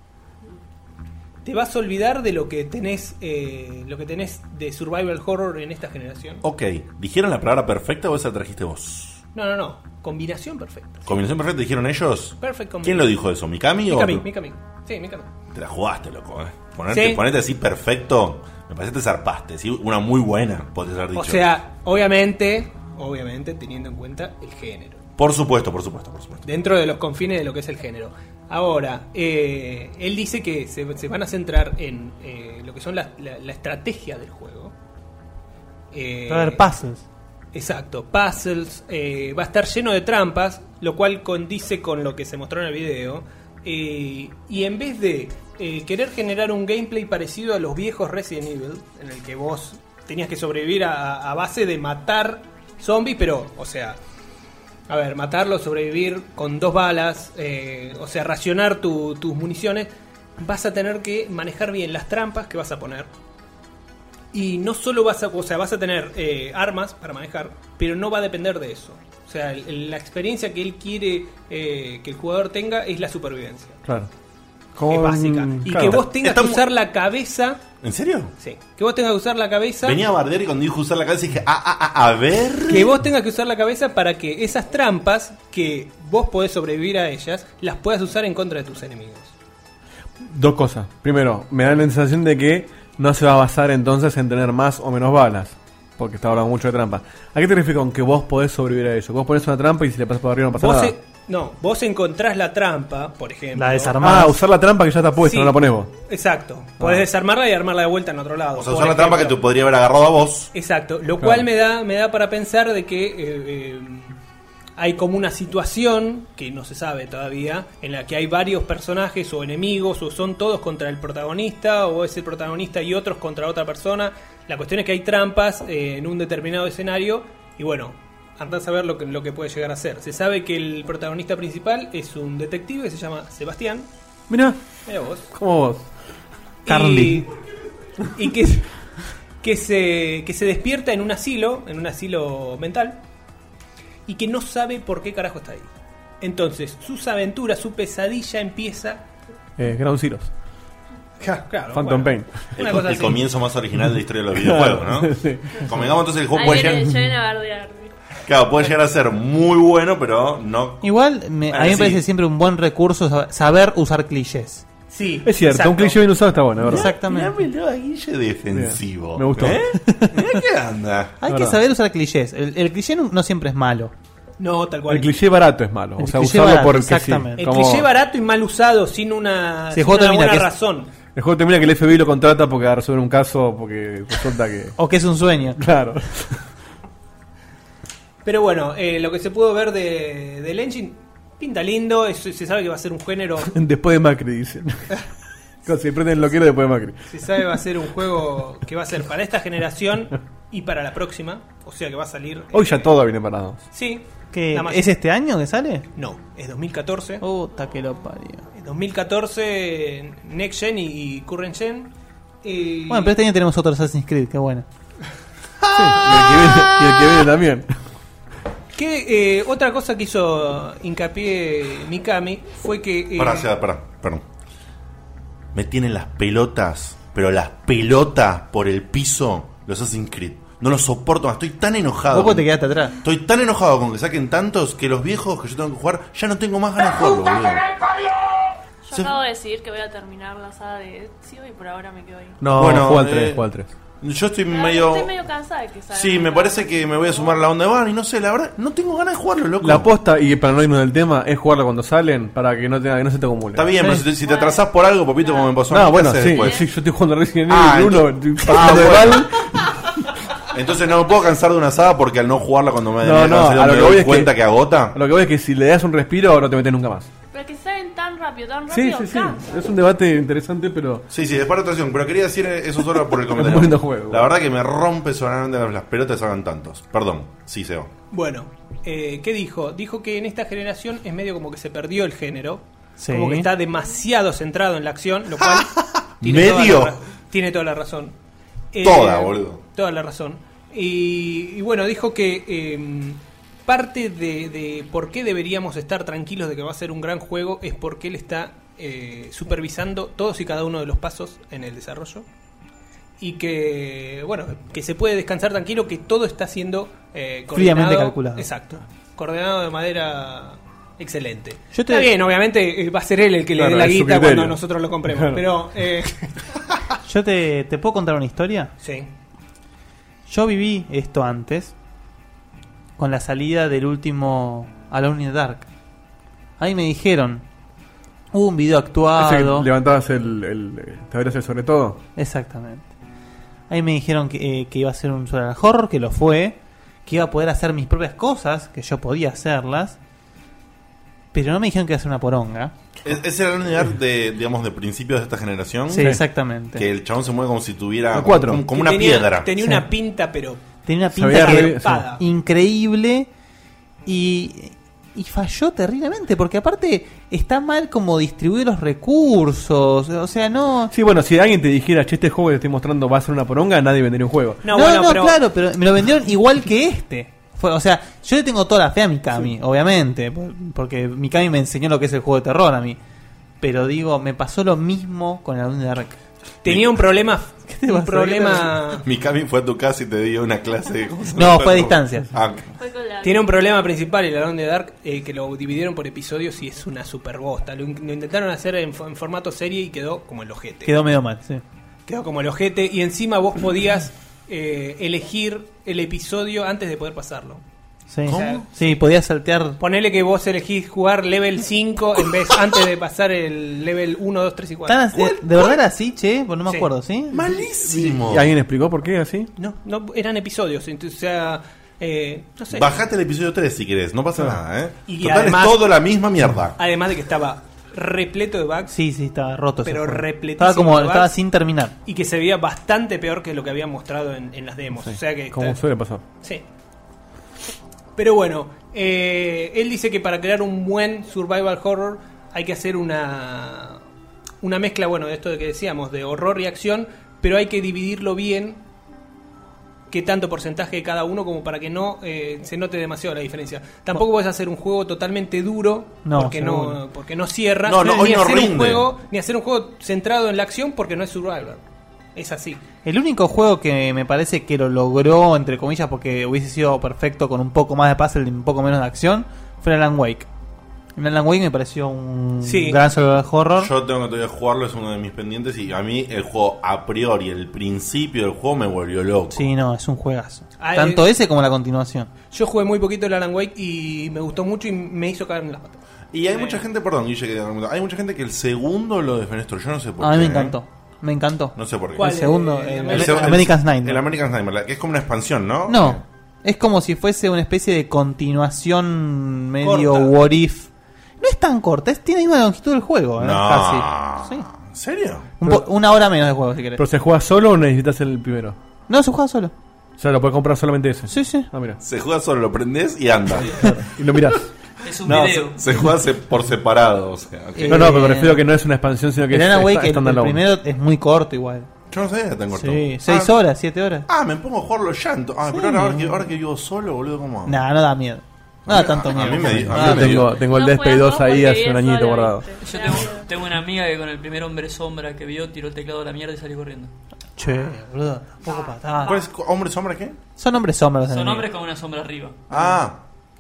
Te vas a olvidar de lo que tenés, eh, lo que tenés de survival horror en esta generación. Ok, ¿dijeron la palabra perfecta o esa la trajiste vos? No, no, no. Combinación perfecta. ¿Combinación perfecta dijeron ellos? Perfect combination. ¿Quién lo dijo eso? ¿Mikami, Mikami, o...? Mikami. Sí, Mikami. Te la jugaste, loco, eh. Ponerte, Sí. ponerte así perfecto, me parece que te zarpaste. ¿Sí? Una muy buena, podés haber dicho. O sea, obviamente, obviamente teniendo en cuenta el género. Por supuesto, por supuesto, por supuesto. Dentro de los confines de lo que es el género. Ahora, eh, él dice que se, se van a centrar en eh, lo que son la, la- la estrategia del juego. Eh, Va a haber puzzles. Exacto, puzzles, eh, va a estar lleno de trampas, lo cual condice con lo que se mostró en el video. Eh, y en vez de eh, querer generar un gameplay parecido a los viejos Resident Evil, en el que vos tenías que sobrevivir a, a base de matar zombies, pero, o sea, a ver, matarlos, sobrevivir con dos balas, eh, o sea, racionar tu- tus municiones, vas a tener que manejar bien las trampas que vas a poner. Y no solo vas a, o sea, vas a tener eh, armas para manejar, pero no va a depender de eso. O sea, el- el- la experiencia que él quiere eh, que el jugador tenga es la supervivencia. Claro. Es básica. Y claro. que vos tengas Está que mu- usar la cabeza. ¿En serio? Sí. Que vos tengas que usar la cabeza. Venía a bardear y cuando dijo usar la cabeza dije, ah, ah, ah, a ver. Que vos tengas que usar la cabeza para que esas trampas que vos podés sobrevivir a ellas, las puedas usar en contra de tus enemigos. Dos cosas. Primero, me da la sensación de que no se va a basar entonces en tener más o menos balas. Porque está hablando mucho de trampa. ¿A qué te refieres con que vos podés sobrevivir a ello? Vos pones una trampa y si le pasas por arriba no pasa Vos nada. e- no, vos encontrás la trampa, por ejemplo. Ah, usar la trampa que ya está puesta, Sí. no la ponés vos. Exacto. Podés desarmarla y armarla de vuelta en otro lado. O sea, por usar la trampa que ejemplo. te podría haber agarrado a vos. Exacto. Lo Claro. cual me da, me da para pensar de que eh, eh, hay como una situación que no se sabe todavía, en la que hay varios personajes o enemigos, o son todos contra el protagonista, o es el protagonista y otros contra otra persona. La cuestión es que hay trampas eh, en un determinado escenario, y bueno, andás a ver lo que, lo que puede llegar a ser. Se sabe que el protagonista principal es un detective que se llama Sebastián. Mirá. Mirá vos. ¿Cómo vos? Y, y que, que, se, que se despierta en un asilo, en un asilo mental, y que no sabe por qué carajo está ahí. Entonces, sus aventuras, su pesadilla empieza... Eh, Ground Zeroes. Claro, Phantom bueno, Pain. una El, cosa el así. comienzo más original de la historia de los videojuegos, ¿no? Sí. Convengamos entonces el juego Ahí puede viene, llegar, ya viene a bardear. claro, puede llegar a ser muy bueno, pero no. Igual, me- a mí me sí. parece siempre un buen recurso sab- saber usar clichés. Sí, Es cierto, un cliché bien usado está bueno, ¿verdad? Exactamente. Mirámelo a Guille defensivo. Me gustó. ¿Eh? Mirá qué anda. Hay que Verdad. saber usar clichés. El, el cliché no, no siempre es malo. No, tal cual. El cliché barato es malo. El o sea, cliché usarlo barato, porque sí. exactamente. El Como- cliché barato y mal usado, sin una, Si el sin juego una termina buena que es- razón. El juego termina que el F B I lo contrata porque va a resolver un caso porque resulta que... O que es un sueño. Claro. Pero bueno, eh, lo que se pudo ver de, del engine pinta lindo, es- se sabe que va a ser un género... Después de Macri, dicen. Cuando se prenden lo quiero después de Macri. Se sabe va a ser un juego que va a ser para esta generación y para la próxima. O sea que va a salir... Hoy eh, ya todo viene para dos. Sí. ¿Qué, la más- ¿Es este año que sale? No, es dos mil catorce. Puta que lo parió. Es dos mil catorce Next Gen y, y Current Gen. Y- Bueno, pero este año tenemos otro Assassin's Creed, qué bueno. Sí, y el que viene, y el que viene también. Que eh, otra cosa que hizo hincapié Mikami fue que... eh, Pará, o sea, pará, perdón. Me tienen las pelotas, pero las pelotas por el piso los Assassin's Creed. No los soporto más, estoy tan enojado. Vos con- te quedaste atrás. Estoy tan enojado con que saquen tantos que los viejos que yo tengo que jugar ya no tengo más ganas de jugarlo, boludo. Yo Se- acabo de decidir que voy a terminar la saga de Ezio y por ahora me quedo ahí. No, Bueno, juega al eh, tres, juega al tres. Yo estoy La verdad medio... que Estoy medio cansada de que salga. Sí, me parece que me voy a sumar a la onda de Van y no sé, la verdad, no tengo ganas de jugarlo, loco. La aposta, y para no irnos del tema, es jugarlo cuando salen para que no, tenga, que no se te acumule. Está bien, pero si te, si te atrasás por algo, popito, como me pasó a mí, No, ¿qué bueno, haces sí, después? sí, yo estoy jugando Resident Ah, Evil uno, entonces- estoy pasando Ah, de bueno. mal. Entonces no me puedo cansar de una saga porque al no jugarla cuando me, No, me, no, me a lo que doy voy es cuenta que, que, agota. a lo que voy es que si le das un respiro, no te metes nunca más. Pero que salen tan rápido, tan Sí, rápido. sí, sí. cansa. Es un debate interesante, pero. Sí, sí, después de otra ocasión, pero quería decir eso solo por el comentario. Muy lindo juego. La verdad que me rompe solamente las, las pelotas hagan tantos. Perdón, sí, Seo. Bueno, eh, ¿qué dijo? Dijo que en esta generación es medio como que se perdió el género. Sí. Como que está demasiado centrado en la acción, lo cual tiene, ¿Medio? Toda la, ra- tiene toda la razón. Eh, Toda, boludo. Toda la razón. Y, y bueno, dijo que eh, parte de, de por qué deberíamos estar tranquilos de que va a ser un gran juego es porque él está eh, supervisando todos y cada uno de los pasos en el desarrollo. Y que, bueno, que se puede descansar tranquilo, que todo está siendo eh, Fríamente coordinado. calculado. Exacto. Coordenado de manera excelente. Yo te- Está bien, obviamente eh, va a ser él el que Claro, le dé la es su guita criterio. cuando nosotros lo compremos. Claro. Pero, eh, Yo te, te puedo contar una historia. sí. Yo viví esto antes con la salida del último Alone in the Dark. Ahí me dijeron, hubo un video Ese que actuado. levantabas el, el, te abrías el sobre todo. Exactamente. Ahí me dijeron que, eh, que iba a ser un survival horror, que lo fue, que iba a poder hacer mis propias cosas, que yo podía hacerlas, pero no me dijeron que iba a ser una poronga. Es, ese era la unidad de, digamos, de principios de esta generación. Sí, exactamente. Que el chabón se mueve como si tuviera. A cuatro. Como, como Que una tenía- piedra. Tenía Sí. una pinta, pero Tenía una Se pinta veía que- re- pada. increíble y, y falló terriblemente, porque aparte está mal como distribuir los recursos, o sea, no... Sí, bueno, si alguien te dijera, che, este juego que te estoy mostrando va a ser una poronga, nadie vendería un juego. No, No, bueno, no, pero claro, pero me lo vendieron igual que este. Fue, o sea, yo le tengo toda la fe a Mikami, sí. obviamente, por, porque Mikami me enseñó lo que es el juego de terror a mí. Pero digo, me pasó lo mismo con el Alone in the Dark. Tenía un problema. te Un vas a problema. Mikami fue a tu casa y te dio una clase de cómo se No, llama. fue a distancia. Ah, Tiene un problema principal el Alone in the Dark, eh, que lo dividieron por episodios y es una super bosta. Lo, in- lo intentaron hacer en, fo- en formato serie y quedó como el ojete. Quedó medio mal, sí. Quedó como el ojete y encima vos podías eh, elegir el episodio antes de poder pasarlo. Sí, O sea, sí, podías saltear. Ponele que vos elegís jugar level cinco en vez antes de pasar el level uno, dos, tres y cuatro. ¿Tan así- ¿De verdad era así, che? Pues no me Sí. acuerdo, ¿sí? Malísimo. ¿Y alguien explicó por qué así? No, no eran episodios, entonces, o sea, eh, no sé. Bajate el episodio tres si querés, no pasa nada, ¿eh? Y Total, además- es todo la misma mierda. Además de que estaba repleto de bugs. Sí, sí, estaba roto. ese Pero juego. repletísimo Estaba como, de bugs. estaba sin terminar. Y que se veía bastante peor que lo que habían mostrado en, en las demos. Sí, O sea que como está- suele pasar. Sí. Pero bueno, eh, él dice que para crear un buen survival horror hay que hacer una una mezcla, bueno, de esto de que decíamos, de horror y acción, pero hay que dividirlo bien, qué tanto porcentaje de cada uno, como para que no eh, se note demasiado la diferencia. Tampoco puedes hacer un juego totalmente duro, No, porque seguro. no porque no cierra, No, no, ni, hoy no hacer un rinde. juego, ni hacer un juego centrado en la acción porque no es survival. Es así. El único juego que me parece que lo logró, entre comillas, porque hubiese sido perfecto con un poco más de puzzle y un poco menos de acción, fue el Alan Wake. El Alan Wake me pareció un Sí. gran survival horror. Yo tengo que todavía jugarlo, es uno de mis pendientes. Y a mí el juego, a priori, el principio del juego me volvió loco. Sí, no, es un juegazo. Ah, Tanto eh, ese como la continuación. Yo jugué muy poquito el Alan Wake y me gustó mucho y me hizo caer en las patas. Y hay mucha gente, perdón, Guille, que hay mucha gente que el segundo lo defenestró. Yo no sé por A qué. mí me ¿eh? encantó. Me encantó. No sé por qué. El segundo, Eh, el, el el segundo- American Nightmare. El American Nightmare, que es como una expansión, ¿no? No, es como si fuese una especie de continuación medio Corta. what if. No es tan corta, es, tiene la misma longitud del juego, ¿eh? No. Casi. Sí. ¿En serio? Un po- una hora menos de juego, si querés. ¿Pero se juega solo o necesitas el primero? No, se juega solo. O sea, lo puedes comprar solamente ese. Sí, sí. Ah, mira. Se juega solo, lo prendés y anda. Y lo mirás. Es un No, video. se, se juega se- por separado, o sea. ok. Eh, No, no, pero me refiero a que no es una expansión, sino que El es Alan Wake, esta- el, el standalone. primero es muy corto igual. Yo no sabía que tan corto. Sí, seis Ah, horas, siete horas. Ah, me pongo a jugarlo llanto. Ah, Sí. pero ahora, ahora que, ahora que vivo solo, boludo, ¿cómo hago? Nah, no da miedo. No da tanto A miedo. mí me di- a mí Ah, me Yo dio. tengo, tengo el No Dead Space juegas dos vos ahí porque hace un vives añito solo, guardado. ¿viste? Yo tengo, tengo una amiga que con el primer hombre sombra que vio tiró el teclado a la mierda y salió corriendo. Che, boludo, poco patada. ¿Cuál es? ¿Hombre sombra qué? Son hombres sombras. Son enemigos. hombres con una sombra arriba. Ah,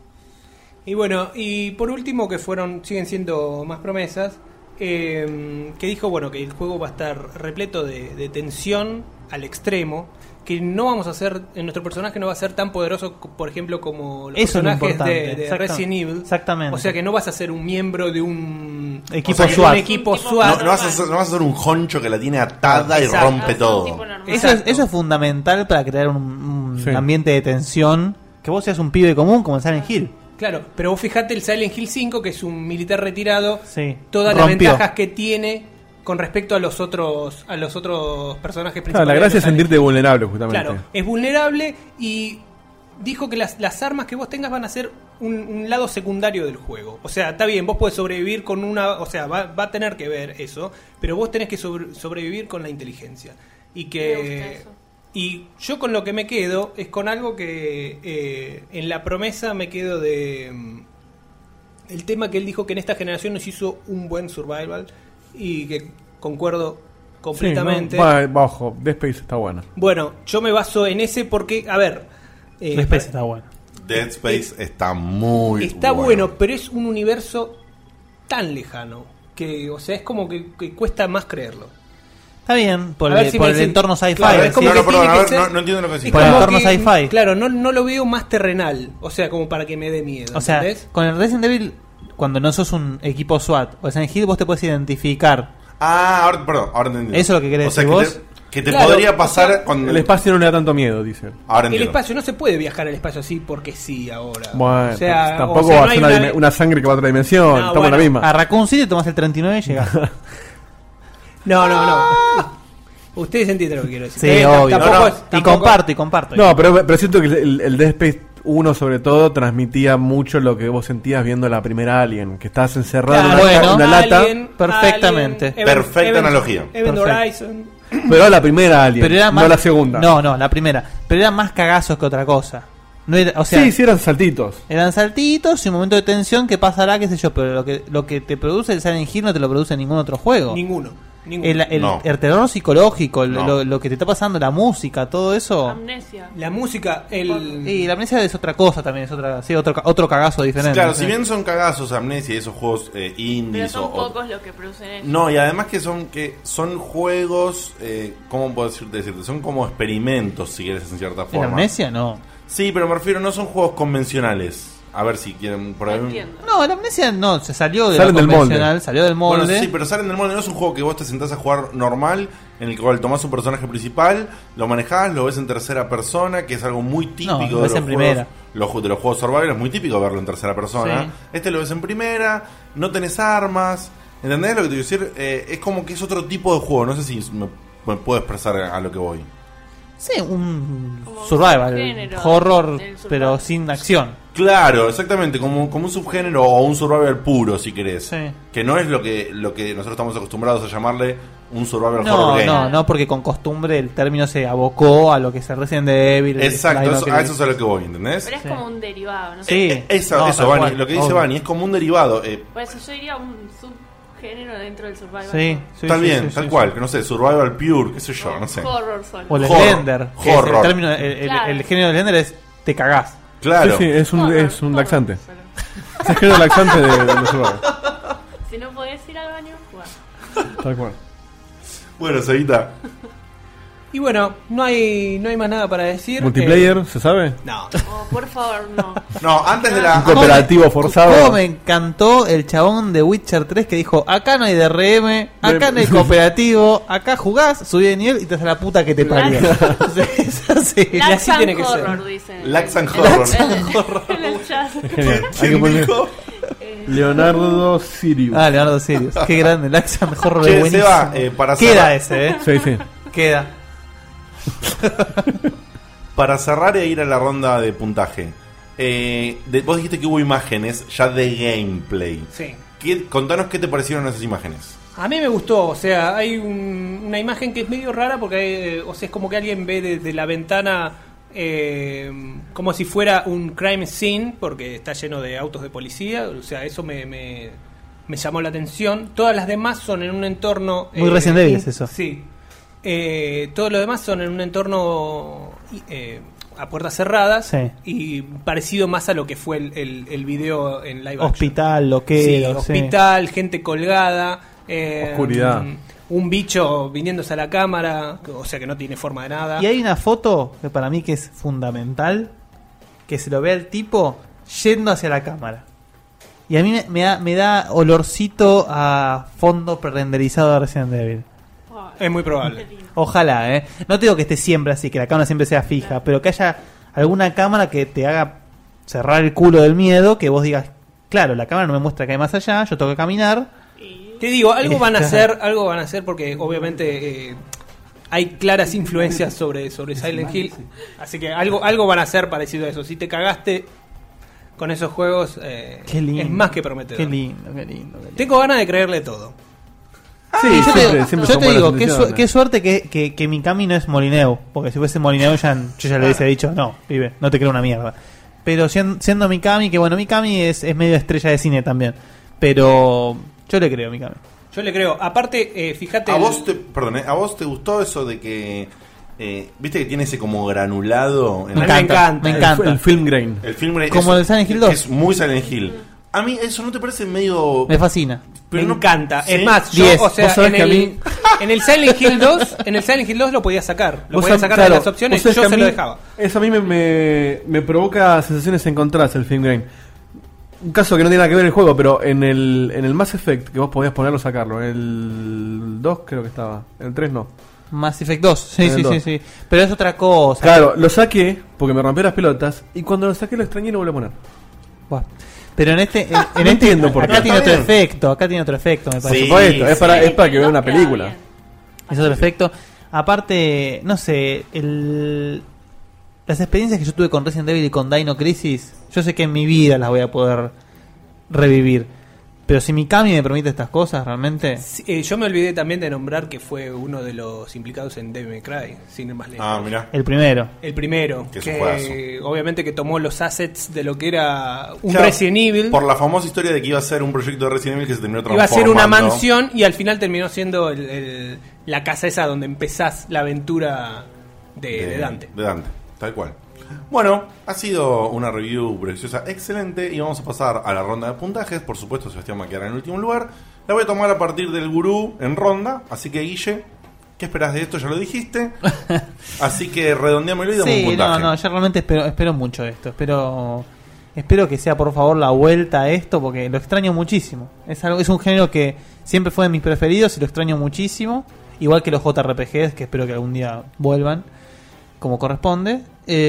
Y bueno, y por último, que fueron, siguen siendo más promesas, eh, que dijo, bueno, que el juego va a estar repleto de, de tensión al extremo, que no vamos a ser, en nuestro personaje no va a ser tan poderoso, co- por ejemplo, como los Eso es lo personajes importante, de, de exacta- Resident Evil. exactamente. O sea que no vas a ser un miembro de un Equipo o sea, que SWAT. un equipo Un tipo SWAT. no, no vas a ser, no vas a ser un honcho que la tiene atada y Exacto. rompe todo. Tipo normal. Eso es, Exacto. eso es fundamental para crear un, un Sí. ambiente de tensión. Que vos seas un pibe común como en Silent Hill. Claro, pero vos fijate el Silent Hill cinco, que es un militar retirado, Sí. todas las Rompió. ventajas que tiene con respecto a los otros a los otros personajes principales. Claro, la gracia de es Silent sentirte Hill. vulnerable, justamente. Claro, es vulnerable y dijo que las, las armas que vos tengas van a ser un, un lado secundario del juego. O sea, está bien, vos podés sobrevivir con una... O sea, va, va a tener que ver eso, pero vos tenés que sobre- sobrevivir con la inteligencia. Y Me gusta que... eso. Y yo con lo que me quedo es con algo que eh, en la promesa me quedo de... mm, el tema que él dijo que en esta generación nos hizo un buen survival y que concuerdo completamente. Sí, no, va, bajo, Dead Space está bueno. Bueno, yo me baso en ese porque, a ver, eh, Dead Space está bueno. Dead Space está muy está bueno. pero es un universo tan lejano que, o sea, es como que, que cuesta más creerlo. Está bien, por A ver el, si por me el decís- entorno sci-fi. Claro, es como No, que no, perdón, tiene a que ver, ser- no, no entiendo lo que decís. es Por el como entorno que- sci-fi. Claro, no, no lo veo más terrenal, o sea, como para que me dé miedo. O sea, ¿entendés? con el Resident Evil, cuando no sos un equipo SWAT o Silent Hill, vos te puedes identificar. Ah, ahora, perdón, ahora entendí. Eso es lo que querés O sea, decir que vos. te, que te Claro, podría o pasar sea, cuando... El espacio no le da tanto miedo, dice. Ahora El entiendo. espacio no se puede viajar al espacio así porque sí ahora. Bueno, o sea, tampoco o sea, va no a ser hay una, una- dime- una sangre que va a otra dimensión. No, estamos en bueno. la misma. A Raccoon City tomás el treinta y nueve y llegás. No, no, no. Ustedes entienden lo que quiero decir. Sí, Eh, obvio. tampoco No, no. es- Y tampoco- comparto, y comparto. No, pero, pero siento que el, el Dead Space uno sobre todo transmitía mucho lo que vos sentías viendo la primera Alien, que estabas encerrado Claro, en una, bueno, una lata, Alien, perfectamente. Alien, Perfecta Event- analogía. Event Perfecto. Horizon. pero la primera Alien, Pero era más, no la segunda. No, no, la primera. Pero era más cagazos que otra cosa. No era, o sea, sí, sí, eran saltitos. Eran saltitos y un momento de tensión que pasará, qué sé yo, pero lo que lo que te produce el Silent Hill no te lo produce ningún otro juego. Ninguno. ninguno. El, el, No. el terror psicológico, No. lo, lo que te está pasando, la música, todo eso. Amnesia. La música, el... Y la amnesia es otra cosa también, es otra, sí, otro, ca- otro cagazo diferente. Claro, sí. si bien son cagazos, Amnesia y esos juegos eh, Pero indies son o, o- pocos los que producen eso. No, y además que son que son juegos, eh, ¿cómo puedo decirte, decirte? Son como experimentos, si quieres, en cierta ¿En forma. amnesia? No. Sí, pero me refiero, no son juegos convencionales. A ver si quieren por ahí. No, la amnesia no, se salió de Salen lo del convencional, molde. salió del molde. Bueno, sí, pero salen del molde. No es un juego que vos te sentás a jugar normal, en el cual tomás un personaje principal, lo manejás, lo ves en tercera persona, que es algo muy típico No, lo de, ves los en juegos, primera. los, de los juegos survival. Es muy típico verlo en tercera persona. Sí. Este lo ves en primera, no tenés armas. ¿Entendés lo que te quiero decir? Eh, es como que es otro tipo de juego. No sé si me, me puedo expresar a, a lo que voy. Sí, un survival, subgénero horror, del survival. pero sin acción. Claro, exactamente, como, como un subgénero o un survival puro, si querés. Sí. Que no es lo que, lo que nosotros estamos acostumbrados a llamarle un survival No, horror game. no, no, porque con costumbre el término se abocó a lo que es el Resident Evil. el Exacto, Dino eso- a Crisis. eso es a lo que voy, ¿entendés? Pero es como un derivado, ¿no? Sí. Eh, Eso, No, eso tal Vani, cual, lo que dice obvio. Vani, es como un derivado. eh, Por eso yo diría un subgénero dentro del survival. Sí, sí, Está sí, bien, sí, tal sí, cual, sí. que no sé, survival pure, qué sé yo, no sé. Horror solo. O el Horror, Slender. que es horror. el, término, el, el- Claro. el género de Slender es te cagás. Claro. Sí, sí, es un, es un laxante. Es el género laxante de, de los survival. Si no podés ir al baño, jugar. Tal cual. Bueno, Seguita. Y bueno, no hay no hay más nada para decir. ¿Multiplayer? Eh, ¿Se sabe? No. Oh, por favor, no. No, antes de la. Un cooperativo forzado. ¿Cómo me encantó el chabón de Witcher tres que dijo, acá no hay D R M, acá no hay cooperativo, acá jugás, subí de nivel y te hace la puta que te parió? O sea, es así. Y así tiene que ser. Horror, dicen. Lax and En- Horror. En, en el chat. Genial. Hay que poner Leonardo Sirius. Ah, Leonardo Sirius. Qué grande, el Action Horror Che, es buenísimo. Seba, eh, para Queda cerrar- ese, ¿eh? Sí, sí. Queda. Para cerrar e ir a la ronda de puntaje. Eh, de- vos dijiste que hubo imágenes ya de gameplay. Sí. ¿Qué- contanos qué te parecieron esas imágenes. A mí me gustó, o sea, hay un- una imagen que es medio rara porque hay, eh, o sea, es como que alguien ve desde la ventana eh, como si fuera un crime scene porque está lleno de autos de policía, o sea, eso me, me, me llamó la atención. Todas las demás son en un entorno... Muy Resident Evil es in- eso. Sí. Eh, todos los demás son en un entorno eh, a puertas cerradas Sí. y parecido más a lo que fue el, el, el video en live action. Hospital, Sí, loquero, sí. hospital, gente colgada, eh, Oscuridad. un bicho viniéndose a la cámara, o sea que no tiene forma de nada. Y hay una foto que para mí que es fundamental, que se lo ve al tipo yendo hacia la cámara. Y a mí me, me da, me da olorcito a fondo prerenderizado de Resident Evil. Es muy probable. Ojalá, ¿eh? No te digo que esté siempre así, que la cámara siempre sea fija, pero que haya alguna cámara que te haga cerrar el culo del miedo, que vos digas, claro, la cámara no me muestra que hay más allá, yo tengo que caminar. Te digo, algo van a Está. hacer, algo van a hacer porque obviamente eh, hay claras influencias sobre, sobre Silent Hill, así que algo, algo van a hacer parecido a eso. Si te cagaste con esos juegos, eh, Qué lindo. es más que prometedor. Qué lindo, qué lindo. qué lindo. Tengo ganas de creerle todo. Sí, Y yo te, siempre- siempre yo son te buenas digo, qué, su- intenciones. qué suerte que, que, que mi camino es Molineu. Porque si fuese Molineu, ya, yo ya le hubiese dicho, no, pibe, no te creo una mierda. Pero siendo, siendo Mikami, que bueno, Mikami es, es medio estrella de cine también. Pero yo le creo a Mikami. Yo le creo. Aparte, eh, fíjate... ¿A el- vos te, perdón, eh, ¿a vos te gustó eso de que eh, viste que tiene ese como granulado? En Me la- encanta, me encanta. El, el film grain. El film grain Como es- el Silent Hill dos. Es muy Silent Hill. A mí eso no te parece medio... Me fascina. Pero me no- encanta. ¿Sí? Es más, yo, diez. o sea, Vos sabés en que a el, mí- en el Silent Hill dos, en el Silent Hill dos lo podía sacar. Lo Vos podía sab- sacar claro, de las opciones, vos yo sabés se que a lo mí- dejaba. Eso a mí me, me, me provoca sensaciones encontradas el film grain. Un caso que no tiene nada que ver el juego, pero en el, en el Mass Effect, que vos podías ponerlo o sacarlo. El dos creo que estaba. El tres no. Mass Effect dos, sí, En el sí, dos. sí, sí. Pero es otra cosa. Claro, lo saqué porque me rompió las pelotas. Y cuando lo saqué lo extrañé y lo volví a poner. Buah. Pero en este, en, en No este entiendo por acá qué. tiene Está otro bien. efecto, acá tiene otro efecto, me parece. Sí, Por supuesto, es sí. para, es para que vea una Queda película. bien. Es otro efecto. Aparte, no sé, el, las experiencias que yo tuve con Resident Evil y con Dino Crisis, yo sé que en mi vida las voy a poder revivir. Pero si Mikami me permite estas cosas, realmente... Sí, eh, yo me olvidé también de nombrar que fue uno de los implicados en Devil May Cry, sin ir más lejos. Ah, mirá. El primero. El primero, Que es que, un juegazo. obviamente que tomó los assets de lo que era un Claro, Resident Evil. Por la famosa historia de que iba a ser un proyecto de Resident Evil que se terminó Iba a transformando. ser una mansión y al final terminó siendo el- el- la casa esa donde empezás la aventura de, de Dante. De Dante, tal cual. Bueno, ha sido una review preciosa, excelente. Y vamos a pasar a la ronda de puntajes. Por supuesto, Sebastián va a quedar en el último lugar. La voy a tomar a partir del gurú en ronda. Así que, Guille, ¿qué esperás de esto? Ya lo dijiste. Así que redondeamelo y dame un Sí, puntaje. no, no, yo realmente espero, espero mucho esto. Espero espero que sea, por favor, la vuelta a esto, porque lo extraño muchísimo. Es algo, es un género que siempre fue de mis preferidos y lo extraño muchísimo. Igual que los J R P Gs, que espero que algún día vuelvan como corresponde.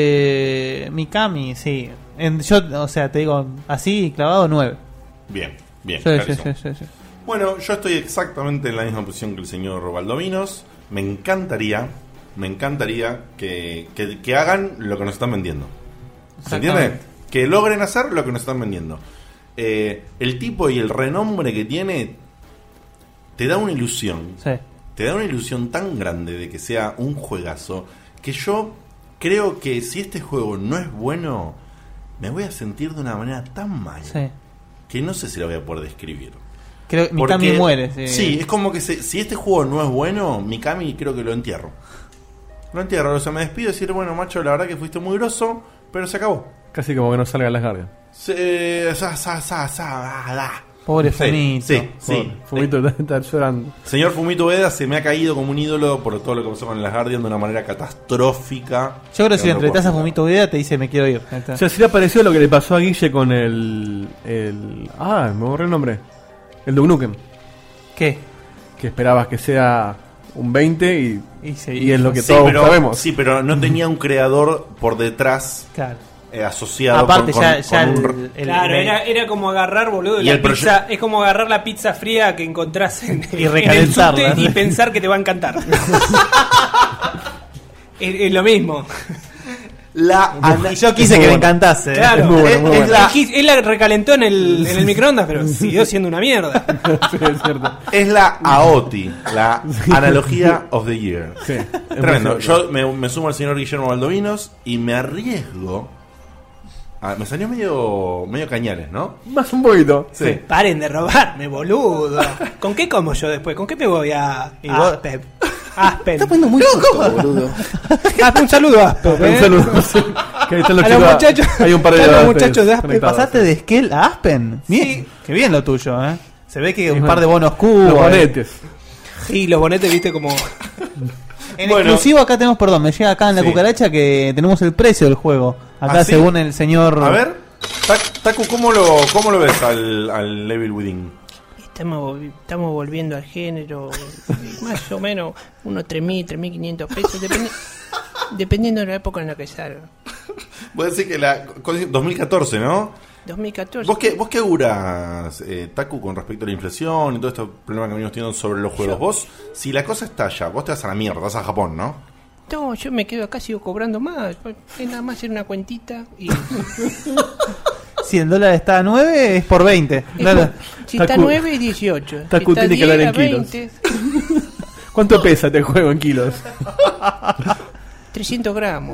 Eh, Mikami, sí. En- yo, o sea, te digo, así, clavado, nueve. Bien, bien. Sí, sí, clarísimo. sí, sí, sí. Bueno, yo estoy exactamente en la misma posición que el señor Baldovinos. Me encantaría, me encantaría que, que, que hagan lo que nos están vendiendo. ¿Se entiende? Exactamente. Que logren hacer lo que nos están vendiendo. Eh, el tipo y el renombre que tiene te da una ilusión. Sí. Te da una ilusión tan grande de que sea un juegazo que yo creo que si este juego no es bueno, me voy a sentir de una manera tan mal Sí. que no sé si lo voy a poder describir. Creo que Mikami Porque- muere. Sí. Sí, es como que se- si este juego no es bueno, Mikami creo que lo entierro. Lo entierro, o sea, me despido y decir, bueno, macho, la verdad que fuiste muy grosso, pero se acabó. Casi como que no salga las Guardian. Se, sa, sa, sa, sa, ah, da. Pobre Sí, Fumito. Sí, sí. Pobre Fumito está, está llorando. Señor Fumito Ueda se me ha caído como un ídolo por todo lo que pasó con las Guardian de una manera catastrófica. Yo creo que si le no lo entretas a puedo Fumito Ueda te dice me quiero ir. Ahí está. O sea, si le pareció lo que le pasó a Guille con el. el ah, me borré el nombre. El Duke Nukem. ¿Qué? Que esperabas que sea un veinte y, Y, se- y es lo que Sí, todos pero, sabemos. sí, pero no tenía un creador por detrás Claro. eh, asociado Aparte, con, ya, con- ya con un- el, el- Claro, el- era, era como agarrar, boludo, Y la el proye- pizza, es como agarrar la pizza fría que encontrás en, Y en el recalentarla. subte y pensar que te va a encantar. es, es lo mismo. la ana- Y yo quise Es que muy me bueno. encantase. ¿eh? Claro, es muy bueno, es- muy es bueno. la- él la recalentó en el, en el microondas, pero siguió siendo una mierda. Sí, es cierto. Es la A O T I, la analogía of the year. Sí, es Tremendo. muy cierto. Yo me, me sumo al señor Guillermo Baldovinos y me arriesgo. a- me salió medio medio cañales, ¿no? Más un poquito. Sí. Paren de robarme, boludo. ¿Con qué como yo después? ¿Con qué me voy a Y vos- Aspen? Aspen. Está poniendo muy justo, boludo. Aspen, un saludo a Aspen. Un ¿eh? saludo. Sí. Que ahí están los A los chicos- muchachos, hay un par de a los Aspen muchachos de Aspen. conectados. Pasaste de Skell a Aspen. Bien. Sí. Qué bien lo tuyo, ¿eh? Se ve que un bueno. par de bonos Los cubos. bonetes. Sí, los bonetes, viste, como... En Bueno. exclusivo acá tenemos, perdón, me llega acá en la Sí. cucaracha que tenemos el precio del juego. Acá ¿Ah, sí? según el señor... A ver, Ta- Taku, ¿cómo lo, cómo lo ves al, al Level Within? Estamos, volvi- estamos volviendo al género, más o menos unos tres mil, tres mil quinientos pesos, dependi- dependiendo de la época en la que salga. Voy a decir que la dos mil catorce, ¿no? dos mil catorce. ¿Vos qué, vos qué auguras, eh, Taku, con respecto a la inflación y todo este problema que venimos teniendo sobre los juegos? Vos, si la cosa estalla, vos te vas a la mierda, te vas a Japón, ¿no? No, yo me quedo acá, sigo cobrando más. Es nada más hacer una cuentita y... Si el dólar está a nueve, es por veinte. es Dale. por- si está Taku- nueve, dieciocho. Taku Si está tiene que hablar en diez, kilos. veinte. ¿Cuánto pesa este juego en kilos? trescientos gramos.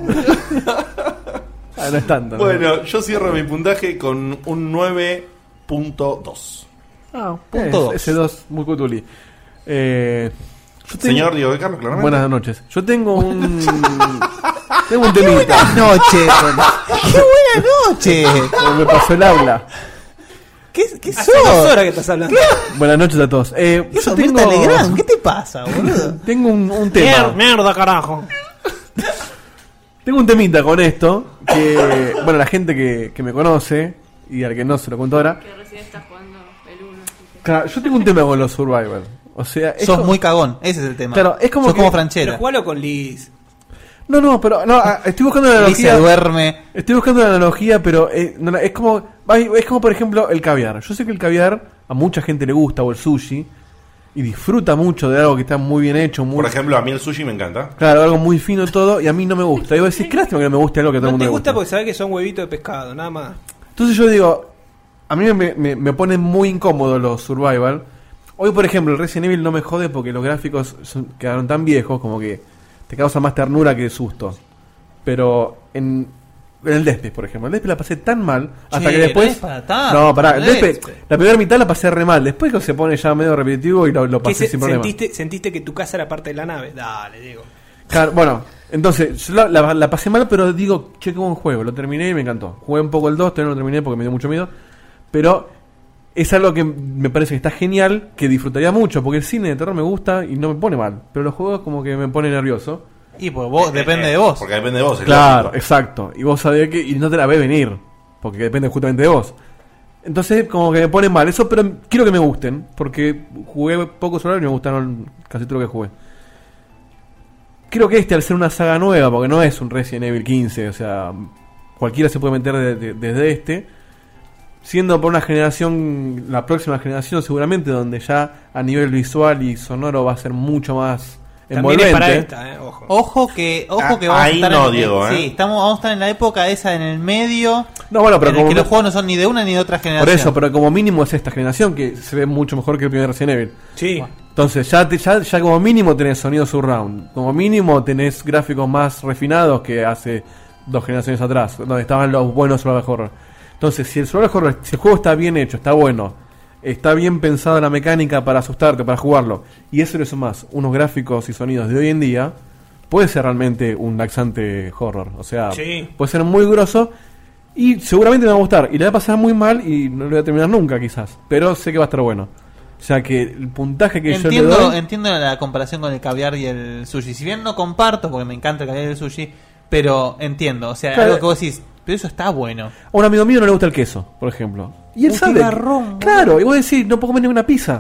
Ah, no es tanto. ¿no? Bueno, yo cierro mi puntaje con un nueve punto dos. Ah, punto es- dos. Ese dos, muy cutuli. Eh, yo tengo- Señor Diego de Carlos, claramente. Buenas noches. Yo tengo un. tengo un temita. Buenas noches. ¡Qué buena noche! Como me pasó el aula. ¿Qué, qué Hace dos sos? horas que estás hablando. Buenas noches a todos. Eh, ¿Qué yo sos, tengo, Mirta Legrand? ¿Qué te pasa, boludo? tengo un, un tema. Mierda, mierda, carajo. Tengo un temita con esto. Que, bueno, la gente que, que me conoce y al que no se lo cuento ahora. Que recién estás jugando el uno. Claro, yo tengo un tema con los Survivor. O sea, es Sos como- muy cagón, ese es el tema. Claro, es como Sos que- como Pero Franchella. jugalo con Liz. No, no, pero no, ah, estoy buscando una Liz se analogía. duerme. Estoy buscando una analogía, pero eh, no, no, es como ay, es como por ejemplo el caviar. Yo sé que el caviar a mucha gente le gusta o el sushi y disfruta mucho de algo que está muy bien hecho, muy Por ejemplo, a mí el sushi me encanta. claro, algo muy fino todo y a mí no me gusta. Y vos decís, qué lástima que no me guste algo que a todo el No mundo te le gusta gusta. porque sabes que son huevitos de pescado, nada más. Entonces yo digo, a mí me, me, me ponen muy incómodo los survival. Hoy, por ejemplo, el Resident Evil no me jode porque los gráficos son- quedaron tan viejos como que te causa más ternura que susto. Pero en, en el Death Space, por ejemplo, el Death Space la pasé tan mal hasta Che, que después... no es para tanto, no, pará, el Death Death Space, la primera mitad la pasé re mal. Después que se pone ya medio repetitivo y lo, lo ¿Qué pasé se- sin problema. sentiste, ¿Sentiste que tu casa era parte de la nave? Dale, Diego. Claro, bueno, entonces yo la, la- la pasé mal, pero digo, che, qué buen juego, lo terminé y me encantó. Jugué un poco el dos, todavía no lo terminé porque me dio mucho miedo, pero es algo que me parece que está genial, que disfrutaría mucho, porque el cine de terror me gusta y no me pone mal, pero los juegos como que me pone nervioso. Y pues vos, depende de vos. Porque depende de vos, es Claro, lógico. exacto, y vos sabés que, y no te la ves venir, porque depende justamente de vos. Entonces como que me pone mal eso, pero quiero que me gusten, porque jugué poco sobre y me gustaron casi todo lo que jugué. Creo que este, al ser una saga nueva, porque no es un Resident Evil quince, o sea, cualquiera se puede meter de- de- desde este, siendo por una generación, la próxima generación seguramente, donde ya a nivel visual y sonoro va a ser mucho más También envolvente. es para esta, eh, ojo. Ojo que, ojo Ah, que vamos ahí a estar no, en, Diego, ¿eh? sí, estamos, vamos a estar en la época esa en el medio. No, bueno, pero en el como que me- los juegos no son ni de una ni de otra Por generación. eso, pero como mínimo es esta generación que se ve mucho mejor que el primer Resident Evil. Sí. Entonces ya, te- ya, ya como mínimo tenés sonido surround, como mínimo tenés gráficos más refinados que hace dos generaciones atrás, donde estaban los buenos survival horror. Entonces, si el survival horror, si el juego está bien hecho, está bueno, está bien pensada la mecánica para asustarte, para jugarlo, y eso es más, unos gráficos y sonidos de hoy en día, puede ser realmente un laxante horror. O sea, Sí. puede ser muy grosso y seguramente me va a gustar. Y le va a pasar muy mal y no lo voy a terminar nunca, quizás. Pero sé que va a estar bueno. O sea que el puntaje que yo le Entiendo, doy. entiendo la comparación con el caviar y el sushi. Si bien no comparto, porque me encanta el caviar y el sushi, pero entiendo. O sea, Claro. algo que vos decís, pero eso está bueno. A un amigo mío no le gusta el queso, por ejemplo. Y él Uy, sabe. qué que- garrón, claro, y vos decís, no puedo comer ninguna pizza.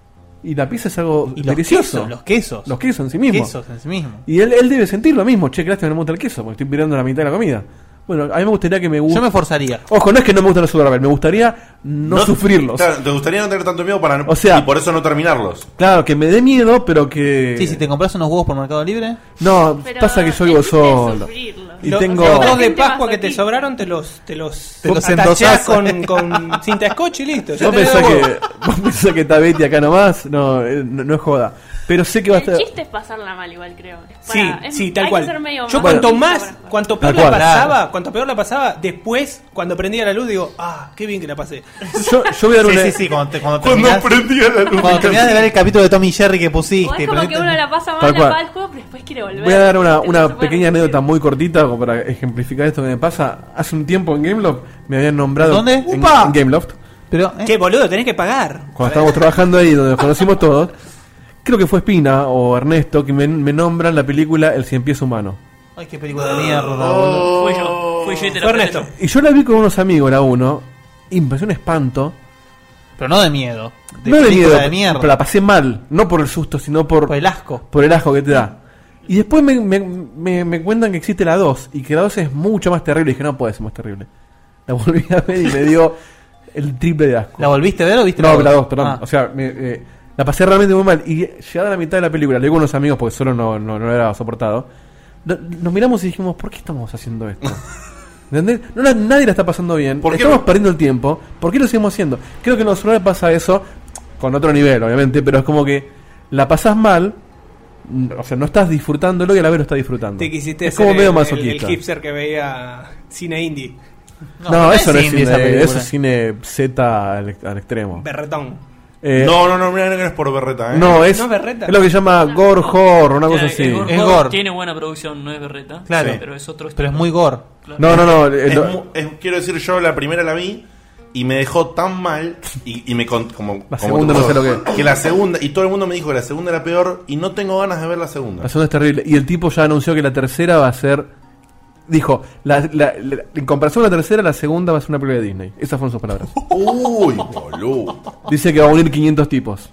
Y la pizza es algo Y los delicioso. quesos, los quesos. Los quesos en sí mismos. Quesos en sí mismos. Y él, él debe sentir lo mismo. Che, gracias, no me gusta el queso, porque estoy pirando la mitad de la comida. Bueno, a mí me gustaría que me guste. Yo me forzaría. Ojo, no es que no me gustan los survival, me gustaría no, sufrirlos. Claro, te gustaría no tener tanto miedo para no, O sea- y por eso no terminarlos. Claro, que me dé miedo, pero que. Sí, si te compras unos huevos por Mercado Libre. No, Pero pasa que yo vivo solo. Y Lo- tengo. Los dos La de gente Pascua que te masoquista. sobraron te los te los, Te los atachás endosás. con, con cinta scotch y listo. ya Vos tenés pensás los que, huevos. vos pensás que está Betty acá nomás. No, eh, no, no es joda. Pero sé que va a El estar. chiste es pasarla mal igual, creo. Es Sí, para- es- sí, tal hay cual. que ser medio Yo masoquista cuanto para más, jugar. cuanto peor Tal la cual. pasaba, cuanto peor la pasaba, después, cuando prendía la luz, digo, ah, qué bien que la pasé. Yo, yo voy a dar Sí, una. sí, sí, cuando, te, cuando, Cuando terminás, prendía la luz. cuando terminás de ver el capítulo de Tommy y Jerry que O pusiste. es como que prendiste- uno la pasa Tal mal, cual. apaga el juego, pero después quiere volver. Voy a dar una, Entonces, una no se puede pequeña resistir. anécdota muy cortita como para ejemplificar esto que me pasa. Hace un tiempo en Gameloft me habían nombrado. ¿Dónde? En, ¡Upa! en Gameloft. Pero, eh, Che, boludo, tenés que pagar. Cuando estábamos trabajando ahí, donde nos conocimos todos. Creo que fue Espina o Ernesto que me, me nombran la película El Cien Pies Humano. ay, qué película de mierda, boludo. Fui yo, fui yo y te la Fue Ernesto. presenté. Y yo la vi con unos amigos, era uno. Impresión espanto. Pero no de miedo. De no de película miedo, de mierda. pero la pasé mal. No por el susto, sino por, Por el asco. por el asco que te da. Y después me, me, me, me cuentan que existe la dos y que la dos es mucho más terrible. Y dije, no puede ser más terrible. La volví a ver y me dio el triple de asco. ¿La volviste a ver o viste No, la la dos, perdón. Ah. O sea, me, eh, la pasé realmente muy mal. Y llegada a la mitad de la película, le digo a unos amigos porque solo no, no, no era soportado. no- Nos miramos y dijimos, ¿por qué estamos haciendo esto? ¿Entendés? No, la- nadie la está pasando bien. ¿Por qué Estamos no? perdiendo el tiempo. ¿Por qué lo seguimos haciendo? Creo que en los celulares pasa eso con otro nivel, obviamente, pero es como que la pasás mal. mm, O sea, no estás disfrutándolo y a la vez lo estás disfrutando. Te quisiste es hacer como medio el, el, masoquista. el hipster que veía cine indie. No, eso no es indie esa cine, película. eso es cine Z al, al extremo. Berretón. Eh, No, no, no, mira, no es por berreta, ¿eh? No, es, ¿No es berreta? es lo que se llama gore horror, una cosa Claro, así. el gore Es horror gore. tiene buena producción, no es berreta. Claro. Sí. Pero es otro Pero es estilo. muy gore. Claro. No, no, no. eh, Es lo- mu- es- quiero decir, yo la primera la vi y me dejó tan mal y, y me con- como, La como segunda tu- no sé lo que es. que la segunda y todo el mundo me dijo que la segunda era peor y no tengo ganas de ver la segunda. La segunda es terrible. Y el tipo ya anunció que la tercera va a ser. Dijo, la, la- la- en comparación a la tercera, la segunda va a ser una película de Disney. Esas fueron sus palabras. Uy, boludo. Dice que va a unir quinientos tipos.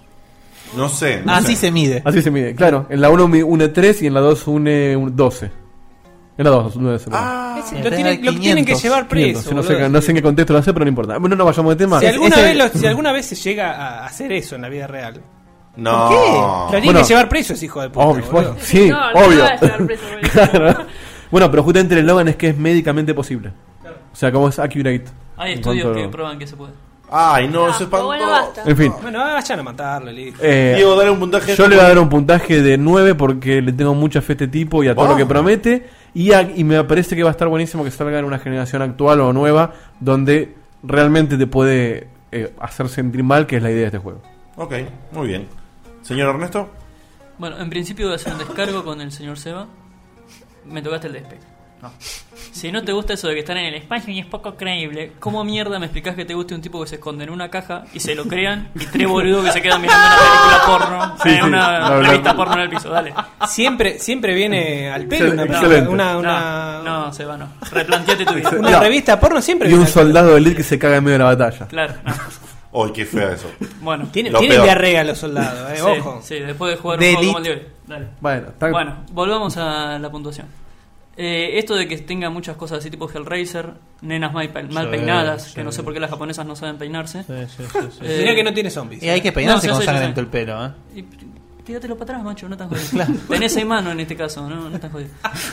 No sé. No Así sé. se mide. Así se mide. Claro, en la uno une tres y en la dos une un doce. En la dos une doce. Ah, Ese- en lo, vez tiene- de lo tienen que quinientos, llevar quinientos. preso. No sé, boludo. no sé en qué contexto lo hace, pero no importa. Bueno, no vayamos de tema. Si alguna, ese- vez lo- si alguna vez se llega a hacer eso en la vida real, no. ¿por qué? Lo tienen Bueno. que llevar preso ese hijo de puta. Obvio, boludo. sí, No, no obvio. lo va a llevar preso, boludo. Claro. Bueno, pero justamente el eslogan es que es médicamente posible. O sea, como es accurate. Hay En estudios cuanto- que prueban que se puede. Ay, no, Ah, se espantó. bueno, basta. En fin. Bueno, vayan a matarlo, listo. Eh, Diego, dale un puntaje. Yo le voy a dar un puntaje de nueve porque le tengo mucha fe a este tipo y a todo Wow. lo que promete. Y, a- y me parece que va a estar buenísimo que salga en una generación actual o nueva donde realmente te puede eh, hacer sentir mal, que es la idea de este juego. Ok, muy bien. Señor Ernesto. Bueno, en principio voy a hacer un descargo con el señor Seba. Me tocaste el despegue. No. Si no te gusta eso de que están en el espacio y es poco creíble, ¿cómo mierda me explicás que te guste un tipo que se esconde en una caja y se lo crean y tres boludos que se quedan mirando una película porno Sí, en sí. una No, no. revista porno en el piso? Dale. Siempre, siempre viene al pelo una, Excelente. una, No, una, no, Seba, no. Replanteate tu vida. una No. revista porno siempre Y viene un al pelo. soldado de elite que se caga en medio de la batalla. Claro. no. Ay, qué fea eso. Bueno, Tienen, Lo tienen peor. diarrea los soldados, eh, sí, ojo. sí, después de jugar De un juego como el elite. de hoy. Dale. Bueno, está- Bueno, volvamos a la puntuación. Eh, esto de que tenga muchas cosas así tipo Hellraiser, nenas mal, pe- mal Sí, peinadas, sí. que no sé por qué las japonesas no saben peinarse. Sí, sí, sí, sí. Eh, Mirá que no tiene zombies. Y hay que peinarse No, con sí, sí, sangrento sí. el pelo, ¿eh? Y, tíratelo para atrás, macho, no tan jodido. Tenés seis manos en este caso, no, no tan jodido.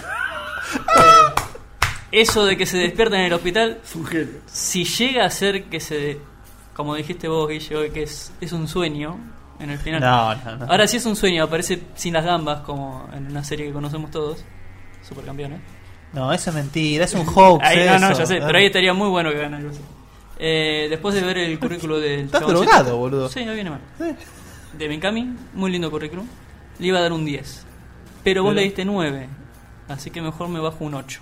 Eh, eso de que se despierten en el hospital, si llega a ser que se, como dijiste vos, Guille, hoy, que es, es un sueño en el final. No, no, no. Ahora si es un sueño, aparece sin las gambas, como en una serie que conocemos todos, Supercampeones. No, eso es mentira, es un hoax. Ahí, no, no, eso. ya sé, pero ahí estaría muy bueno que gane algo así. Eh, después de ver el currículo del Estás chaboncito- drogado, boludo. Sí, no viene mal. De Mikami, muy lindo currículum. Le iba a dar un diez. Pero vos Pero- le diste nueve. Así que mejor me bajo un ocho.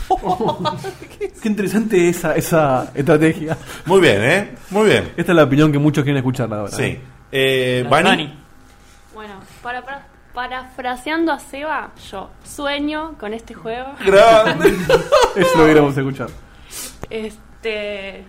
Qué interesante esa, esa estrategia. Muy bien, ¿eh? Muy bien. Esta es la opinión que muchos quieren escuchar ahora. Sí. Eh, La- Vani. Vani. Bueno, para, para- parafraseando a Seba, yo sueño con este juego. Grande. Eso lo queremos escuchar. Este,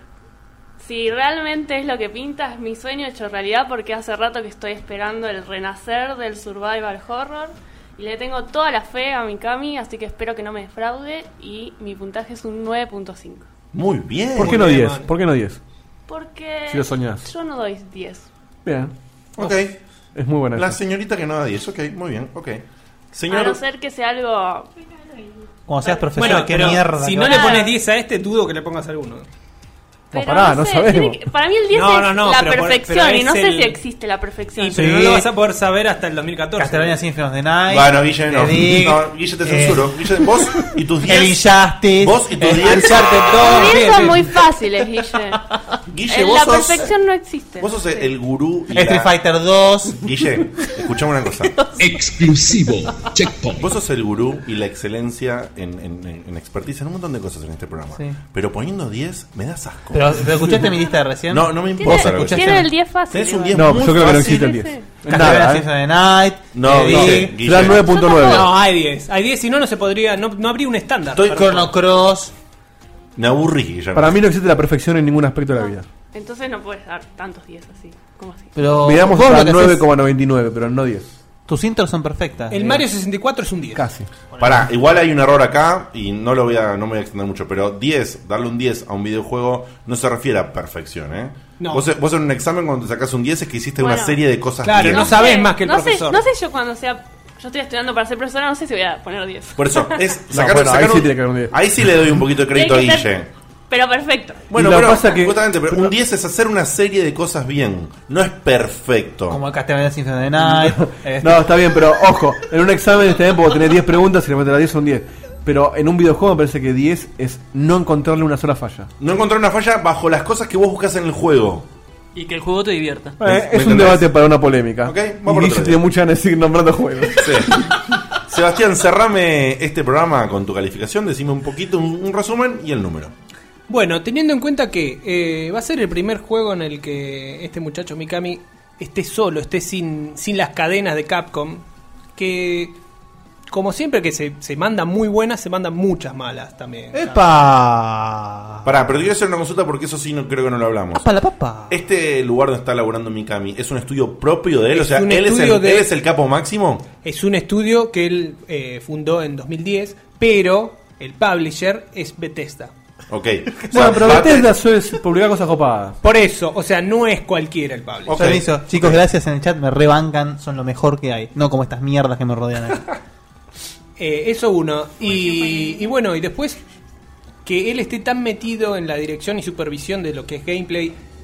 si realmente es lo que pinta, es mi sueño hecho realidad, porque hace rato que estoy esperando el renacer del survival horror y le tengo toda la fe a Mikami, así que espero que no me defraude y mi puntaje es un nueve punto cinco. Muy bien. ¿Por qué no Muy bien, diez? man. ¿Por qué no diez? Porque Si lo soñás. yo no doy diez. Bien. Ok. Es muy buena. La esa. señorita que no da diez. Ok, muy bien. Ok. A Señor. no ser que sea algo... Cuando seas profesor, Bueno, qué pero mierda. si que no va- le pones diez a este, dudo que le pongas alguno. Pero pará, no sé, sabemos. tiene que- para mí el diez No, es no, no, la pero por- perfección pero y no es sé el- si existe la perfección. Y, pero Sí. no lo vas a poder saber hasta el dos mil catorce. Castlevania Symphony of the Night. Bueno, Guille, no. The Dig, No, Guille te eh, censuro. Guille, vos y tus El diez. Injustice. Vos y tus eh, diez. Uncharted Los dos. diez bien, son bien. muy fáciles, Guille. Guille, En vos la sos. perfección no existe. Vos sos el gurú. y Street la- Fighter dos. Guille, escuchame una cosa. Exclusivo. Checkpoint. Vos sos el gurú y la excelencia en, en, en- en expertise en un montón de cosas en este programa. Sí. Pero poniendo diez, me das asco. Pero, ¿pero escuchaste mi lista de recién? No, no me Tiene, importa. lo que escuchaste? tiene el diez fácil. Tenés un igual. diez No, muy yo creo que no fácil. existe el Sí, diez. sí. Castlevania Nada, Symphony ¿eh? of the Night. No, The Guille, Dig, Guille. Será nueve punto nueve. No, hay diez. Hay diez, si no, no se podría. No, no habría un estándar. Estoy para- Chrono Cross. Me aburrí, Guillermo. Para mí no existe la perfección en ningún aspecto de la vida. Entonces no puedes dar tantos diez así. ¿Cómo así? Pero Miramos vos lo hasta que nueve haces- coma noventa y nueve, pero no diez. Tus intros son perfectas. El eh. Mario sesenta y cuatro es un diez. Casi. Pará, igual hay un error acá y no lo voy a, no me voy a extender mucho, pero diez, darle un diez a un videojuego no se refiere a perfección, ¿eh? No. Vos, vos en un examen cuando te sacás un diez es que hiciste Bueno. una serie de cosas Claro, bien. no sabés más que el no profesor. Sé, no sé yo cuando sea... Yo estoy estudiando para ser profesora, no sé si voy a poner diez. Por eso, es No, sacar, bueno, ahí sacar sí un- tiene que haber un diez. ahí sí le doy un poquito de crédito a Tiene que Guille. ser- Pero perfecto. Bueno, Y lo pero pasa que- justamente, pero un diez es hacer una serie de cosas bien, no es perfecto. Como el Castlevania Symphony of the Night. este, No, está bien, pero ojo, en un examen está bien porque tenés diez preguntas y le metes la diez son diez. Pero en un videojuego me parece que diez es no encontrarle una sola falla. No encontrar una falla bajo las cosas que vos buscas en el juego. Y que el juego te divierta. Eh, ¿Me es un entendés? debate para una polémica. Ok, vamos y por Guille otro tiene día. muchas ganas de seguir nombrando juegos. Sí. Sebastián, cerrame este programa con tu calificación, decime un poquito, un, un resumen y el número. Bueno, teniendo en cuenta que eh, va a ser el primer juego en el que este muchacho Mikami esté solo, esté sin, sin las cadenas de Capcom, que como siempre que se, se mandan muy buenas, se mandan muchas malas también. ¡Epa! Pará, pero te quiero hacer una consulta porque eso sí no creo que no lo hablamos. ¡Papa la papa! Este lugar donde está laburando Mikami, ¿es un estudio propio de él? Es O sea, un ¿él es, el, estudio de- ¿él es el capo máximo? Es un estudio que él eh, fundó en dos mil diez, pero el publisher es Bethesda. Ok. Bueno, pero Bate- Bethesda suele publicar cosas copadas. Por eso, o sea, no es cualquiera el publisher. Ok. Permiso. Chicos, gracias en el chat. Me rebancan. Son lo mejor que hay. No como estas mierdas que me rodean ahí. Eh, eso uno. Y, y bueno, y después que él esté tan metido en la dirección y supervisión de lo que es gameplay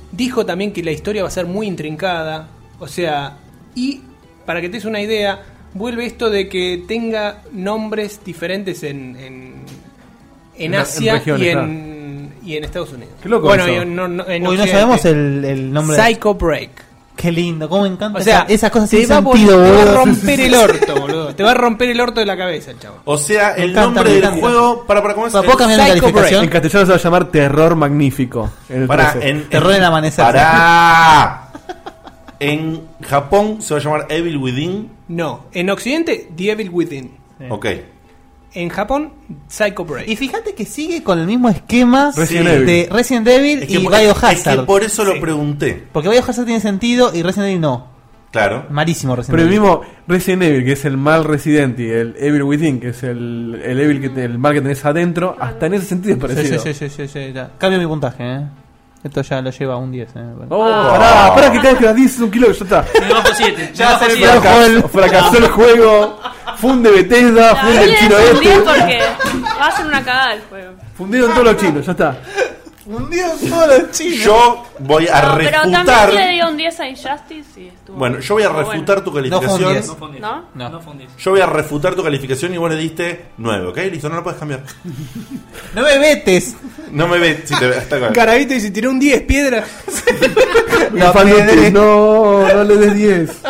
Dijo también que la historia va a ser muy intrincada. O sea, y para que te des una idea, vuelve esto de que tenga nombres diferentes en, en, en En- Asia en regiones, y, claro. en, y en Estados Unidos. Qué loco bueno, eso. y en- no, no, en Uy, no Occidente. sabemos el, el nombre. Psycho Break. Qué lindo, cómo me encanta. O sea, esa- esas cosas te sin va, a vol- sentido, te va a boludo. romper el orto, boludo. Te va a romper el orto de la cabeza el chavo. O sea, Me el encanta, nombre me del encanta. juego. Para, para, ¿cómo es? ¿Puedo cambiar la Psycho calificación? En castellano se va a llamar Terror Magnífico. En el Para, trece. en, Terror en el amanecer. Pará. En Japón se va a llamar Evil Within. No, en Occidente, The Evil Within. Ok. En Japón, Psycho Break. Y fíjate que sigue con el mismo esquema Resident de Evil. Resident Evil Es y por- Biohazard. es que por eso Sí. lo pregunté. Porque Biohazard tiene sentido y Resident Evil no. Claro. Malísimo Resident Pero el Evil. mismo Resident Evil, que es el mal residente, y el Evil Within, que es el, el evil que te- el mal que tenés adentro, hasta en ese sentido es Sí, parecido. sí, sí, sí, sí, sí, ya. Cambio mi puntaje, eh. Esto ya lo lleva a un diez, eh. Bueno. Oh, pará, pará que cada vez que las dices un kilo, ya está. Me bajo siete. Ya va a ser el siete. Fracasó, fracasó el juego. Funde Bethesda, La funde el verdad chino es un diez este. porque va a ser una cagada el juego. Fundieron todos los chinos, ya está. Un día solo, chino. Yo voy a No, pero también refutar. le dio un diez a Injustice y estuvo. Bueno, yo voy a estuvo refutar tu No fue un calificación. diez. No fundís. ¿No? No. No fundís. Yo voy a refutar tu calificación y vos le diste nueve, ¿ok? Listo, no lo puedes cambiar. No me metes. No me ves si te hasta acá. Carabito, y si tiró un diez piedra. Me faltó un diez. No, no le des diez.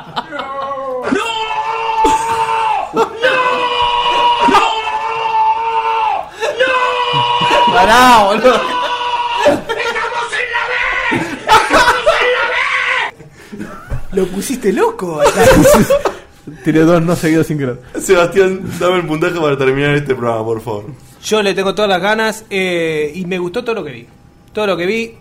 Pará, boludo. Lo pusiste loco. Tiré dos no seguidos sin querer. Sebastián, dame el puntaje para terminar este programa, por favor. Yo le tengo todas las ganas eh, y me gustó todo lo que vi. Todo lo que vi.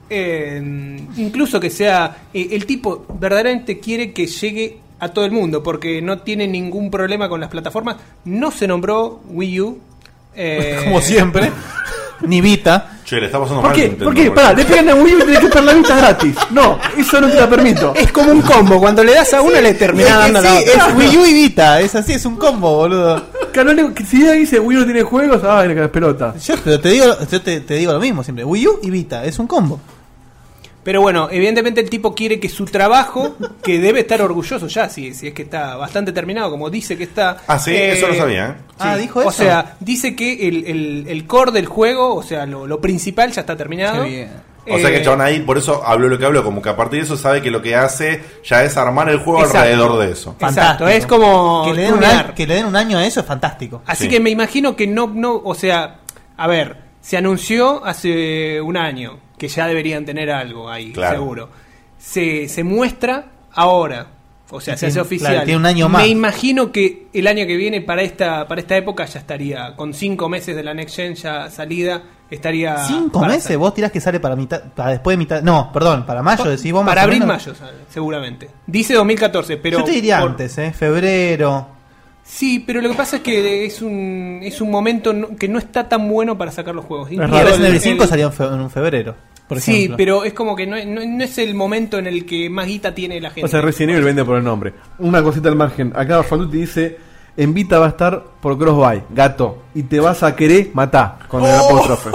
eh, incluso que sea... eh, el tipo verdaderamente quiere que llegue a todo el mundo porque no tiene ningún problema con las plataformas. No se nombró Wii U. eh, Como siempre. Ni Vita. Che, le está pasando ¿Por mal qué? Nintendo, ¿Por qué? boludo. Pará, le pegan a Wii U y tenés que pegar la vista gratis. No, eso no te la permito. Es como un combo. Cuando le das a una le terminás Es que dando a la sí, otra. es Wii U y Vita. Es así, es un combo, boludo. Que no le- que si alguien dice Wii U no tiene juegos, ah, le caes pelota. Yo pero te digo, yo te, te digo lo mismo siempre. Wii U y Vita. Es un combo. Pero bueno, evidentemente el tipo quiere que su trabajo, que debe estar orgulloso ya, si, si es que está bastante terminado, como dice que está... Ah, sí, eh, eso lo sabía, ¿eh? Ah, dijo O eso. sea, dice que el, el, el core del juego, o sea, lo, lo principal ya está terminado. Qué bien. O sea que Eh, el chabón ahí, por eso habló lo que habló, como que a partir de eso sabe que lo que hace ya es armar el juego Exacto. alrededor de eso. Exacto, es como que le, den un tunear. año, que le den un año a eso es fantástico. Así Sí. que me imagino que no, no, o sea, a ver, se anunció hace un año que ya deberían tener algo ahí, Claro. seguro. Se, se muestra ahora, o sea, se Tiene- hace oficial. claro, tiene un año más. Me imagino que el año que viene para esta para esta época ya estaría con cinco meses de la Next Gen ya salida, estaría ¿Cinco para meses? salir. ¿Vos tirás que sale para mitad, para después de mitad? No, perdón, para mayo decís vos más Para o abril, menos? mayo, sale, seguramente. Dice dos mil catorce, pero Yo te diría por- antes, ¿eh? Febrero. Sí, pero lo que pasa es que es un es un momento no- que no está tan bueno para sacar los juegos. Y Incluso Resident Evil el- cinco el- salió en, fe- en un febrero, por Sí, ejemplo. pero es como que no, no, no es el momento en el que más guita tiene la gente. O sea, Resident Evil vende por el nombre. Una cosita al margen. Acá Falduti dice: en Vita va a estar por crossbuy, gato. Y te vas a querer matar con el apóstrofe.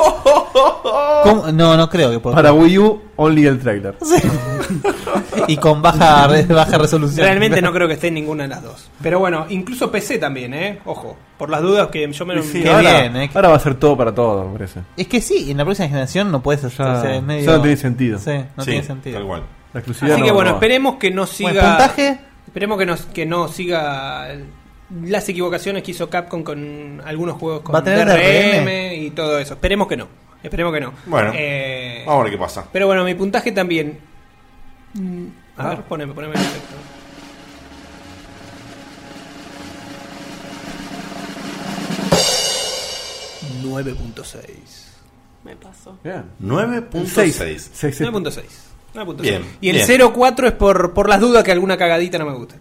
¿Cómo? No, no creo que pueda. Para Wii U, only el trailer. Y con baja, re- baja resolución. Realmente no creo que esté en ninguna de las dos. Pero bueno, incluso P C también, ¿eh? Ojo, por las dudas que yo me lo... Sí, Qué ahora, bien, eh. ahora va a ser todo para todo, me parece. Es que sí, en la próxima generación no puedes hacer. Ya- o sea, es medio- ya no tiene sentido. Sí, no Sí, tiene sentido. tal cual. La exclusividad Así no- que bueno, no va. esperemos que no siga... Buen puntaje. Esperemos que no, que no siga las equivocaciones que hizo Capcom con algunos juegos con ¿Va a tener D R D R M y todo eso. Esperemos que no. Esperemos que no. Bueno, Eh, vamos a ver qué pasa. Pero bueno, mi puntaje también. Mm, A ver, poneme, poneme el efecto. nueve punto seis. Me pasó. Bien. nueve punto Seis. seis. Seis, seis. nueve punto seis. nueve punto seis. Bien, Y el bien. cero punto cuatro es por, por las dudas que alguna cagadita no me gusta.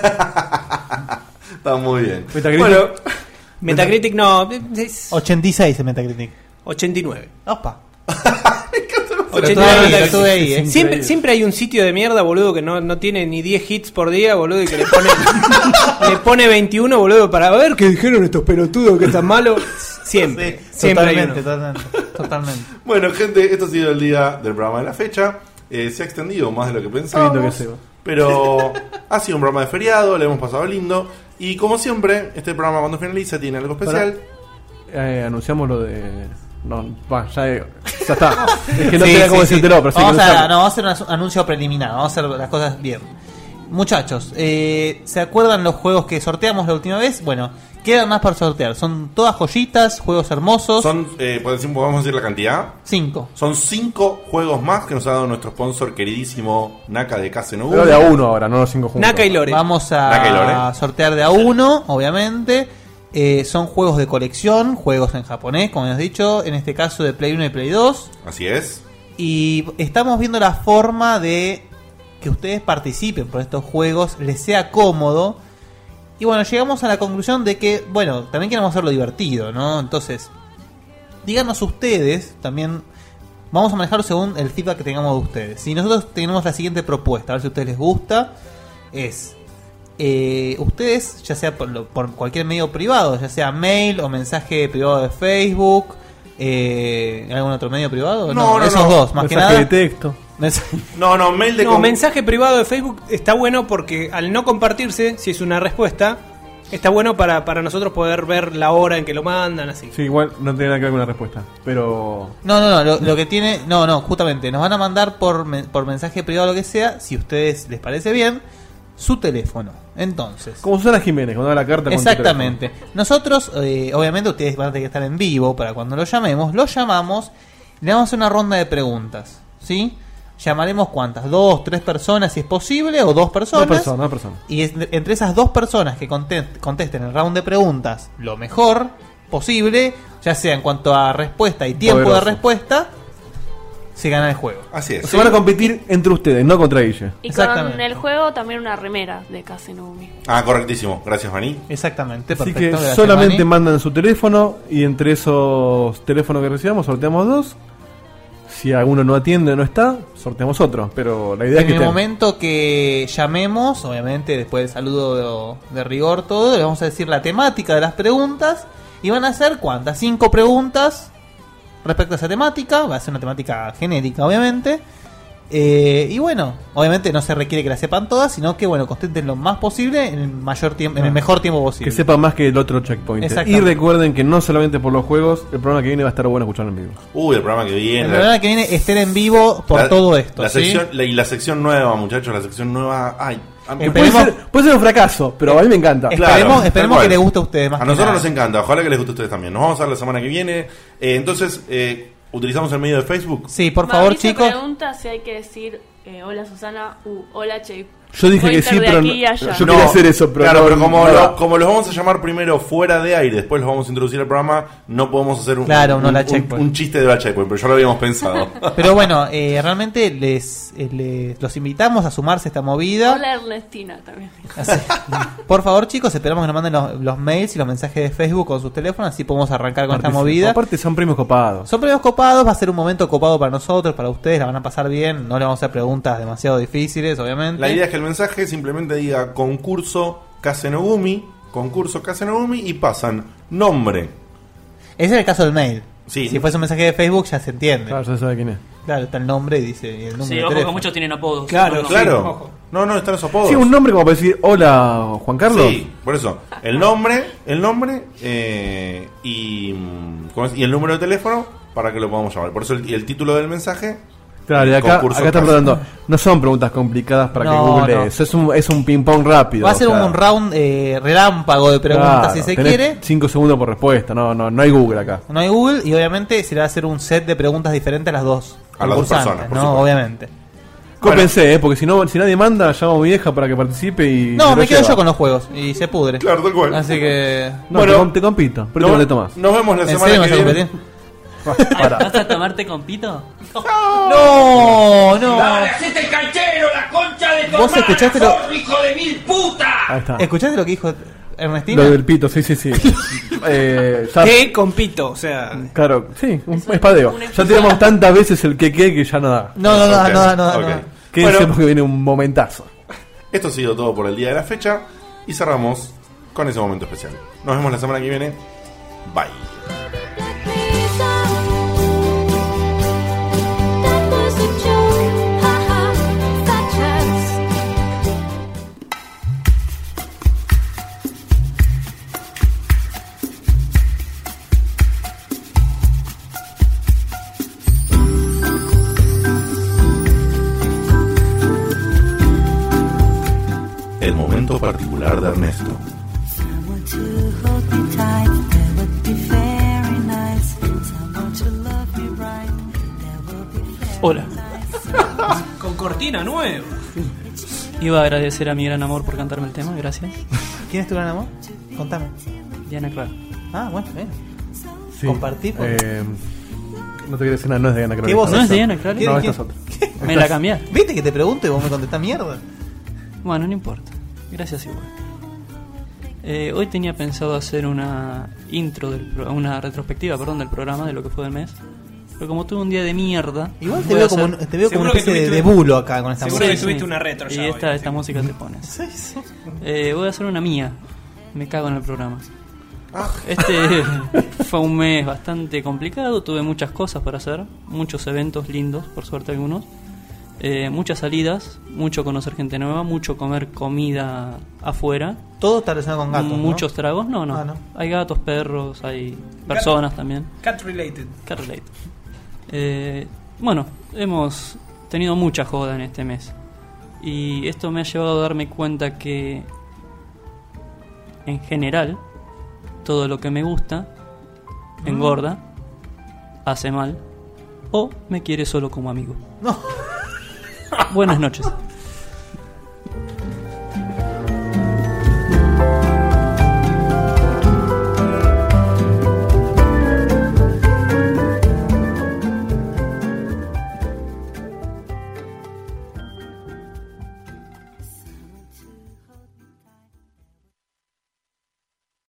Está muy bien. Metacritic. Bueno, Metacritic no, es ochenta y seis en Metacritic. ochenta y nueve. Opa. ochenta y tuve nueve ahí, Metacritic. lo tuve ahí, eh. Siempre, siempre hay un sitio de mierda, boludo, que no, no tiene ni diez hits por día, boludo, y que le pone, le pone veintiuno, boludo, para ver qué dijeron estos pelotudos que están malos. Siempre. Sí, Siempre hay totalmente, uno. totalmente, totalmente. Bueno, gente, esto ha sido el día del programa de la fecha. Eh, se ha extendido más de lo que pensábamos. Qué lindo que sea. Pero ha sido un programa de feriado, le hemos pasado lindo. Y como siempre, este programa cuando finaliza tiene algo especial. Eh, anunciamos lo de. No, va, ya, ya está. Es que no Sí, tenía sí, cómo sí. decírtelo, pero sí que vamos, a, anunciamos. no, vamos a hacer un anuncio preliminar, vamos a hacer las cosas bien. Muchachos, eh, ¿se acuerdan los juegos que sorteamos la última vez? Bueno, quedan más para sortear. Son todas joyitas, juegos hermosos. Son, eh, podemos decir la cantidad. Cinco. Son cinco juegos más que nos ha dado nuestro sponsor queridísimo Naka de Casenobu. Pero de a uno ahora, no los cinco juntos. Naka y Lore. Vamos Naka y Lore. a sortear de a uno, obviamente. Eh, son juegos de colección, juegos en japonés, como hemos dicho. En este caso de Play uno y Play dos. Así es. Y estamos viendo la forma de que ustedes participen por estos juegos, les sea cómodo. Y bueno, llegamos a la conclusión de que, bueno, también queremos hacerlo divertido, ¿no? Entonces, díganos ustedes, también vamos a manejarlo según el feedback que tengamos de ustedes. Si nosotros tenemos la siguiente propuesta, a ver si a ustedes les gusta, es... Eh, ustedes, ya sea por, lo- por cualquier medio privado, ya sea mail o mensaje privado de Facebook, eh, ¿algún otro medio privado? No, no, esos no. dos, más que Mensaje nada. de texto. Mensaje- No, no, mail de No, com- mensaje privado de Facebook está bueno porque al no compartirse, si es una respuesta, está bueno para, para nosotros poder ver la hora en que lo mandan, así. Sí, igual no tiene nada que ver con la respuesta. Pero. No, no, no, lo, lo que tiene, no, no, justamente, nos van a mandar por, men- por mensaje privado lo que sea, si a ustedes les parece bien, su teléfono. Entonces, Como Susana Jiménez, cuando da la carta con tu exactamente. Nosotros, eh, obviamente, ustedes van a tener que estar en vivo para cuando lo llamemos. Lo llamamos, le vamos a hacer una ronda de preguntas, ¿sí? Llamaremos cuántas, dos, tres personas si es posible, o dos personas. Dos personas, dos personas. Y es- entre esas dos personas que conte- contesten el round de preguntas lo mejor posible, ya sea en cuanto a respuesta y tiempo Poderoso. de respuesta, se gana el juego. Así es. Se van a competir entre ustedes, no contra Guille. Y Exactamente. con el juego también una remera de Kazenumi. Ah, correctísimo. Gracias, Vani. Exactamente, Así perfecto. que gracias, solamente Manny. mandan su teléfono y entre esos teléfonos que recibamos sorteamos dos. Si alguno no atiende o no está, sorteamos otro. Pero la idea es En que el estén. momento que llamemos, obviamente después del saludo de, de rigor todo, le vamos a decir la temática de las preguntas y van a ser cuántas, cinco preguntas respecto a esa temática, va a ser una temática genérica obviamente. Eh, y bueno, obviamente no se requiere que la sepan todas, sino que bueno, contesten lo más posible en el mayor tiempo, en el mejor tiempo posible. Que sepan más que el otro checkpoint. Y Exactamente. recuerden que no solamente por los juegos, el programa que viene va a estar bueno escucharlo en vivo. Uy, el programa que viene. El programa que viene estén en vivo por La- todo esto. La ¿sí? sección, la- y la sección nueva, muchachos, la sección nueva. Ay, a mí- Que puede, ser, puede ser un fracaso, pero a mí me encanta. Claro, Esperemos, tal esperemos cual. que les guste a ustedes más A que nosotros nada. nos encanta, ojalá que les guste a ustedes también. Nos vamos a ver la semana que viene. Eh, entonces, eh, ¿utilizamos el medio de Facebook? Sí, por favor, Mauricio chicos. pregunta si hay que decir eh, hola Susana u hola Che. Yo dije que sí, de pero aquí no- y allá. yo quería hacer eso, pero claro, no- pero como, no lo- da. como los vamos a llamar primero fuera de aire, después los vamos a introducir al programa, no podemos hacer un, Claro, un, no la un- checkpoint. un chiste de la checkpoint, pero ya lo habíamos pensado. Pero bueno, eh, realmente les, eh, les- los invitamos a sumarse a esta movida. Hola Ernestina también. Así- Por favor, chicos, esperamos que nos manden los, los mails y los mensajes de Facebook con sus teléfonos, así podemos arrancar con esta Participa- movida. Aparte son premios copados. Son premios copados, va a ser un momento copado para nosotros, para ustedes, la van a pasar bien, no le vamos a hacer preguntas demasiado difíciles, obviamente. La idea es que el mensaje simplemente diga concurso Kazenogumi, concurso Kazenogumi y pasan nombre. Ese es el caso del mail. Sí. Si fuese un mensaje de Facebook ya se entiende. Claro, ya sabe quién es. Claro, está el nombre y dice y el número Sí, de ojo que teléfono. muchos tienen apodos. Claro, No, no. Claro. No, no, están los apodos. Sí, un nombre como para decir, hola, Juan Carlos. Sí, por eso. El nombre, el nombre eh, y, mm, ¿cómo es? Y el número de teléfono para que lo podamos llamar. Por eso el, el título del mensaje. Claro, y acá, concurso acá están Kazen- preguntando, no son preguntas complicadas para que No, Google no. es un, es un ping pong rápido. Va a ser o sea, un round eh, relámpago de preguntas claro, si se tenés quiere. cinco segundos por respuesta, no, no, no hay Google acá. No hay Google y obviamente se le va a hacer un set de preguntas diferentes a las dos A las dos concursantes, personas, por ¿no? supuesto. Obviamente. Cópense, eh, porque si no, si nadie manda, llamo a mi vieja para que participe y. No, se lo me quedo lleva. yo con los juegos y se pudre. Claro, tal cual. Así que. No, Bueno, te, com- te compito, pero no- te Tomás. Nos vemos la ¿En semana serio me que vas a viene. competir? ¿Vas a tomarte con pito? No, no. ¡Dale, hacete el canchero, la concha de tu ¿Vos hermana, escuchaste lo- forro, hijo de mil puta! Ahí está. ¿Escuchaste lo que dijo Ernestina? Lo del pito, sí, sí, sí. eh, ya- ¿Qué? Con pito, o sea. Claro, sí, un espadeo. Ya tenemos tantas veces el que que que ya no da. No, no, no, Ok, no, no, no, ok. no. Quédense Bueno. porque viene un momentazo. Esto ha sido todo por el día de la fecha y cerramos con ese momento especial. Nos vemos la semana que viene. Bye. El momento particular de Ernesto. Hola. Con cortina nueva. Iba a agradecer a mi gran amor por cantarme el tema, gracias. ¿Quién es tu gran amor? Contame. Diana Clark. Ah, bueno, bien. Sí. Compartí. por- Eh, no te quiero decir nada, no es de Diana Clark. ¿Qué voz ¿No es es de esa? Diana Clark? No, ¿Quién- esta es otra. Me la cambié. ¿Viste que te pregunto y vos me contestás mierda? Bueno, no importa. Gracias igual. Eh, hoy tenía pensado hacer una intro, del pro- una retrospectiva, perdón, del programa, de lo que fue del mes. Pero como tuve un día de mierda... Igual te voy veo a como, hacer- un- te veo como una Seguro que especie de, tuviste- de bulo acá con esta Seguro música. que tuviste una retro ya Y hoy, esta, sí. esta música te pones. Eh, voy a hacer una mía. Me cago en el programa. Este fue un mes bastante complicado. Tuve muchas cosas para hacer. Muchos eventos lindos, por suerte algunos. Eh, muchas salidas. Mucho conocer gente nueva. Mucho comer comida afuera. Todo está relacionado con gatos, ¿no? Muchos tragos. No, no, Ah, no. Hay gatos, perros, hay personas también. Cat related. Cat related. Eh, bueno, hemos tenido mucha joda en este mes. Y esto me ha llevado a darme cuenta que, en general, todo lo que me gusta engorda, hace mal o me quiere solo como amigo. No. Buenas noches.